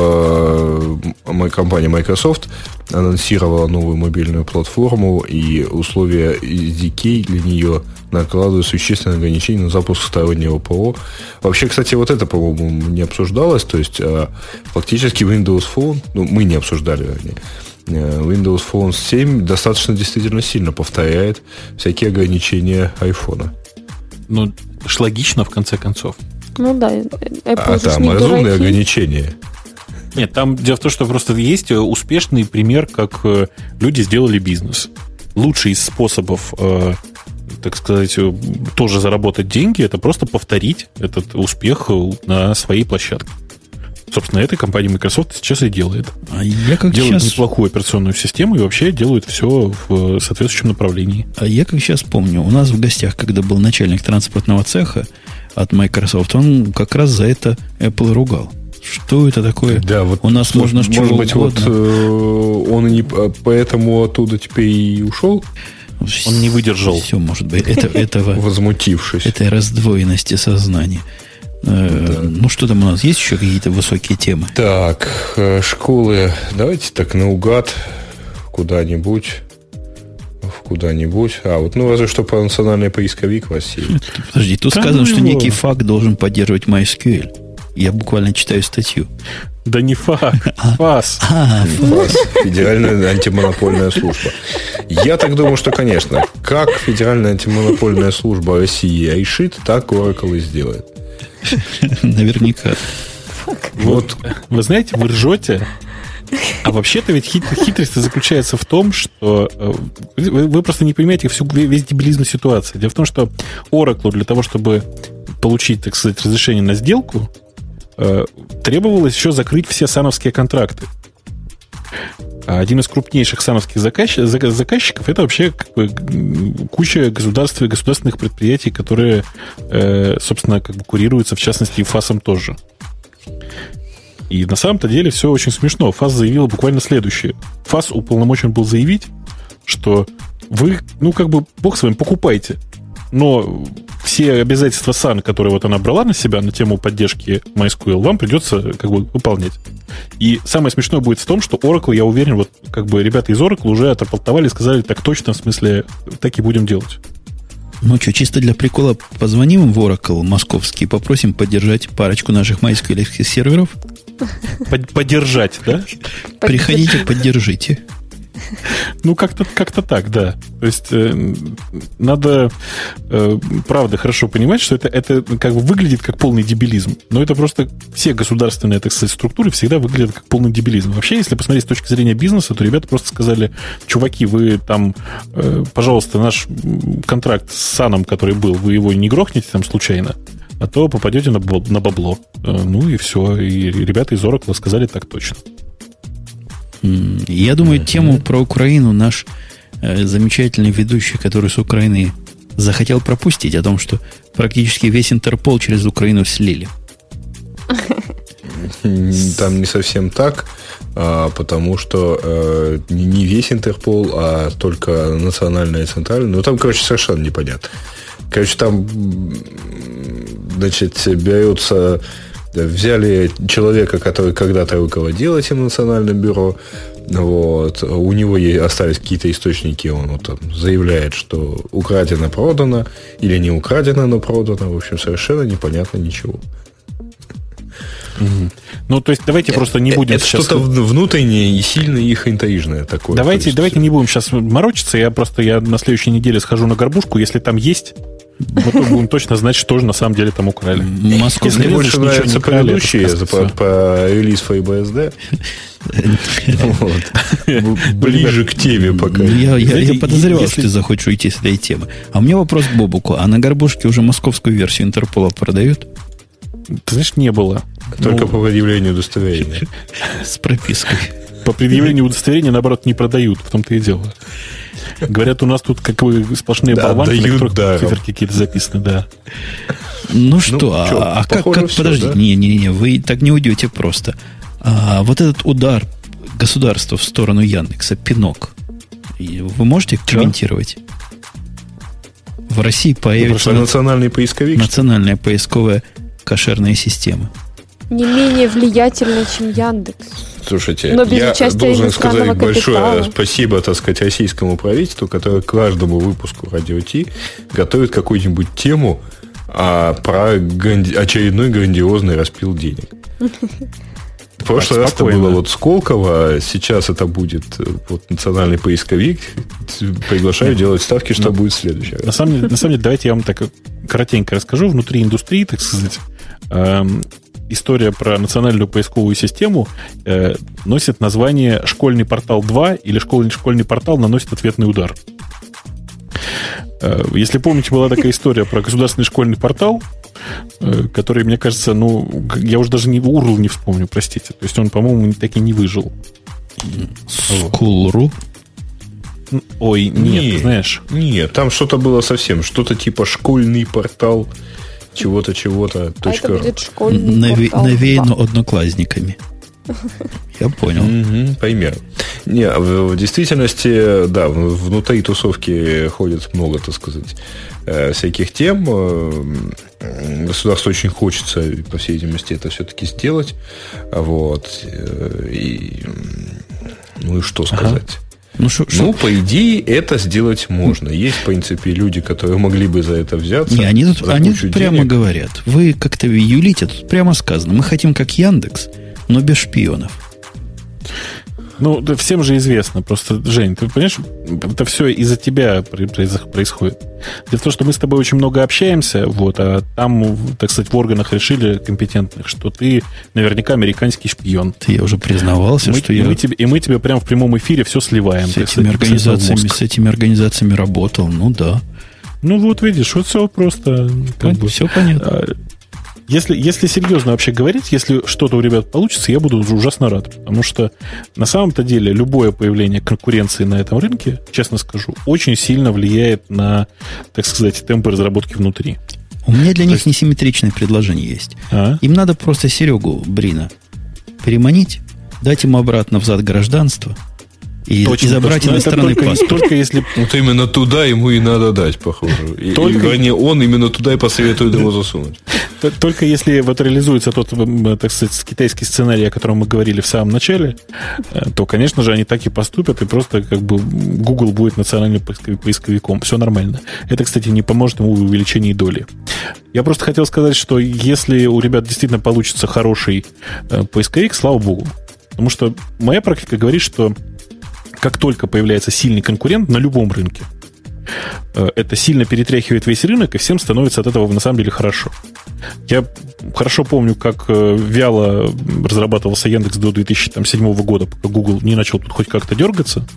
что э, компания Microsoft анонсировала новую мобильную платформу, и условия эс ди кей для нее накладывают существенные ограничения на запуск стороннего ПО. Вообще, кстати, вот это, по-моему, не обсуждалось. То есть, э, фактически Windows Phone, ну, мы не обсуждали, вернее, Windows Phone семь достаточно действительно сильно повторяет всякие ограничения айфона. Ну, ж логично, в конце концов. Ну да, Apple а там разумные дураки. Ограничения. Нет, там дело в том, что просто есть успешный пример, как люди сделали бизнес. Лучший из способов, так сказать, тоже заработать деньги, это просто повторить этот успех на своей площадке. Собственно, этой компания Microsoft сейчас и делает. А я как делают сейчас... неплохую операционную систему и вообще делают все в соответствующем направлении. А я как сейчас помню, у нас в гостях, когда был начальник транспортного цеха от Microsoft, он как раз за это Apple ругал. Что это такое? Да, вот у нас можно может чего быть, угодно. Вот он и не поэтому оттуда теперь и ушел. Он не выдержал. Все может быть. Это, этого, возмутившись. Этой раздвоенности сознания. Да. Ну, что там у нас? Есть еще какие-то высокие темы? Так, школы. Давайте так наугад куда-нибудь. Куда-нибудь. А, вот, ну, разве что по национальный поисковик в России. Подожди, тут да сказано, ну что его. Некий факт должен поддерживать MySQL. Я буквально читаю статью. Да не факт, ФАС. А, ФАС. Федеральная антимонопольная служба. Я так думаю, что, конечно, как Федеральная антимонопольная служба России решит, так Oracle и сделает. Наверняка. Вот, вы знаете, вы ржете. А вообще-то ведь хит, хитрость заключается в том, что вы, вы просто не понимаете всю, весь дебилизм ситуации. Дело в том, что Oracle для того, чтобы получить, так сказать, разрешение на сделку, э, требовалось еще закрыть все сановские контракты. А один из крупнейших сановских заказчиков, заказчиков это вообще как бы куча государств и государственных предприятий, которые, э, собственно, как бы курируются, в частности, и ФАСом тоже. И на самом-то деле все очень смешно. ФАС заявил буквально следующее. ФАС уполномочен был заявить, что вы, ну, как бы, бог с вами, покупайте. Но все обязательства сан, которые вот она брала на себя на тему поддержки MySQL, вам придется как бы выполнять. И самое смешное будет в том, что Oracle, я уверен, вот как бы ребята из Oracle уже отрапортовали и сказали, так точно, в смысле, так и будем делать. Ну что, чисто для прикола позвоним в Oracle московский и попросим поддержать парочку наших MySQL серверов. Поддержать, да? Приходите, поддержите. Ну, как-то, как-то так, да. То есть э, надо, э, правда, хорошо понимать, что это, это как бы выглядит как полный дебилизм. Но это просто все государственные, так сказать, структуры всегда выглядят как полный дебилизм. Вообще, если посмотреть с точки зрения бизнеса, то ребята просто сказали, чуваки, вы там, э, пожалуйста, наш контракт с САНом, который был, вы его не грохнете там случайно, а то попадете на, на бабло. Э, ну и все. И ребята из Oracle сказали так точно. Я думаю, тему про Украину наш э, замечательный ведущий, который с Украины захотел пропустить, о том, что практически весь Интерпол через Украину слили. Там не совсем так, а, потому что э, не весь Интерпол, а только национальная и центральная. Ну, там, короче, совершенно непонятно. Короче, там, значит, берется... Взяли человека, который когда-то руководил этим национальным бюро. Вот. У него остались какие-то источники. Он вот там заявляет, что украдено, продано. Или не украдено, но продано. В общем, совершенно непонятно ничего. Угу. Ну, то есть, давайте это, просто не будем это сейчас... что-то внутреннее и сильно их интриижное такое. Давайте, давайте не будем сейчас морочиться. Я просто я на следующей неделе схожу на горбушку. Если там есть, мы будем точно знать, что же на самом деле там украли. Москве мне больше нравятся предыдущие по релиз FreeBSD. Ближе к теме пока. Я подозревал, что ты захочешь уйти с этой темы. А у меня вопрос к Бобуку. А на горбушке уже московскую версию Интерпола продают? Ты знаешь, не было. Только ну, по предъявлению удостоверения. С пропиской. По предъявлению удостоверения, наоборот, не продают. В том-то и дело. Говорят, у нас тут как бы сплошные да, болванки, дают, на которых да. циферки какие-то записаны, да. Ну что, ну, а, что а как, как все, подождите, да? не-не-не, вы так не уйдете просто. А, вот этот удар государства в сторону Яндекса, пинок, вы можете что? комментировать? В России появится... Ну, национальный поисковик. Национальная поисковая кошерная система. Не менее влиятельная, чем Яндекс. Слушайте, но без я участия должен сказать капитала. большое спасибо, так сказать, российскому правительству, которое к каждому выпуску Радио Ти готовит какую-нибудь тему а, про гранди... очередной грандиозный распил денег. В прошлый раз это было вот Сколково, сейчас это будет вот, национальный поисковик. Приглашаю делать ставки, что будет в следующий раз. На самом деле, на самом деле, давайте я вам так коротенько расскажу. Внутри индустрии, так сказать, эм, история про национальную поисковую систему э, носит название «Школьный портал два» или «Школьный, школьный портал наносит ответный удар». Э, если помните, была такая история про государственный школьный портал, э, который, мне кажется, ну, я уже даже не урл не вспомню, простите. То есть он, по-моему, так и не выжил. School.ru? Ой, нет, нет, знаешь. Нет, там что-то было совсем, что-то типа школьный портал, чего-то, чего-то. А это будет школьный Нави- портал. Навеяно одноклассниками. Я понял. Угу, поймем. Не, в, в действительности, да, внутри тусовки ходит много, так сказать, всяких тем. Государству очень хочется, по всей видимости, это все-таки сделать. Вот. И, ну и что сказать? Ага. Ну, шо, шо? ну, по идее, это сделать можно. Есть, в принципе, люди, которые могли бы за это взяться. Не, они тут, они тут прямо говорят. Вы как-то юлите, тут прямо сказано. Мы хотим как Яндекс, но без шпионов. Ну, да всем же известно. Просто, Жень, ты понимаешь, это все из-за тебя происходит. Дело в том, что мы с тобой очень много общаемся, вот, а там, так сказать, в органах решили компетентных, что ты наверняка американский шпион. Ты я уже признавался, мы, что и я... Мы тебе, и мы тебе прямо в прямом эфире все сливаем. С этими, организациями, с этими организациями работал, ну да. Ну вот видишь, вот все просто... Как Пон- бы, все понятно. Если, если серьезно вообще говорить, если что-то у ребят получится, я буду ужасно рад. Потому что на самом-то деле любое появление конкуренции на этом рынке, честно скажу, очень сильно влияет на, так сказать, темпы разработки внутри. У меня для То них есть... несимметричное предложение есть. А? Им надо просто Серегу Брина переманить, дать ему обратно взад гражданство и, и забрать иностранный только, паспорт. Только если... Вот именно туда ему и надо дать, похоже. И, только... и вернее, он именно туда и посоветует его засунуть. Только если вот реализуется тот, так сказать, китайский сценарий, о котором мы говорили в самом начале, то, конечно же, они так и поступят, и просто как бы Google будет национальным поисковиком. Все нормально. Это, кстати, не поможет ему в увеличении доли. Я просто хотел сказать, что если у ребят действительно получится хороший поисковик, слава богу. Потому что моя практика говорит, что как только появляется сильный конкурент на любом рынке, это сильно перетряхивает весь рынок, и всем становится от этого на самом деле хорошо. Я хорошо помню, как вяло разрабатывался Яндекс до две тысячи седьмого года, пока Google не начал тут хоть как-то дергаться,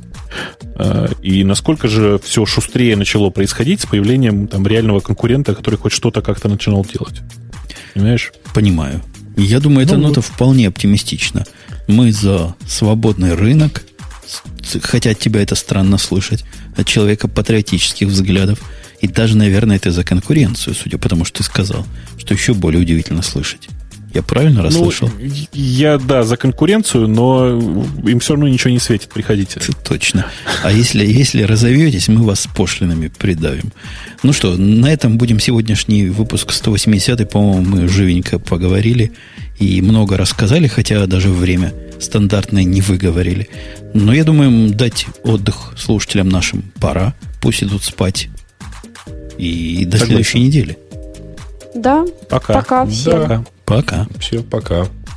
и насколько же все шустрее начало происходить с появлением там реального конкурента, который хоть что-то как-то начинал делать. Понимаешь? Понимаю. Я думаю, эта ну, нота вот. вполне оптимистична. Мы за свободный рынок, хотя от тебя это странно слышать, от человека патриотических взглядов, и даже, наверное, ты за конкуренцию, судя по тому, что ты сказал, что еще более удивительно слышать. Я правильно расслышал? Ну, я, да, за конкуренцию, но им все равно ничего не светит, приходите. Это точно. А если, если разовьетесь, мы вас с пошлинами придавим. Ну что, на этом будем сегодняшний выпуск сто восьмидесятый, по-моему, мы живенько поговорили и много рассказали, хотя даже время стандартное не выговорили. Но я думаю, дать отдых слушателям нашим пора. Пусть идут спать. И до Согласен. следующей недели. Да. Пока. Пока всем. Да. Пока. Все, пока.